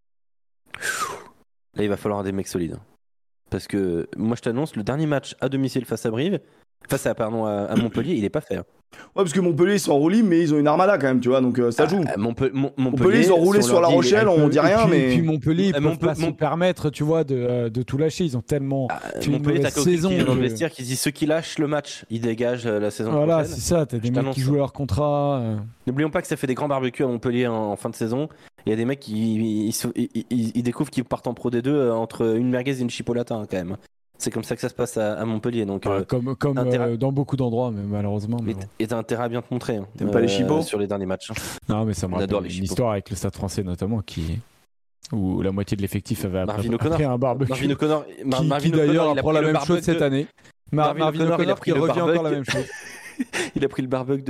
Là, il va falloir des mecs solides. Parce que, moi, je t'annonce, le dernier match à domicile face à Montpellier, il est pas fait. Ouais, parce que Montpellier, ils sont en roue libre, mais ils ont une armada quand même, tu vois, donc ça joue. Montpellier, ils ont roulé sur La Rochelle, on dit rien, mais... Et puis Montpellier, ils peuvent pas se permettre, tu vois, de tout lâcher. Ils ont tellement fait une mauvaise saison. Dans le vestiaire qui dit ceux qui lâchent le match, ils dégagent la saison prochaine. Voilà, c'est ça, t'as des mecs qui jouent leur contrat. N'oublions pas que ça fait des grands barbecues à Montpellier en fin de saison. Il y a des mecs qui découvrent qu'ils partent en Pro D2 entre une merguez et une chipolata, quand même. C'est comme ça que ça se passe à Montpellier. Donc, comme dans beaucoup d'endroits, mais malheureusement. Et t'as intérêt à bien te montrer. T'aimes pas les chipots sur les derniers matchs. Non, mais ça me rappelle une histoire avec le Stade Français notamment, où la moitié de l'effectif avait après un barbecue. Marvin O'Connor, qui d'ailleurs apprend la même chose cette année. Marvin O'Connor qui revient encore la même chose. Il a pris le barbecue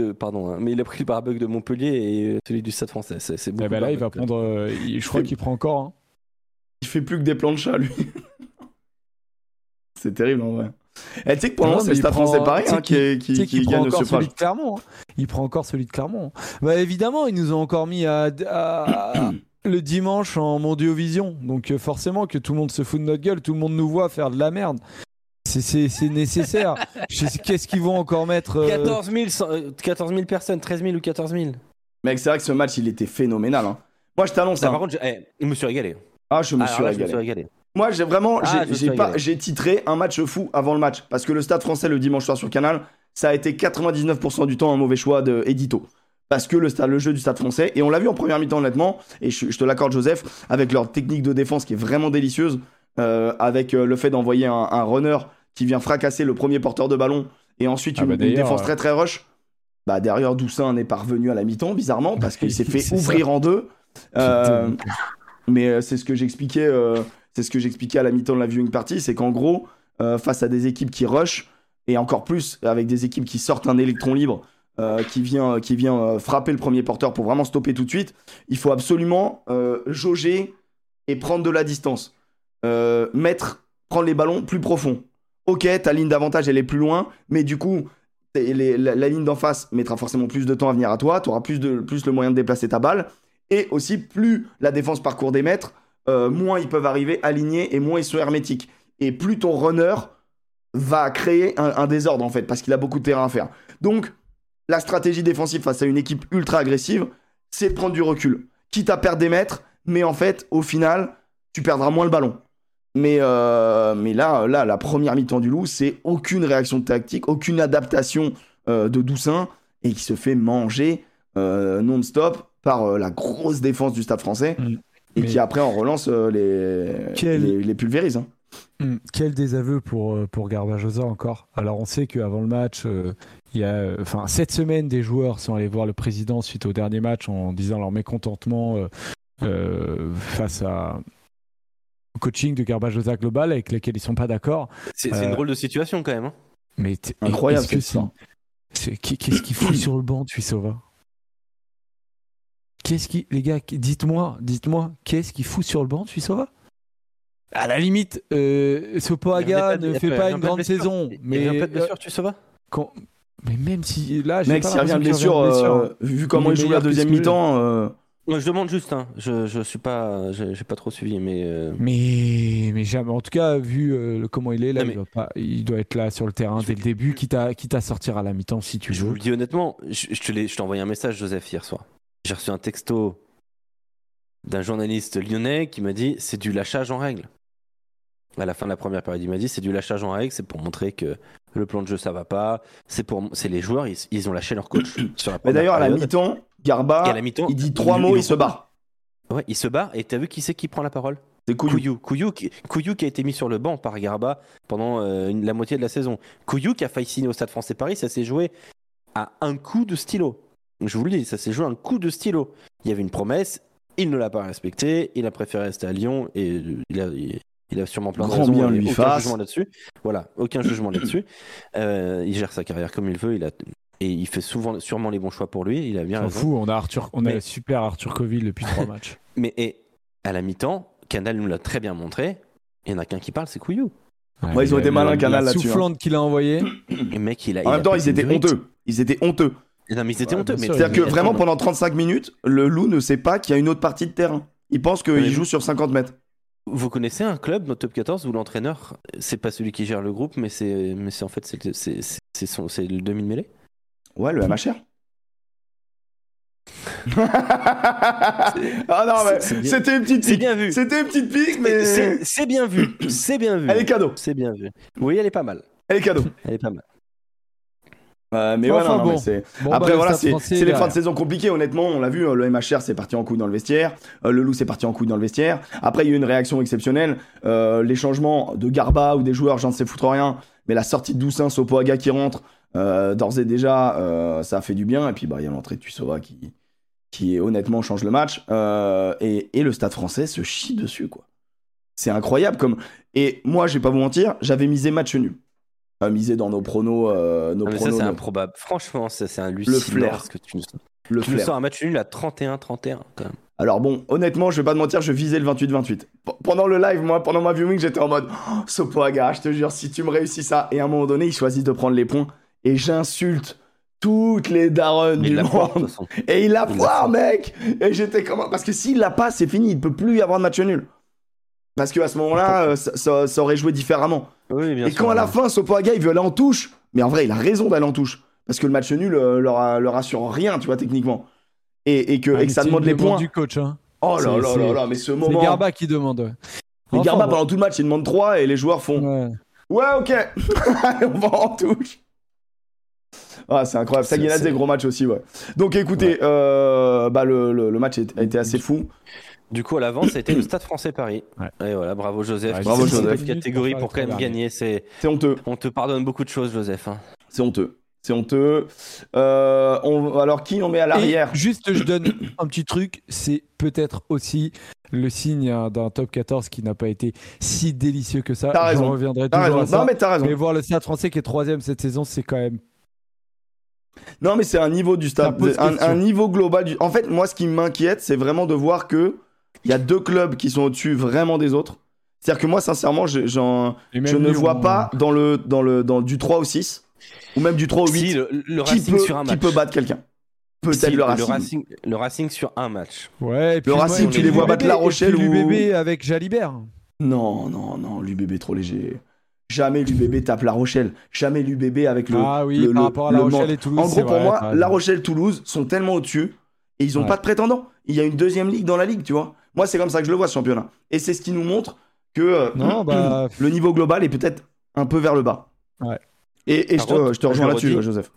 de Montpellier et celui du Stade Français. C'est beaucoup. Là, il va prendre. Je crois qu'il prend encore. Il fait plus que des plans de chat, lui. C'est terrible en vrai. Tu sais que pour l'instant, c'est le Stade Français Paris qui gagne le suffrage. Il prend encore celui de Clermont. Évidemment, ils nous ont encore mis le dimanche en Mondiovision. Donc forcément que tout le monde se fout de notre gueule, tout le monde nous voit faire de la merde. C'est nécessaire. Qu'est-ce qu'ils vont encore mettre 14 000 personnes, 13 000 ou 14 000. Mec, c'est vrai que ce match, il était phénoménal. Hein. Moi, je t'annonce. Par contre, je me suis régalé. Je me suis régalé. Moi, j'ai titré un match fou avant le match. Parce que le Stade Français, le dimanche soir sur Canal, ça a été 99% du temps un mauvais choix d'édito. Parce que le jeu du Stade Français, et on l'a vu en première mi-temps honnêtement, et je te l'accorde Joseph, avec leur technique de défense qui est vraiment délicieuse, avec le fait d'envoyer un runner qui vient fracasser le premier porteur de ballon, et ensuite une défense très très rush. Derrière, Doussin n'est pas revenu à la mi-temps, bizarrement, parce qu'il s'est fait ouvrir en deux. Mais c'est ce que j'expliquais à la mi-temps de la viewing party, c'est qu'en gros, face à des équipes qui rushent, et encore plus avec des équipes qui sortent un électron libre, qui vient frapper le premier porteur pour vraiment stopper tout de suite, il faut absolument jauger et prendre de la distance. Prendre les ballons plus profonds. Ok, ta ligne d'avantage, elle est plus loin, mais du coup, la ligne d'en face mettra forcément plus de temps à venir à toi, tu auras plus le moyen de déplacer ta balle, et aussi, plus la défense parcourt des mètres, moins ils peuvent arriver alignés et moins ils sont hermétiques. Et plus ton runner va créer un désordre, en fait, parce qu'il a beaucoup de terrain à faire. Donc, la stratégie défensive face à une équipe ultra agressive, c'est de prendre du recul. Quitte à perdre des mètres, mais en fait, au final, tu perdras moins le ballon. Mais là, la première mi-temps du Loup, c'est aucune réaction tactique, aucune adaptation de Doussin. et qui se fait manger non-stop par la grosse défense du Stade français et qui après en relance les pulvérise. Hein. Quel désaveu pour Garbajosa encore. Alors on sait qu'avant le match, il y a, cette semaine, des joueurs sont allés voir le président suite au dernier match en disant leur mécontentement face au coaching de Garbajosa global avec lequel ils sont pas d'accord. C'est une drôle de situation quand même. Hein. Mais incroyable. Qu'est-ce qu'il fout sur le banc, Tuisova? Les gars, dites-moi, qu'est-ce qu'il fout sur le banc, Tuisova? À la limite, Sopoaga ne fait pas une grande saison, mais il y a un peu de blessure, Tuisova. Mais même si là, mec, s'il revient de blessure, vu comment il joue la deuxième mi-temps. Moi, je demande juste, hein. Je suis pas, j'ai pas trop suivi, mais jamais. En tout cas, vu comment il est là, il doit être là sur le terrain dès le début, quitte à sortir à la mi-temps si tu veux. Je vous le dis honnêtement, je t'ai envoyé un message, Joseph, hier soir. J'ai reçu un texto d'un journaliste lyonnais qui m'a dit c'est du lâchage en règle. À la fin de la première période, il m'a dit c'est du lâchage en règle, c'est pour montrer que le plan de jeu ça va pas. C'est les joueurs, ils ont lâché leur coach. Sur la mais d'ailleurs, à la mi-temps, Garba, il dit 3 mots, il se barre. Ouais, il se barre. Et t'as vu qui c'est qui prend la parole? C'est Couillou. Couillou qui a été mis sur le banc par Garba pendant la moitié de la saison. Couillou qui a failli signer au Stade Français Paris, ça s'est joué à un coup de stylo. Je vous le dis, ça s'est joué à un coup de stylo. Il y avait une promesse, il ne l'a pas respectée, il a préféré rester à Lyon et il a sûrement plein de raisons. Bien lui aucun jugement là-dessus. Voilà, aucun jugement là-dessus. Il gère sa carrière comme il veut, et il fait sûrement les bons choix pour lui. Il a bien raison. On a le super Arthur Coville depuis 3 matchs. Mais à la mi-temps, Canal nous l'a très bien montré. Il y en a qu'un qui parle, c'est Couillou. Ouais, ils ont été malins, Canal là-dessus. La soufflante qu'il a envoyée. Et mec, en même temps, ils étaient honteux. Non, mais ils étaient honteux. C'est-à-dire que vraiment, pendant 35 minutes, le Loup ne sait pas qu'il y a une autre partie de terrain. Il pense qu'il joue sur 50 mètres. Vous connaissez un club, notre top 14, où l'entraîneur, c'est pas celui qui gère le groupe, mais c'est en fait c'est le demi-mêlée? Ouais, le MHR. Ah non, mais c'était une petite pique. C'est bien vu. C'était une petite pique, mais. C'est bien vu. C'est bien vu. Elle est cadeau. C'est bien vu. Oui, elle est pas mal. Elle est cadeau. Elle est pas mal. Mais enfin, non, bon. mais c'est. Bon, après, voilà, c'est les fins de saison saison compliquées, honnêtement. On l'a vu, le MHR c'est parti en couille dans le vestiaire. Le Loup c'est parti en couille dans le vestiaire. Après, il y a eu une réaction exceptionnelle. Les changements de Garba ou des joueurs, j'en sais foutre rien. Mais la sortie de Doussin, Sopoaga qui rentre, d'ores et déjà, ça a fait du bien. Et puis, il y a l'entrée de Tuisova qui honnêtement change le match. Et le Stade français se chie dessus, quoi. C'est incroyable comme. Et moi, je vais pas vous mentir, j'avais misé match nul. Miser dans nos pronos. Ça, c'est improbable. Franchement, c'est un hallucinant. Le flair. Ce que tu nous sors un match nul à 31-31 quand même. Alors bon, honnêtement, je vais pas te mentir, je visais le 28-28. Pendant le live, moi, pendant ma viewing, j'étais en mode Sopoaga, je te jure, si tu me réussis ça. Et à un moment donné, il choisit de prendre les points. Et j'insulte toutes les darons du monde. Et il la foire, mec. Et j'étais comme. Parce que s'il l'a pas, c'est fini. Il peut plus y avoir de match nul. Parce qu'à ce moment-là, ça aurait joué différemment. Oui, bien et sûr, quand à la fin, Sopoaga, il veut aller en touche, mais en vrai, il a raison d'aller en touche. Parce que le match nul leur assure rien, tu vois, techniquement. Et que ça demande les points. Du coach, hein. Oh là là, mais ce moment. C'est Garba qui demande. Mais Garba, pendant tout le match, il demande 3 et les joueurs font. Ouais, ok. On va en touche. Ah, c'est incroyable. Saguenay, des gros matchs aussi, ouais. Donc écoutez, le match a été assez fou. Du coup, à l'avant, ça a été le Stade Français Paris. Ouais. Et voilà, bravo Joseph. Ouais, bravo Joseph. Catégorie pour quand même gagner. C'est honteux. On te pardonne beaucoup de choses, Joseph. Hein. C'est honteux. Alors, qui on met à l'arrière? Juste, je donne un petit truc. C'est peut-être aussi le signe d'un top 14 qui n'a pas été si délicieux que ça. T'as raison. Je reviendrai toujours à ça. Non, mais t'as raison. Mais voir le Stade Français qui est 3ème cette saison, c'est quand même. Non, mais c'est un niveau du stade. Un niveau global. En fait, moi, ce qui m'inquiète, c'est vraiment de voir que il y a 2 clubs qui sont au-dessus vraiment des autres. C'est-à-dire que moi, sincèrement, je ne vois pas dans du 3 au 6 ou même du 3 au 8 si, le Racing sur un match. Qui peut battre quelqu'un. Peut-être le Racing. Le Racing sur un match. Ouais, et puis le Racing, tu les vois battre La Rochelle ou l'UBB avec Jalibert. Non, l'UBB trop léger. Jamais l'UBB tape La Rochelle. Jamais l'UBB avec le. Ah oui, par rapport à La Rochelle et Toulouse. En gros, pour moi, La Rochelle, Toulouse sont tellement au-dessus et ils n'ont pas de prétendants. Il y a une 2e ligue dans la ligue, tu vois. Moi, c'est comme ça que je le vois, ce championnat. Et c'est ce qui nous montre que le niveau global est peut-être un peu vers le bas. Ouais. Et je te rejoins là-dessus, Joseph.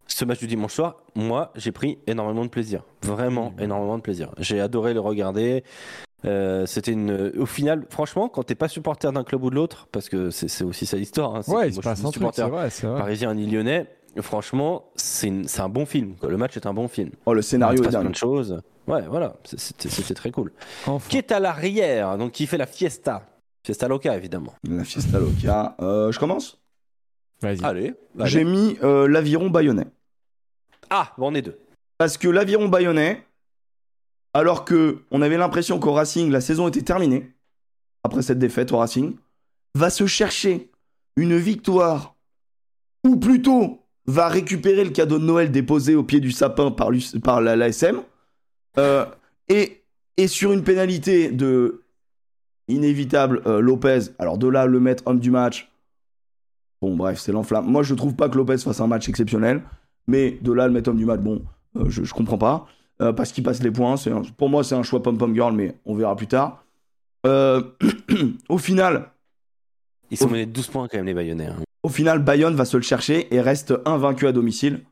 ce match du dimanche soir, moi, j'ai pris énormément de plaisir. Vraiment énormément de plaisir. J'ai adoré le regarder. C'était au final, franchement, quand t'es pas supporter d'un club ou de l'autre, parce que c'est aussi ça l'histoire. Hein, ouais, c'est un supporter parisien ni lyonnais. Franchement, c'est un bon film. Quoi. Le match est un bon film. Oh, le scénario est dingue. Plein de choses. Ouais, voilà, c'était très cool. Enfin. Qui est à l'arrière, donc qui fait la fiesta. Fiesta Loca, évidemment. La Fiesta Loca. Je commence ? Vas-y. Allez. J'ai mis l'Aviron Bayonnais. Ah, bon, on est deux. Parce que l'Aviron Bayonnais, alors qu'on avait l'impression qu'au Racing, la saison était terminée, après cette défaite au Racing, va se chercher une victoire, ou plutôt va récupérer le cadeau de Noël déposé au pied du sapin par l'ASM, et sur une pénalité de inévitable Lopez, alors de là le mettre homme du match, bon bref, c'est l'enflamme. Moi je trouve pas que Lopez fasse un match exceptionnel, mais de là le mettre homme du match, bon, je comprends pas, parce qu'il passe les points, pour moi c'est un choix pom-pom girl, mais on verra plus tard. Au final... Ils sont menés de 12 points quand même les Bayonnais. Hein. Au final, Bayonne va se le chercher et reste invaincu à domicile.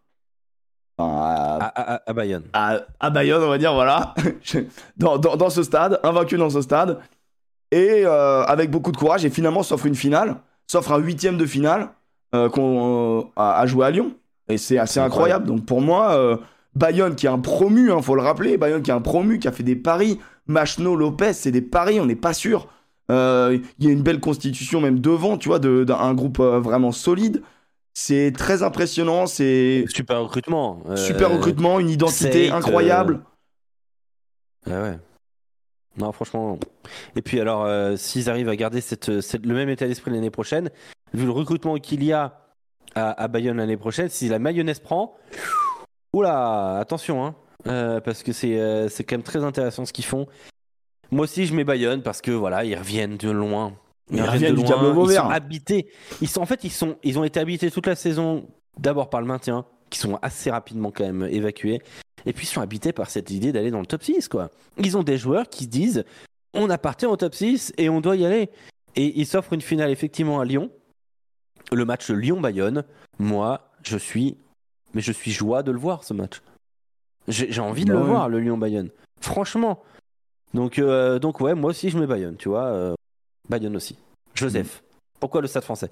À Bayonne. À Bayonne, on va dire, voilà. dans ce stade, invaincu dans ce stade. Et avec beaucoup de courage, et finalement s'offre une finale, s'offre un 8e de finale à jouer à Lyon. Et c'est assez incroyable. Donc pour moi, Bayonne qui est un promu, faut le rappeler, Bayonne qui est un promu, qui a fait des paris. Machno, Lopez, c'est des paris, on n'est pas sûr. Il y a une belle constitution même devant, tu vois, d'un groupe vraiment solide. C'est très impressionnant, c'est... Super recrutement. Super recrutement, une identité incroyable. Ouais. Non, franchement... Et puis alors, s'ils arrivent à garder le même état d'esprit l'année prochaine, vu le recrutement qu'il y a à Bayonne l'année prochaine, si la mayonnaise prend... Oula, attention, hein, parce que c'est quand même très intéressant ce qu'ils font. Moi aussi, je mets Bayonne parce que voilà, ils reviennent de loin. Ils reviennent du Diable Vauvert. Ils sont habités. Ils ont été habités toute la saison, d'abord par le maintien, qui sont assez rapidement quand même évacués. Et puis ils sont habités par cette idée d'aller dans le top 6, quoi. Ils ont des joueurs qui se disent on appartient au top 6 et on doit y aller. Et ils s'offrent une finale effectivement à Lyon. Le match Lyon-Bayonne, moi, je suis joie de le voir, ce match. J'ai envie de le voir, le Lyon-Bayonne. Franchement. Donc ouais, moi aussi je mets Bayonne, tu vois. Bayonne aussi. Joseph, pourquoi le Stade Français?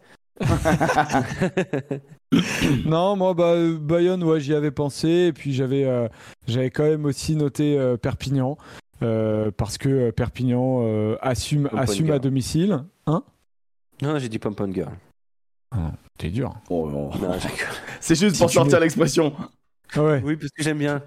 Non, moi Bayonne, ouais, j'y avais pensé, et puis j'avais quand même aussi noté Perpignan, parce que Perpignan assume à domicile. Hein? Non, j'ai dit Pom-Pom Girl. Ah, t'es dur. Oh, non. Non, c'est juste pour sortir l'expression. Ouais. Oui, parce que j'aime bien.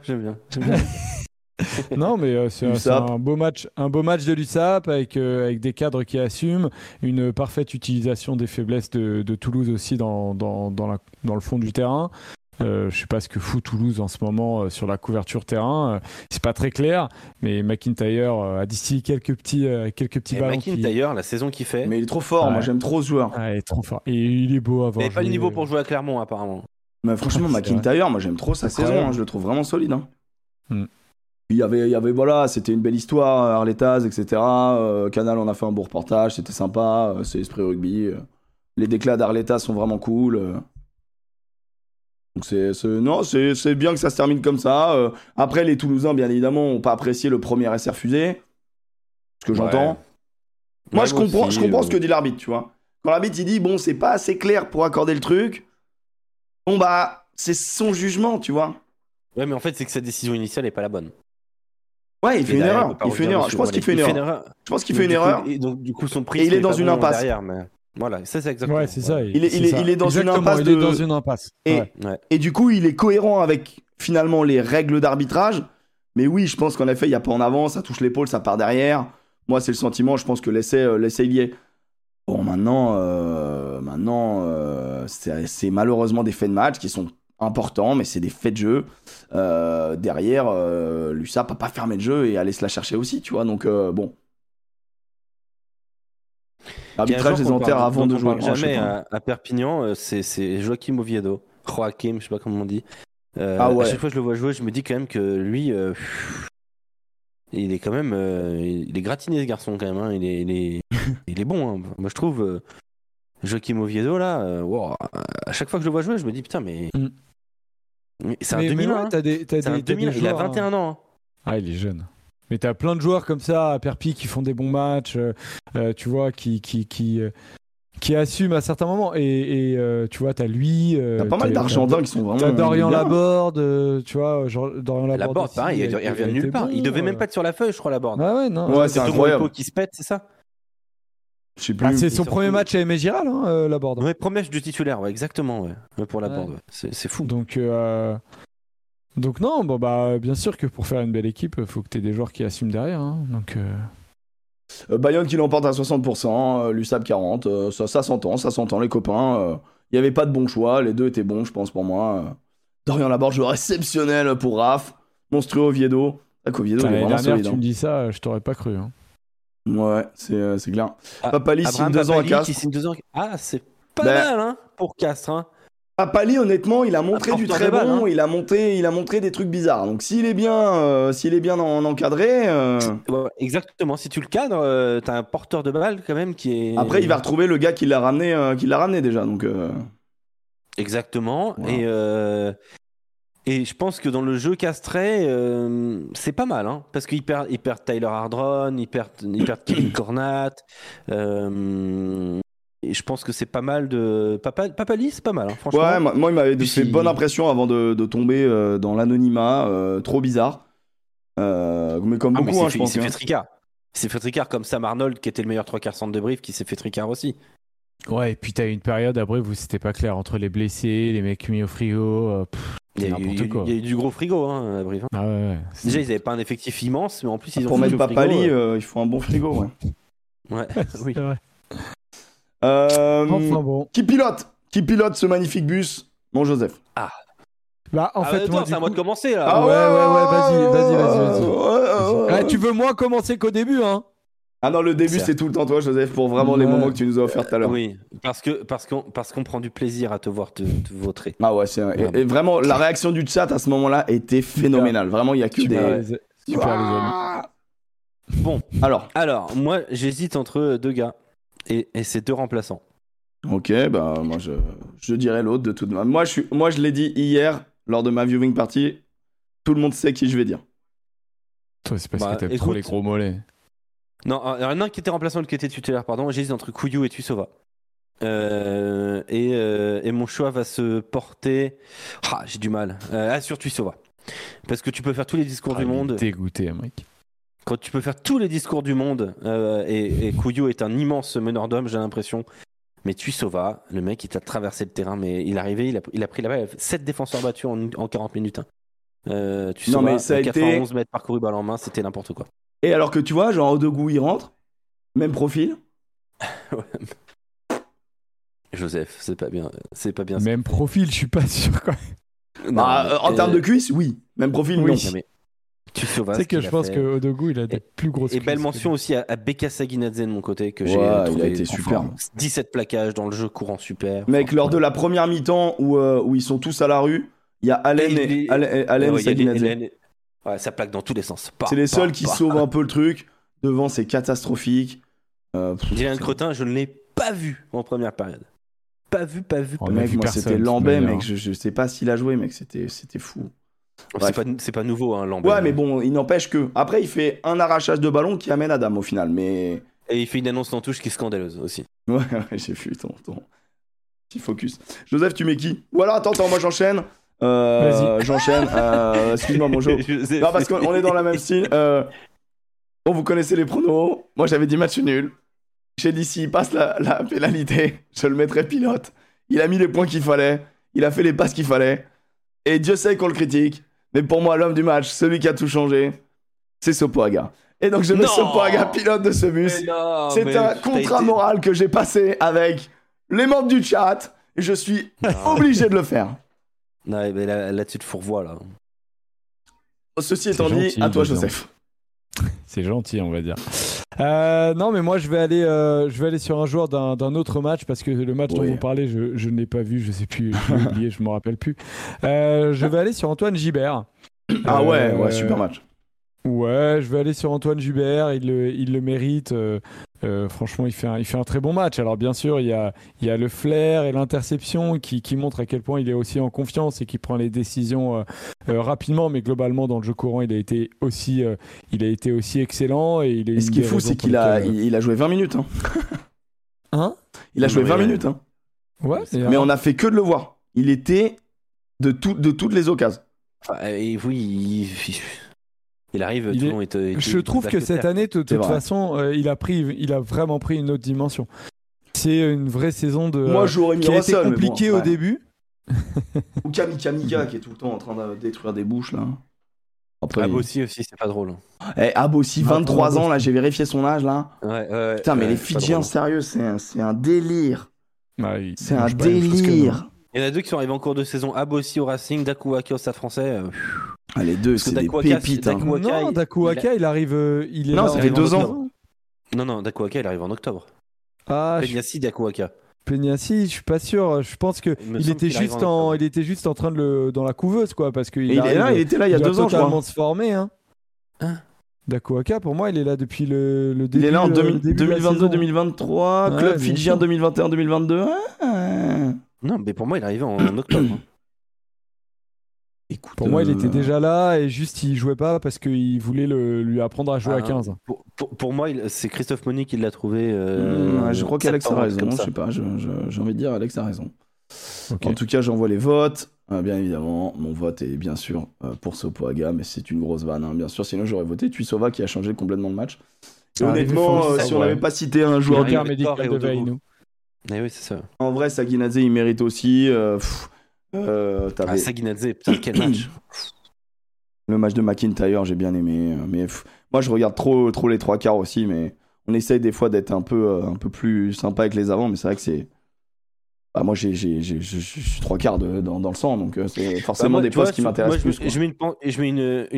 Non, mais c'est un beau match de l'USAP avec des cadres qui assument, une parfaite utilisation des faiblesses de Toulouse aussi dans le fond du terrain. Je sais pas ce que fout Toulouse en ce moment sur la couverture terrain. C'est pas très clair, mais McIntyre a distillé quelques petits ballons. McIntyre, la saison qu'il fait. Mais il est trop fort. Ouais. Moi, j'aime trop ce joueur. Il est trop fort. Et il est beau à voir. Il n'a pas le niveau pour jouer à Clermont, apparemment. Mais franchement, McIntyre, moi, j'aime trop sa saison. Hein. Je le trouve vraiment solide. Hein. Il y avait voilà, c'était une belle histoire, Arletaz, etc. Canal, on a fait un beau reportage, c'était sympa. C'est Esprit Rugby. Les déclats d'Arletaz sont vraiment cool. Donc c'est bien que ça se termine comme ça. Après, les Toulousains, bien évidemment, n'ont pas apprécié le premier essai refusé. Ce que j'entends. Moi, je comprends ce que dit l'arbitre, tu vois. Quand l'arbitre, il dit, bon, c'est pas assez clair pour accorder le truc. Bon, bah, c'est son jugement, tu vois. Ouais, mais en fait, c'est que sa décision initiale n'est pas la bonne. Ouais, il fait une erreur. Je pense qu'il fait une erreur. Je pense qu'il fait une erreur. Et donc, du coup, son prix. Et il est dans une impasse. Derrière, mais... Voilà, ça c'est exactement. Ouais, c'est ça. Il est dans une impasse. Il est dans une impasse. Et du coup, il est cohérent avec finalement les règles d'arbitrage. Mais oui, je pense qu'en effet, il n'y a pas en avant, ça touche l'épaule, ça part derrière. Moi, c'est le sentiment. Je pense que l'essai il y est. Bon, maintenant, c'est malheureusement des faits de match qui sont importants, mais c'est des faits de jeu. Derrière, l'USAP n'a pas fermé le jeu et aller se la chercher aussi, tu vois. Donc, bon. L'arbitrage des enterres avant de jouer. Jamais à Perpignan, c'est Joachim Oviedo. Joachim, je sais pas comment on dit. À chaque fois que je le vois jouer, je me dis quand même que lui, il est quand même, il est gratiné ce garçon quand même. Hein. Il est bon. Hein. Moi je trouve Joachim Oviedo là, wow, à chaque fois que je le vois jouer, je me dis putain mais C'est un 2001. Ouais, c'est un 2000, il a 21 ans. Hein. Ah, il est jeune. Mais t'as plein de joueurs comme ça à Perpi qui font des bons matchs, tu vois, qui assument à certains moments. Et tu vois, t'as lui. T'as pas mal d'Argentins qui sont vraiment. T'as Dorian Laborde, tu vois, genre Dorian Laborde. Laborde, pareil, il revient de nulle part. Il devait même pas être sur la feuille, je crois, Laborde. Ah ouais, non. Ouais, c'est incroyable. Qui se pète, c'est ça? Je sais plus. C'est son premier match à Aimé Giral, Laborde. Ouais, premier match de titulaire, ouais, exactement, ouais. Pour Laborde, ouais. C'est fou. Donc non, bien sûr que pour faire une belle équipe, il faut que tu aies des joueurs qui assument derrière. Hein. Bayonne qui l'emporte à 60%, l'USAP 40%, ça s'entend les copains. Il n'y avait pas de bon choix, les deux étaient bons je pense pour moi. Dorian Laborde, joueur exceptionnel pour Raph, monstrueux Oviedo. Oviedo, il est vraiment solide. Tu me dis ça, je t'aurais pas cru. Hein. Ouais, c'est clair. Papali signe 2 ans à Castres. Ah, c'est pas mal hein, pour Castres. Hein. Papali, honnêtement, il a montré du très bon, hein. il a montré des trucs bizarres. Donc s'il est bien encadré... Ouais, exactement, si tu le cadres, t'as un porteur de balle quand même qui est... Après, il va retrouver le gars qui l'a ramené déjà. Donc, Exactement, voilà. Et je pense que dans le jeu castré, c'est pas mal, hein, parce qu'ils perdent Tyler Hardron, ils perdent Kevin Cornat... Et je pense que c'est pas mal de... Papali, c'est pas mal, hein, franchement. Ouais, moi il m'avait fait bonne impression avant de tomber dans l'anonymat, trop bizarre. Mais comme beaucoup, je pense. Il s'est fait tricard comme Sam Arnold, qui était le meilleur 3/4 centre de brief, qui s'est fait tricard aussi. Ouais, et puis t'as eu une période après où c'était pas clair entre les blessés, les mecs mis au frigo. Il y a eu du gros frigo, hein, à brief. Hein. Ah ouais. Déjà, ils avaient pas un effectif immense, mais en plus, ils ont pour mettre Papali, il faut un bon frigo, ouais. Ouais, oui. C'est vrai. Enfin bon. Qui pilote ce magnifique bus? Mon Joseph. Ah. Bah en fait, moi, c'est à moi de commencer là. Ah ouais, vas-y. Tu veux moins commencer qu'au début, hein? Ah non, le début c'est tout le temps toi, Joseph, pour vraiment les moments que tu nous as offerts tout à l'heure. Oui, parce qu'on prend du plaisir à te voir te vautrer. Ah ouais, et vraiment la réaction du chat à ce moment-là était phénoménale. Vraiment, il y a que des. Super les amis. Bon, alors moi j'hésite entre deux gars. Et c'est deux remplaçants. Ok, bah moi je dirais l'autre de toute manière. Moi je l'ai dit hier lors de ma viewing party. Tout le monde sait qui je vais dire. Toi c'est parce que t'aimes trop les gros mollets. Non, il y en a un qui était remplaçant, l'autre qui était titulaire, pardon. J'hésite entre Couillou et Tuisova. Et mon choix va se porter. Ah, j'ai du mal. Sur Tuisova. Parce que tu peux faire tous les discours du monde. Dégoûté, mec. Quand tu peux faire tous les discours du monde, et Couillou est un immense meneur d'hommes, j'ai l'impression. Mais Tuisova, le mec, il t'a traversé le terrain, mais il est arrivé, il a pris la balle, 7 défenseurs battus en 40 minutes. Tuisova, non, mais ça a 91 mètres parcourus balle en main, c'était n'importe quoi. Et alors que tu vois, genre Odogwu, il rentre, même profil. Joseph, c'est pas bien. Même profil, je suis pas sûr quoi. Non, en termes de cuisse, oui. Même profil, oui. Non. Mais... Tu sais que je pense que Odogwu il a des plus grosses cuisses. Et belle mention aussi à Beka Saginadze de mon côté que j'ai trouvé. Il a été super. 17 plaquages dans le jeu courant super. Mec, lors de la première mi-temps où ils sont tous à la rue, il y a Allen et Saginadze. Ouais, ça plaque dans tous les sens. C'est les seuls qui sauvent un peu le truc. Devant, c'est catastrophique. Dylan Cretin, je ne l'ai pas vu en première période. Pas vu. Mec, moi c'était Lambert, mec. Je sais pas s'il a joué, mec. C'était fou. C'est pas nouveau, hein, Lambert. Ouais, mais bon, il n'empêche que. Après, il fait un arrachage de ballon qui amène Adam au final, mais. Et il fait une annonce en touche qui est scandaleuse aussi. Ouais, j'ai vu ton petit focus. Joseph, tu mets qui? Ou alors, attends, moi j'enchaîne. J'enchaîne. Excuse-moi, mon jeu. Non, parce qu'on est dans la même style. Bon, vous connaissez les pronos. Moi, j'avais dit match nul. J'ai dit s'il passe la pénalité, je le mettrai pilote. Il a mis les points qu'il fallait. Il a fait les passes qu'il fallait. Et Dieu sait qu'on le critique. Mais pour moi, l'homme du match, celui qui a tout changé, c'est Sopoaga. Et donc, je mets Sopoaga pilote de ce bus. C'est un contrat moral que j'ai passé avec les membres du chat. Et je suis obligé de le faire. Non, mais là-dessus, tu te fourvoies, là. Ceci étant dit, à toi, Joseph. C'est gentil, on va dire. Non, mais moi, je vais aller sur un joueur d'un autre match parce que le match dont vous parlez, je ne l'ai pas vu, je sais plus, je l'ai oublié, je me rappelle plus. Je vais aller sur Antoine Gibert. Ah ouais, super match. Ouais, je vais aller sur Antoine Jubert, il le mérite. Franchement, il fait un très bon match. Alors bien sûr, il y a le flair et l'interception qui montrent à quel point il est aussi en confiance et qui prend les décisions rapidement. Mais globalement, dans le jeu courant, il a été aussi excellent. Et ce qui est fou, c'est qu'il a joué 20 minutes. Hein Il a joué 20 minutes. Ouais. Mais on a fait que de le voir. Il était de toutes les occasions. Oui, il arrive. Je trouve que cette année, de toute façon, il a vraiment pris une autre dimension. C'est une vraie saison Moi, j'aurais mis qui a été Russell, compliquée au début. Ou Kamiga qui est tout le temps en train de détruire des bouches là. Après, Abossi aussi, c'est pas drôle. Abossi, 23 ans là, j'ai vérifié son âge là. Ouais. Putain, mais les Fidjiens, sérieux, c'est un délire. Ouais, c'est un délire. Il y en a deux qui sont arrivés en cours de saison. Abossi au Racing, Dakuwaki au Stade Français. Les deux, c'est des pépites. Non, Dakuwaka, il arrive. Non, ça fait 2 ans. Non, Dakuwaka, il arrive en octobre. Peñassi, Dakuwaka. Peñassi, je suis pas sûr. Je pense que il était juste en train de dans la couveuse, quoi, parce qu'il il était là il y a 2 ans, je crois. Totalement se former, hein. Dakuwaka, pour moi, il est là depuis le début. Il est là en 2022-2023, club fidjien 2021-2022. Non, mais pour moi, il est arrivé en octobre. Écoute, pour moi, il était déjà là et juste il jouait pas parce qu'il voulait lui apprendre à jouer à 15. Pour moi, c'est Christophe Moni qui l'a trouvé. Je crois qu'Alex a raison. Je sais pas, j'ai envie de dire Alex a raison. Okay. En tout cas, j'envoie les votes. Bien évidemment, mon vote est bien sûr pour Sopoaga, mais c'est une grosse vanne. Bien sûr, sinon j'aurais voté Tuisova qui a changé complètement le match. Et honnêtement, si on n'avait pas cité un joueur médical de Veïnou. Oui, c'est ça. En vrai, Saguinadze, il mérite aussi. Saguinadze, putain, quel match. Le match de McIntyre, j'ai bien aimé. Mais moi, je regarde trop les 3 quarts aussi, mais on essaye des fois d'être un peu plus sympa avec les avants, mais c'est vrai que c'est. Moi, je suis 3 quarts dans le sang, donc c'est forcément des postes qui m'intéressent plus. Je mets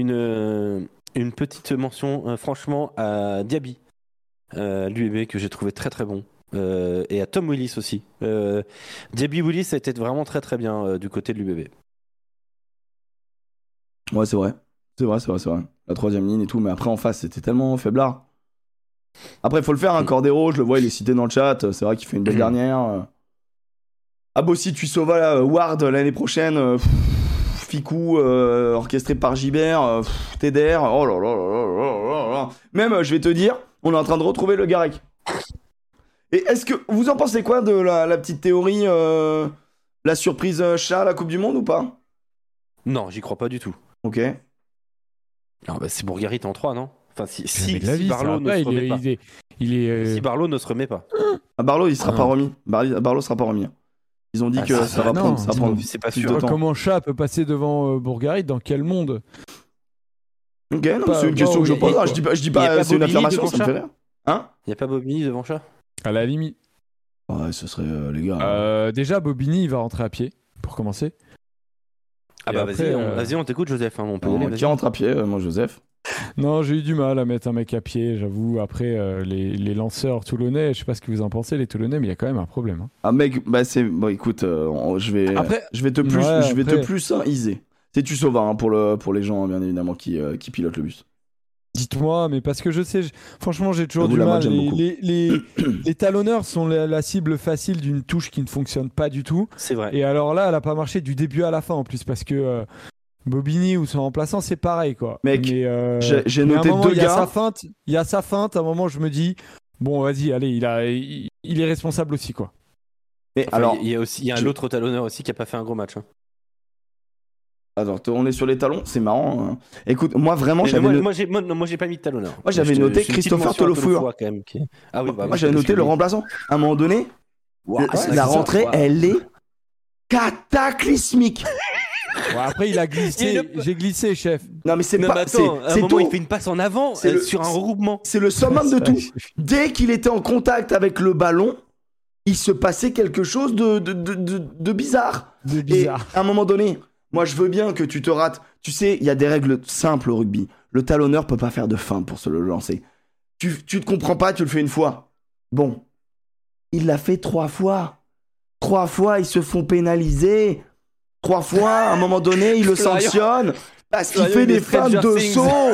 une petite mention, franchement, à Diaby, l'UEB, que j'ai trouvé très très bon. Et à Tom Willis aussi. Diaby Willis a été vraiment très très bien du côté de l'UBB. Ouais, c'est vrai. La 3ème ligne et tout, mais après en face, c'était tellement faiblard. Après, il faut le faire, Cordero, je le vois, il est cité dans le chat. C'est vrai qu'il fait une belle dernière. Bossi, Tuisova, Ward l'année prochaine. Ficou, orchestré par Gibert. Teder. Oh là là là là là. Même, je vais te dire, on est en train de retrouver le Garec. Et est-ce que vous en pensez quoi de la petite théorie, la surprise chat à la Coupe du Monde ou pas? Non, j'y crois pas du tout. Ok. Non, c'est Bourgarit en 3, non? Enfin, si Barlow ne se remet pas. Si Barlow ne se remet pas. Barlow, il sera pas remis. Barlow sera pas remis. Ils ont dit que ça va prendre. C'est pas sûr. Comment Chat peut passer devant Bourgarit? Dans quel monde? Ok, non, c'est une question que je pose. Je dis pas, c'est une affirmation, ça me fait rire. Hein? Y a pas Bobigny devant Chat? À la limite. Ouais, ce serait les gars. Déjà, Bobigny, il va rentrer à pied, pour commencer. Vas-y, on t'écoute, Joseph. On peut aller, qui rentre à pied, moi, Joseph. Non, j'ai eu du mal à mettre un mec à pied, j'avoue. Après, les lanceurs toulonnais, je sais pas ce que vous en pensez, les Toulonnais, mais il y a quand même un problème. Mec, c'est. Bon, écoute, je vais te plus iser. C'est Tuisova pour les gens, bien évidemment, qui pilotent le bus. Dites-moi, mais parce que je sais, franchement, j'ai toujours du mal. Les talonneurs sont la cible facile d'une touche qui ne fonctionne pas du tout. C'est vrai. Et alors là, elle a pas marché du début à la fin en plus, parce que Bobigny ou son remplaçant, c'est pareil, quoi. Mec, j'ai noté moment, 2 gars. Il y a sa feinte. À un moment, je me dis, bon, vas-y, allez, il est responsable aussi, quoi. Mais alors, il y a l'autre talonneur aussi qui a pas fait un gros match. Alors, on est sur les talons, c'est marrant. Écoute, moi vraiment, moi j'ai pas mis de talonneur. Moi j'avais noté Christopher Tolofua. Moi j'avais noté le remplaçant. À un moment donné, la rentrée, elle est cataclysmique. Après, il a glissé. J'ai glissé, chef. Non, mais c'est pas. À un moment, il fait une passe en avant sur un regroupement. C'est le summum de tout. Dès qu'il était en contact avec le ballon, il se passait quelque chose de bizarre. Et à un moment donné. Moi, je veux bien que tu te rates. Tu sais, il y a des règles simples au rugby. Le talonneur peut pas faire de feinte pour se le lancer. Tu te comprends pas, tu le fais une fois. Bon. Il l'a fait 3 fois. 3 fois, ils se font pénaliser. 3 fois, à un moment donné, ils le sanctionnent parce qu'il fait des feintes de saut.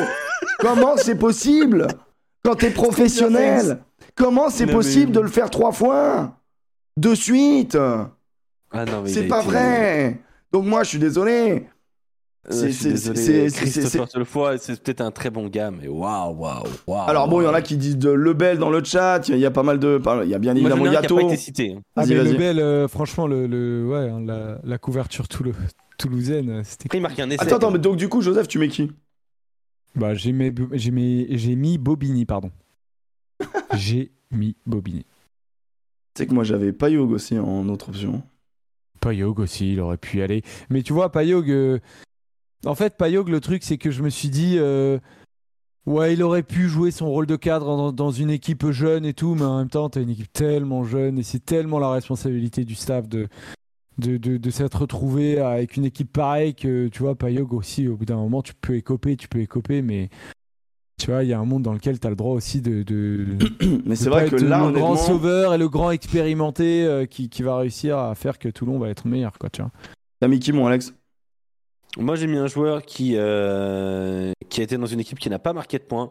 Comment c'est possible? Quand t'es professionnel, comment c'est possible de le faire 3 fois de suite? Ah non, mais c'est pas vrai. Donc moi, je suis désolé. Christopher Telefoy, c'est peut-être un très bon gars, mais waouh. Alors bon, il y en a qui disent de Lebel dans le chat. Il y a pas mal de. Il y a bien évidemment Yato. Qui a pas été cité. Vas-y. Lebel, franchement, la couverture toulousaine, c'était. Il marque un essai. Attends, mais donc du coup, Joseph, tu mets qui? Bah, j'ai mis Bobigny, pardon. J'ai mis Bobigny. Tu sais que moi, j'avais Payog aussi en autre option. Payog aussi, il aurait pu y aller. Mais tu vois, Payog. En fait, Payog, le truc, c'est que je me suis dit. Ouais, il aurait pu jouer son rôle de cadre dans une équipe jeune et tout, mais en même temps, t'as une équipe tellement jeune et c'est tellement la responsabilité du staff de s'être retrouvé avec une équipe pareille que, tu vois, Payog aussi, au bout d'un moment, tu peux écoper, mais tu vois, il y a un monde dans lequel tu as le droit aussi mais c'est vrai que là, le grand sauveur et le grand expérimenté qui va réussir à faire que Toulon va être meilleur, quoi, tu vois. T'as mis qui, mon Alex? Moi, j'ai mis un joueur qui a été dans une équipe qui n'a pas marqué de points,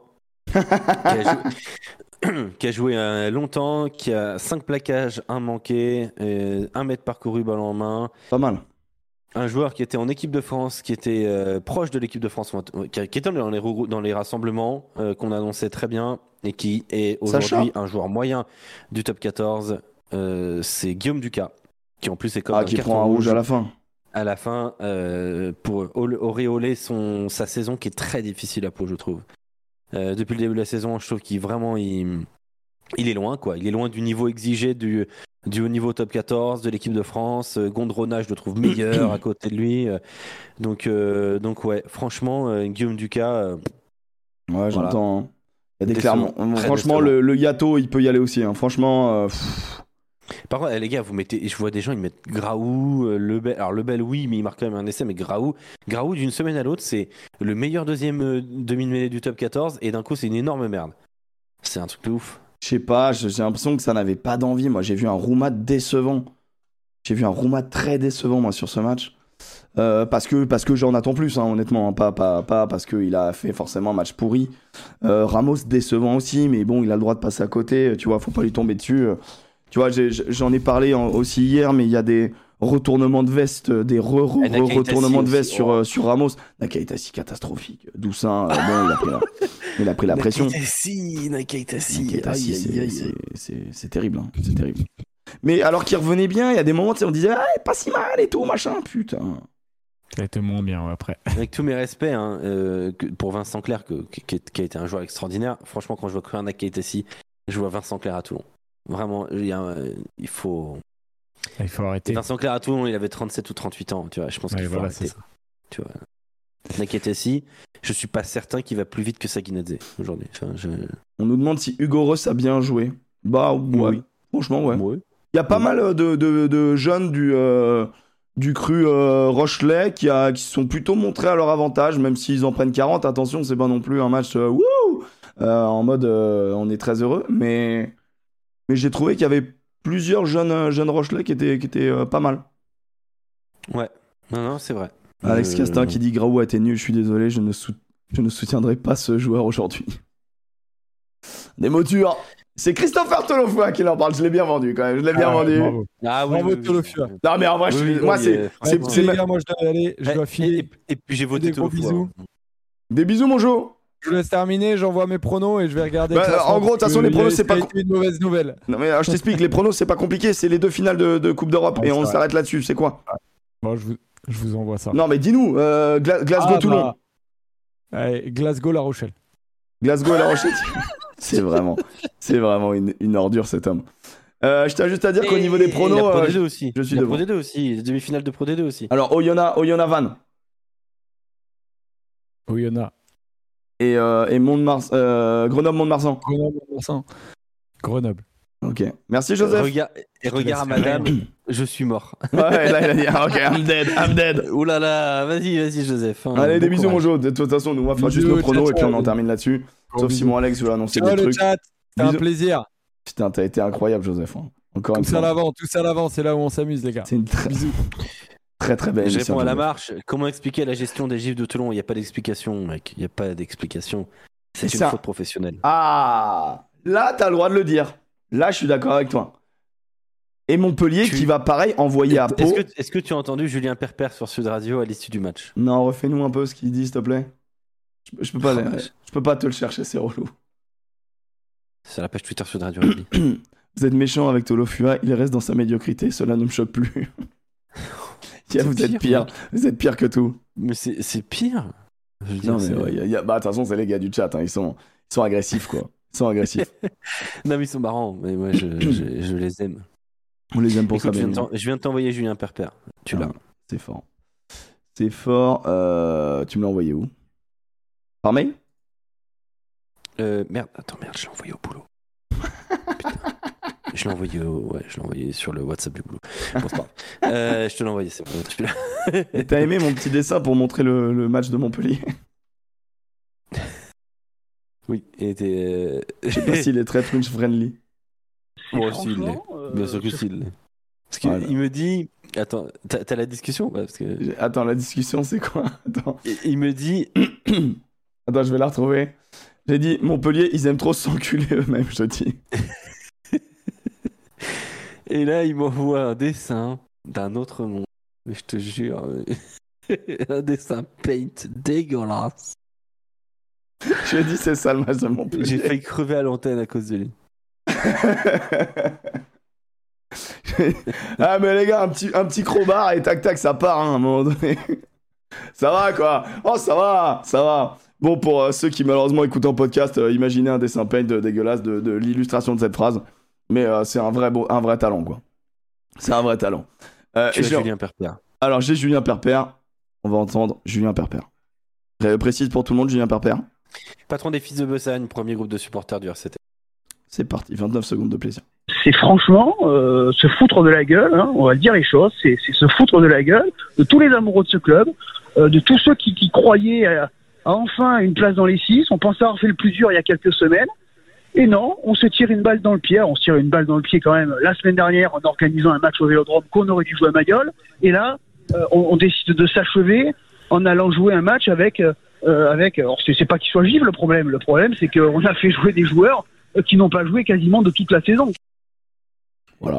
qui a joué longtemps, qui a 5 plaquages, 1 manqué, 1 mètre parcouru balle en main. Pas mal. Un joueur qui était en équipe de France, qui était proche de l'équipe de France, qui était dans les rassemblements qu'on annonçait très bien et qui est aujourd'hui un joueur moyen du top 14. C'est Guillaume Ducas, qui en plus est comme qui prend un rouge à la fin. À la fin, pour auréoler sa saison qui est très difficile à Pau, je trouve. Depuis le début de la saison, je trouve qu'il vraiment il est loin, quoi. Il est loin du niveau exigé du haut niveau top 14 de l'équipe de France. Gondrona, je le trouve meilleur à côté de lui. Donc ouais, franchement, Guillaume Ducas. Ouais, j'entends. Hein. Il y a des clairement. Franchement, le Yato, il peut y aller aussi. Hein. Franchement. Par contre, les gars, je vois des gens, ils mettent Graou, Lebel. Alors Lebel, oui, mais il marque quand même un essai. Mais Graou, d'une semaine à l'autre, c'est le meilleur deuxième demi-mêlée du top 14. Et d'un coup, c'est une énorme merde. C'est un truc de ouf. Je sais pas, j'ai l'impression que ça n'avait pas d'envie. Moi, j'ai vu un Roumat décevant. J'ai vu un Roumat très décevant, moi, sur ce match. Parce que j'en attends plus, hein, honnêtement. Hein, pas parce qu'il a fait forcément un match pourri. Ramos décevant aussi, mais bon, il a le droit de passer à côté. Tu vois, faut pas lui tomber dessus. Tu vois, j'en ai parlé aussi hier, mais il y a des retournements de veste, des retournements de veste sur Ramos. Nakaitasi catastrophique. Doussin, bon, il a pris la pression. Nakaitasi, c'est terrible, hein, c'est terrible. Mais alors qu'il revenait bien, il y a des moments où on disait pas si mal et tout, machin, putain. Ça a été moins bien après. Avec tous mes respects pour Vincent Clerc, qui a été un joueur extraordinaire, franchement, quand je vois un Nakaitasi, je vois Vincent Clerc à Toulon. Vraiment, il faut arrêter. Vincent Clerc à Toulon, il avait 37 ou 38 ans, tu vois. Je pense qu'il faut arrêter. Tu vois. Nakaitasi, je suis pas certain qu'il va plus vite que Saguinadze aujourd'hui. On nous demande si Hugo Ross a bien joué. Bah ouais. Oui. Franchement, ouais. Il y a pas mal de jeunes du cru Rochelet qui se sont plutôt montrés à leur avantage, même s'ils en prennent 40. Attention, c'est pas non plus un match en mode on est très heureux, mais j'ai trouvé qu'il y avait plusieurs jeunes Rochelais qui étaient pas mal. Ouais, non, c'est vrai. Alex Castin qui dit Graou a été nul, je suis désolé, je ne soutiendrai pas ce joueur aujourd'hui. Des mots durs. C'est Christopher Telefoy qui en parle, je l'ai bien vendu quand même, vendu. Bravo. Ah oui, Telefoy. Non mais en vrai, moi c'est les gars, moi je dois aller, je dois filer. Et puis j'ai voté Telefoy. Bisous. Des bisous mon Jo. Je vous laisse terminer, j'envoie mes pronos et je vais regarder. En gros, de toute façon, les pronos, c'est pas une mauvaise nouvelle. Non mais je t'explique, les pronos, c'est pas compliqué, c'est les 2 finales de Coupe d'Europe et on s'arrête là-dessus. C'est quoi? Bon, je vous envoie ça. Non mais dis-nous, Glasgow-Toulon. Allez, Glasgow-La Rochelle. Glasgow et La Rochelle. C'est vraiment une ordure cet homme. Je tiens juste à dire qu'au niveau des pronos, Pro D2 aussi. Je suis devant. Pro D2 aussi, demi-finale de Pro D2 aussi. Alors Oyonnax Vannes. Oyonnax. Et Grenoble-Mont-de-Marsan. Grenoble. Ok. Merci Joseph. Regarde à madame, je suis mort. Ouais, là il a dit ok, I'm dead. Ouh là là, vas-y Joseph. Allez, des bisous mon Jo. De toute façon, nous on va faire juste nos pronos et puis on en termine là-dessus. Sauf si mon Alex veut annoncer des trucs. Chat. C'était un plaisir. Putain, t'as été incroyable Joseph. Encore une fois. Tout ça à l'avant, c'est là où on s'amuse les gars. C'est une très Très très belle. Je réponds à la marche. Comment expliquer la gestion des gifs de Toulon? Il n'y a pas d'explication, mec. Il n'y a pas d'explication. C'est une faute professionnelle. Ah, là, t'as le droit de le dire. Là, je suis d'accord avec toi. Et Montpellier qui va pareil envoyer à Pau. Est-ce que tu as entendu Julien Perper sur Sud Radio à l'issue du match? Non, refais-nous un peu ce qu'il dit, s'il te plaît. Je peux pas te le chercher, c'est relou. C'est la page Twitter Sud Radio. Vous êtes méchant avec Tolofua, il reste dans sa médiocrité, cela ne me choque plus. Vous êtes pire, vous êtes pire que tout. Mais c'est pire. Non, mais de toute façon, c'est les gars du chat, hein. Ils sont agressifs, quoi. Ils sont agressifs. Non, mais ils sont marrants, mais moi, je les aime. On les aime pour Écoute, ça. Je viens de t'envoyer Julien Perper. Tu l'as. C'est fort. C'est fort. Tu me l'as envoyé où? Par mail? Merde, je l'ai envoyé au boulot. Putain. Je l'ai envoyé sur le WhatsApp du boulot. Bon, c'est pas grave. Je te l'ai envoyé, c'est bon. Et t'as aimé mon petit dessin pour montrer le match de Montpellier? Oui, et je sais pas s'il est très French friendly. Moi aussi, il l'est. Bien sûr que s'il l'est. Parce qu'il me dit... Attends, t'as la discussion? Ouais, parce que... Attends, la discussion, c'est quoi? Attends. Il me dit... Attends, je vais la retrouver. J'ai dit, Montpellier, ils aiment trop s'enculer eux-mêmes, je te dis. Et là, il m'envoie un dessin d'un autre monde. Mais je te jure, un dessin paint dégueulasse. Je dis, c'est ça le match de Montpellier. J'ai failli crever à l'antenne à cause de lui. Ah, mais les gars, un petit crowbar et tac, ça part, hein, à un moment donné. Ça va, quoi. Oh, ça va. Bon, pour ceux qui malheureusement écoutent en podcast, imaginez un dessin paint dégueulasse de l'illustration de cette phrase. Mais c'est un vrai talent, quoi. C'est un vrai talent. Julien Perper. Alors, j'ai Julien Perper. On va entendre Julien Perper. Précise pour tout le monde, Julien Perper. Patron des Fils de Bessagne, premier groupe de supporters du RCT. C'est parti, 29 secondes de plaisir. C'est franchement se foutre de la gueule, hein, on va dire les choses, c'est se foutre de la gueule de tous les amoureux de ce club, de tous ceux qui croyaient à enfin une place dans les 6. On pensait avoir fait le plus dur il y a quelques semaines. Et non, on se tire une balle dans le pied. On se tire une balle dans le pied quand même la semaine dernière en organisant un match au Vélodrome qu'on aurait dû jouer à Mayol. Et là, on décide de s'achever en allant jouer un match avec... alors c'est pas qu'il soit givre le problème. Le problème, c'est qu'on a fait jouer des joueurs qui n'ont pas joué quasiment de toute la saison. Voilà.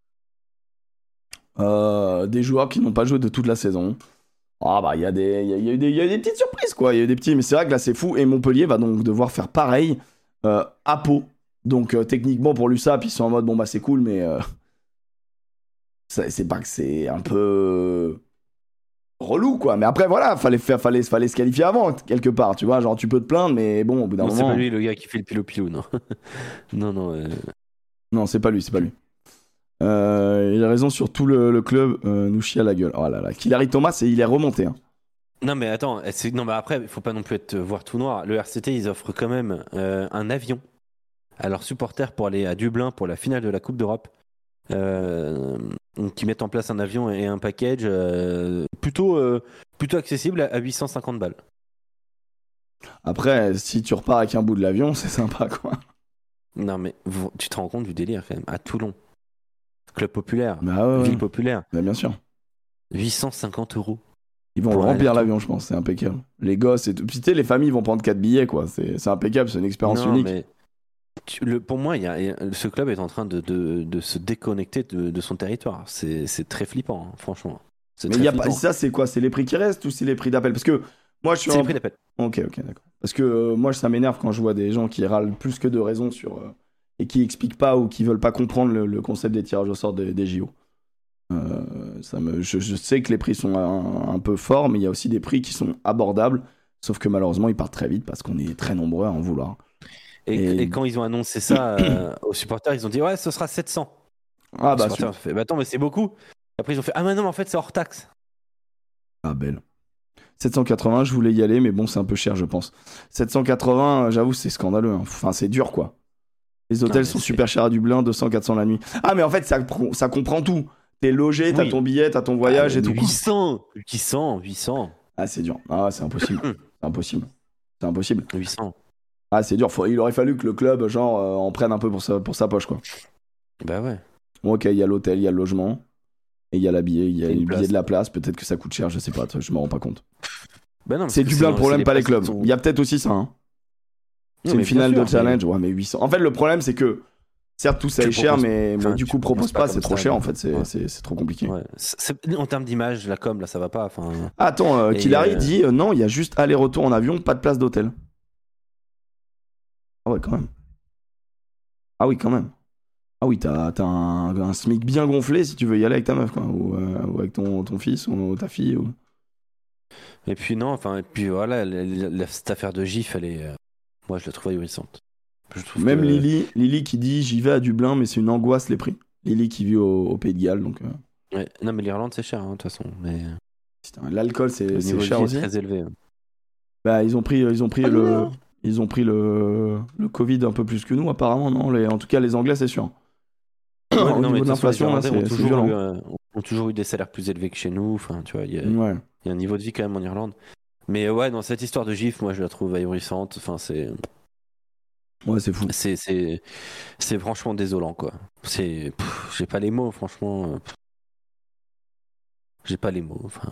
Des joueurs qui n'ont pas joué de toute la saison. Ah bah il y a eu des petites surprises, quoi. Il y a eu des petits, mais c'est vrai que là c'est fou. Et Montpellier va donc devoir faire pareil à Pau. Donc techniquement pour l'USAP ils sont en mode bon bah c'est cool, mais c'est pas que c'est un peu relou, quoi. Mais après voilà, fallait se qualifier avant quelque part, tu vois. Genre tu peux te plaindre, mais bon au bout d'un moment. C'est pas lui le gars qui fait le pilot, non. non. Non, c'est pas lui. Il a raison sur tout le club, nous chie à la gueule. Oh là là, Hilary Thomas, il est remonté. Hein. Non mais attends, mais après, il faut pas non plus voir tout noir. Le RCT, ils offrent quand même un avion à leurs supporters pour aller à Dublin pour la finale de la Coupe d'Europe. Qui mettent en place un avion et un package plutôt accessible à 850 balles. Après, si tu repars avec un bout de l'avion, c'est sympa, quoi. Non mais tu te rends compte du délire quand même. À Toulon, club populaire, bah ville populaire. Bah bien sûr. 850 €. Ils vont remplir l'avion, je pense, c'est impeccable. Les gosses et tout. Puis tu sais, les familles vont prendre 4 billets, quoi. C'est impeccable, c'est une expérience unique. Mais pour moi, ce club est en train de se déconnecter de son territoire. C'est très flippant, hein, franchement. Mais ça, c'est quoi? C'est les prix qui restent ou c'est les prix d'appel? Parce que moi, je suis les prix d'appel. Ok, d'accord. Parce que moi, ça m'énerve quand je vois des gens qui râlent plus que de raison sur et qui expliquent pas ou qui veulent pas comprendre le concept des tirages au sort des JO. Je sais que les prix sont un peu forts, mais il y a aussi des prix qui sont abordables. Sauf que malheureusement, ils partent très vite parce qu'on est très nombreux à en vouloir. Et quand ils ont annoncé ça aux supporters, ils ont dit ouais, ce sera 700. Ah bah, attends, mais c'est beaucoup. Après, ils ont fait ah, mais non, mais en fait, c'est hors taxe. Ah, belle. 780, je voulais y aller, mais bon, c'est un peu cher, je pense. 780, j'avoue, c'est scandaleux. Hein. Enfin, c'est dur, quoi. Les hôtels sont super chers à Dublin, 200-400 la nuit. Ah, mais en fait, ça comprend tout. T'es logé, t'as ton billet, t'as ton voyage et tout. 800. Ah, c'est dur. Ah, c'est impossible. C'est impossible. 800. Ah, c'est dur. Il aurait fallu que le club, genre, en prenne un peu pour sa poche, quoi. Bah ouais. Bon, ok, il y a l'hôtel, il y a le logement. Et il y a le billet de la place, peut-être que ça coûte cher, je sais pas, je m'en rends pas compte. Bah non, c'est Dublin le problème, pas les clubs. Il y a peut-être aussi ça. Hein. C'est une finale de challenge, ouais, mais 800. En fait, le problème, c'est que certes, tout ça est cher, mais du coup, propose pas, c'est trop cher en fait, c'est trop compliqué. Ouais. En termes d'image, la com, là, ça va pas. Attends, Killary dit non, il y a juste aller-retour en avion, pas de place d'hôtel. Ah ouais, quand même. Ah oui, quand même. Ah oui, t'as un SMIC bien gonflé si tu veux y aller avec ta meuf, quoi, ou avec ton fils ou ta fille. Ou... Et puis non, voilà, cette affaire de GIF, elle est, moi, je la trouve ahurissante. Même Lily qui dit j'y vais à Dublin, mais c'est une angoisse les prix. Lily qui vit au Pays de Galles, donc. Ouais. Non, mais l'Irlande c'est cher, de toute façon. Mais... Putain, l'alcool c'est cher aussi. C'est très élevé. Bah ils ont pris le Covid un peu plus que nous apparemment, non. En tout cas les Anglais c'est sûr. Au niveau de l'inflation, là, c'est violent. Ont toujours eu des salaires plus élevés que chez nous. Enfin, tu vois, il y a un niveau de vie quand même en Irlande. Mais ouais, dans cette histoire de GIF, moi je la trouve ahurissante. Enfin, c'est. Ouais, c'est fou. C'est franchement désolant, quoi. J'ai pas les mots, franchement. J'ai pas les mots. Enfin,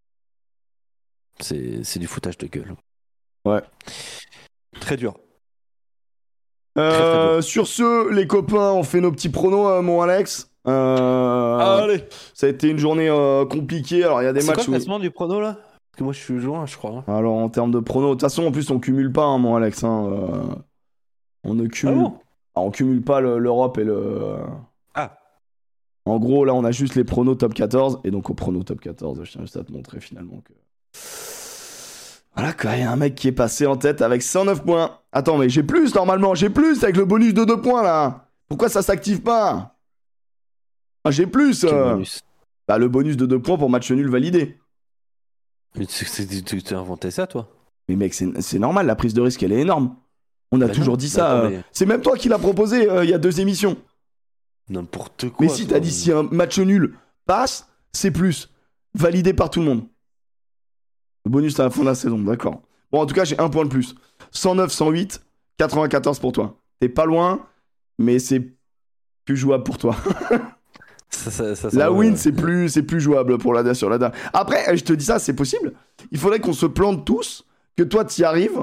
c'est du foutage de gueule. Ouais. Très dur. Très dur. Sur ce, les copains, on fait nos petits pronos, mon Alex. Allez. Ça a été une journée compliquée. Alors, il y a des matchs. C'est quoi le classement du prono là? Parce que moi, je suis loin, je crois. Alors, en termes de pronos, de toute façon, en plus, on cumule pas, hein, mon Alex. On ne cumule. Ah bon? On cumule pas l'Europe et le. Ah. En gros, là, on a juste les pronos top 14. Et donc, au prono top 14, je tiens juste à te montrer finalement que. Voilà, quoi, il y a un mec qui est passé en tête avec 109 points. Attends, mais j'ai plus normalement, j'ai plus avec le bonus de 2 points là. Pourquoi ça s'active pas? J'ai plus. Bah, le bonus de 2 points pour match nul validé. Mais tu t'es inventé ça, toi? Mais mec, c'est normal, la prise de risque, elle est énorme. On a toujours dit ça. Attends, mais... C'est même toi qui l'as proposé il y a 2 émissions. N'importe quoi. Mais si t'as dit si un match nul passe, c'est plus. Validé par tout le monde. Le bonus à la fin de la saison, d'accord. Bon, en tout cas, j'ai 1 point de plus. 109, 108, 94 pour toi. T'es pas loin, mais c'est plus jouable pour toi. La win, c'est plus jouable pour sur la dame. Après, je te dis ça, c'est possible. Il faudrait qu'on se plante tous, que toi, t'y arrives.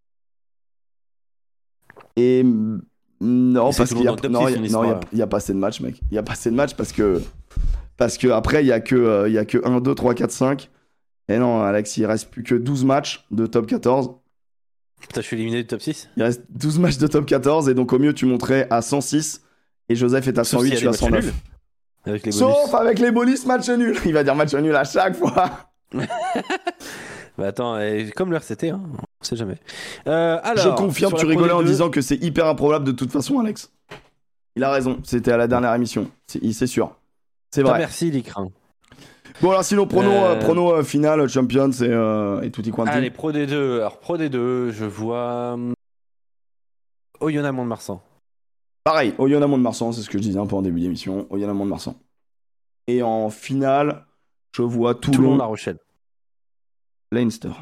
Et non, parce qu'il y a pas assez de matchs, mec. Il y a pas assez de matchs parce que après, il y a que 1, 2, 3, 4, 5. Et non, Alex, il reste plus que 12 matchs de top 14. Putain, je suis éliminé du top 6. Il reste 12 matchs de top 14 et donc au mieux, tu monterais à 106 et Joseph est à 108, je suis à 109. Avec les bonus. Sauf avec les bonus match nul. Il va dire match nul à chaque fois. Bah attends, comme le RCT, hein, on sait jamais. Alors, je confirme, tu rigolais en disant que c'est hyper improbable de toute façon, Alex. Il a raison, c'était à la dernière émission, c'est sûr. C'est vrai. Merci, Licrin. Bon, alors sinon, prono final, Champions et tutti quanti. Allez, Pro D2. Alors, Pro D2, je vois Oyonnax Mont-de-Marsan. Pareil, Oyonnax Mont-de-Marsan, c'est ce que je disais un peu en début d'émission. Oyonnax Mont-de-Marsan. Et en finale, je vois Toulon La Rochelle. Leinster.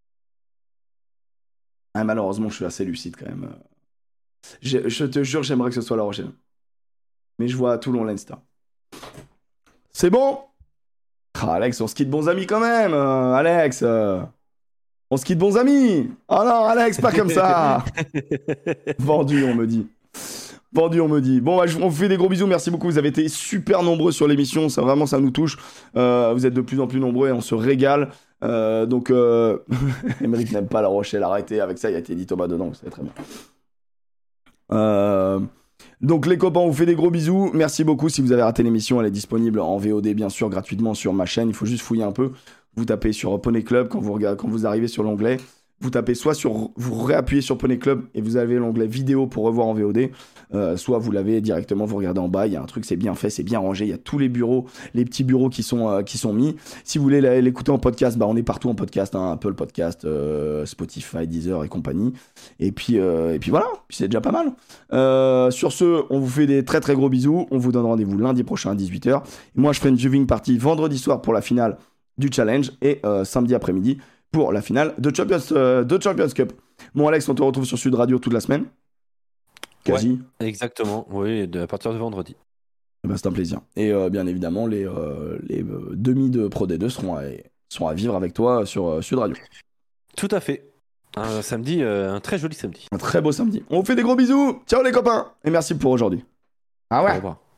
Ah, malheureusement, je suis assez lucide quand même. Je te jure, j'aimerais que ce soit La Rochelle. Mais je vois Toulon Leinster. C'est bon? Alex, on se quitte bons amis quand même. Alex, on se quitte bons amis. Oh non, Alex, pas comme ça. Vendu, on me dit. Bon, bah, on vous fait des gros bisous. Merci beaucoup. Vous avez été super nombreux sur l'émission. Ça, vraiment, ça nous touche. Vous êtes de plus en plus nombreux et on se régale. Donc, Émeric n'aime pas La Rochelle. Arrêtez avec ça. Il y a Teddy Thomas dedans. Vous savez très bien. Donc les copains, on vous fait des gros bisous. Merci beaucoup. Si vous avez raté l'émission, elle est disponible en VOD bien sûr gratuitement sur ma chaîne. Il faut juste fouiller un peu. Vous tapez sur Poney Club quand vous arrivez sur l'onglet. Vous tapez vous réappuyez sur Poney Club et vous avez l'onglet vidéo pour revoir en VOD. Soit vous l'avez directement, vous regardez en bas. Il y a un truc, c'est bien fait, c'est bien rangé. Il y a tous les bureaux, les petits bureaux qui sont mis. Si vous voulez l'écouter en podcast, bah on est partout en podcast, hein, Apple Podcast, Spotify, Deezer et compagnie. Et puis voilà, puis c'est déjà pas mal. Sur ce, on vous fait des très très gros bisous. On vous donne rendez-vous lundi prochain à 18h. Et moi, je ferai une viewing party vendredi soir pour la finale du challenge et samedi après-midi pour la finale de Champions Cup. Bon Alex, on te retrouve sur Sud Radio toute la semaine. Quasi. Ouais, exactement, oui, à partir de vendredi. Bah, c'est un plaisir. Et bien évidemment, les demi de Pro D2 seront à vivre avec toi sur Sud Radio. Tout à fait. Un samedi, un très joli samedi. Un très beau samedi. On vous fait des gros bisous. Ciao les copains. Et merci pour aujourd'hui. Au revoir.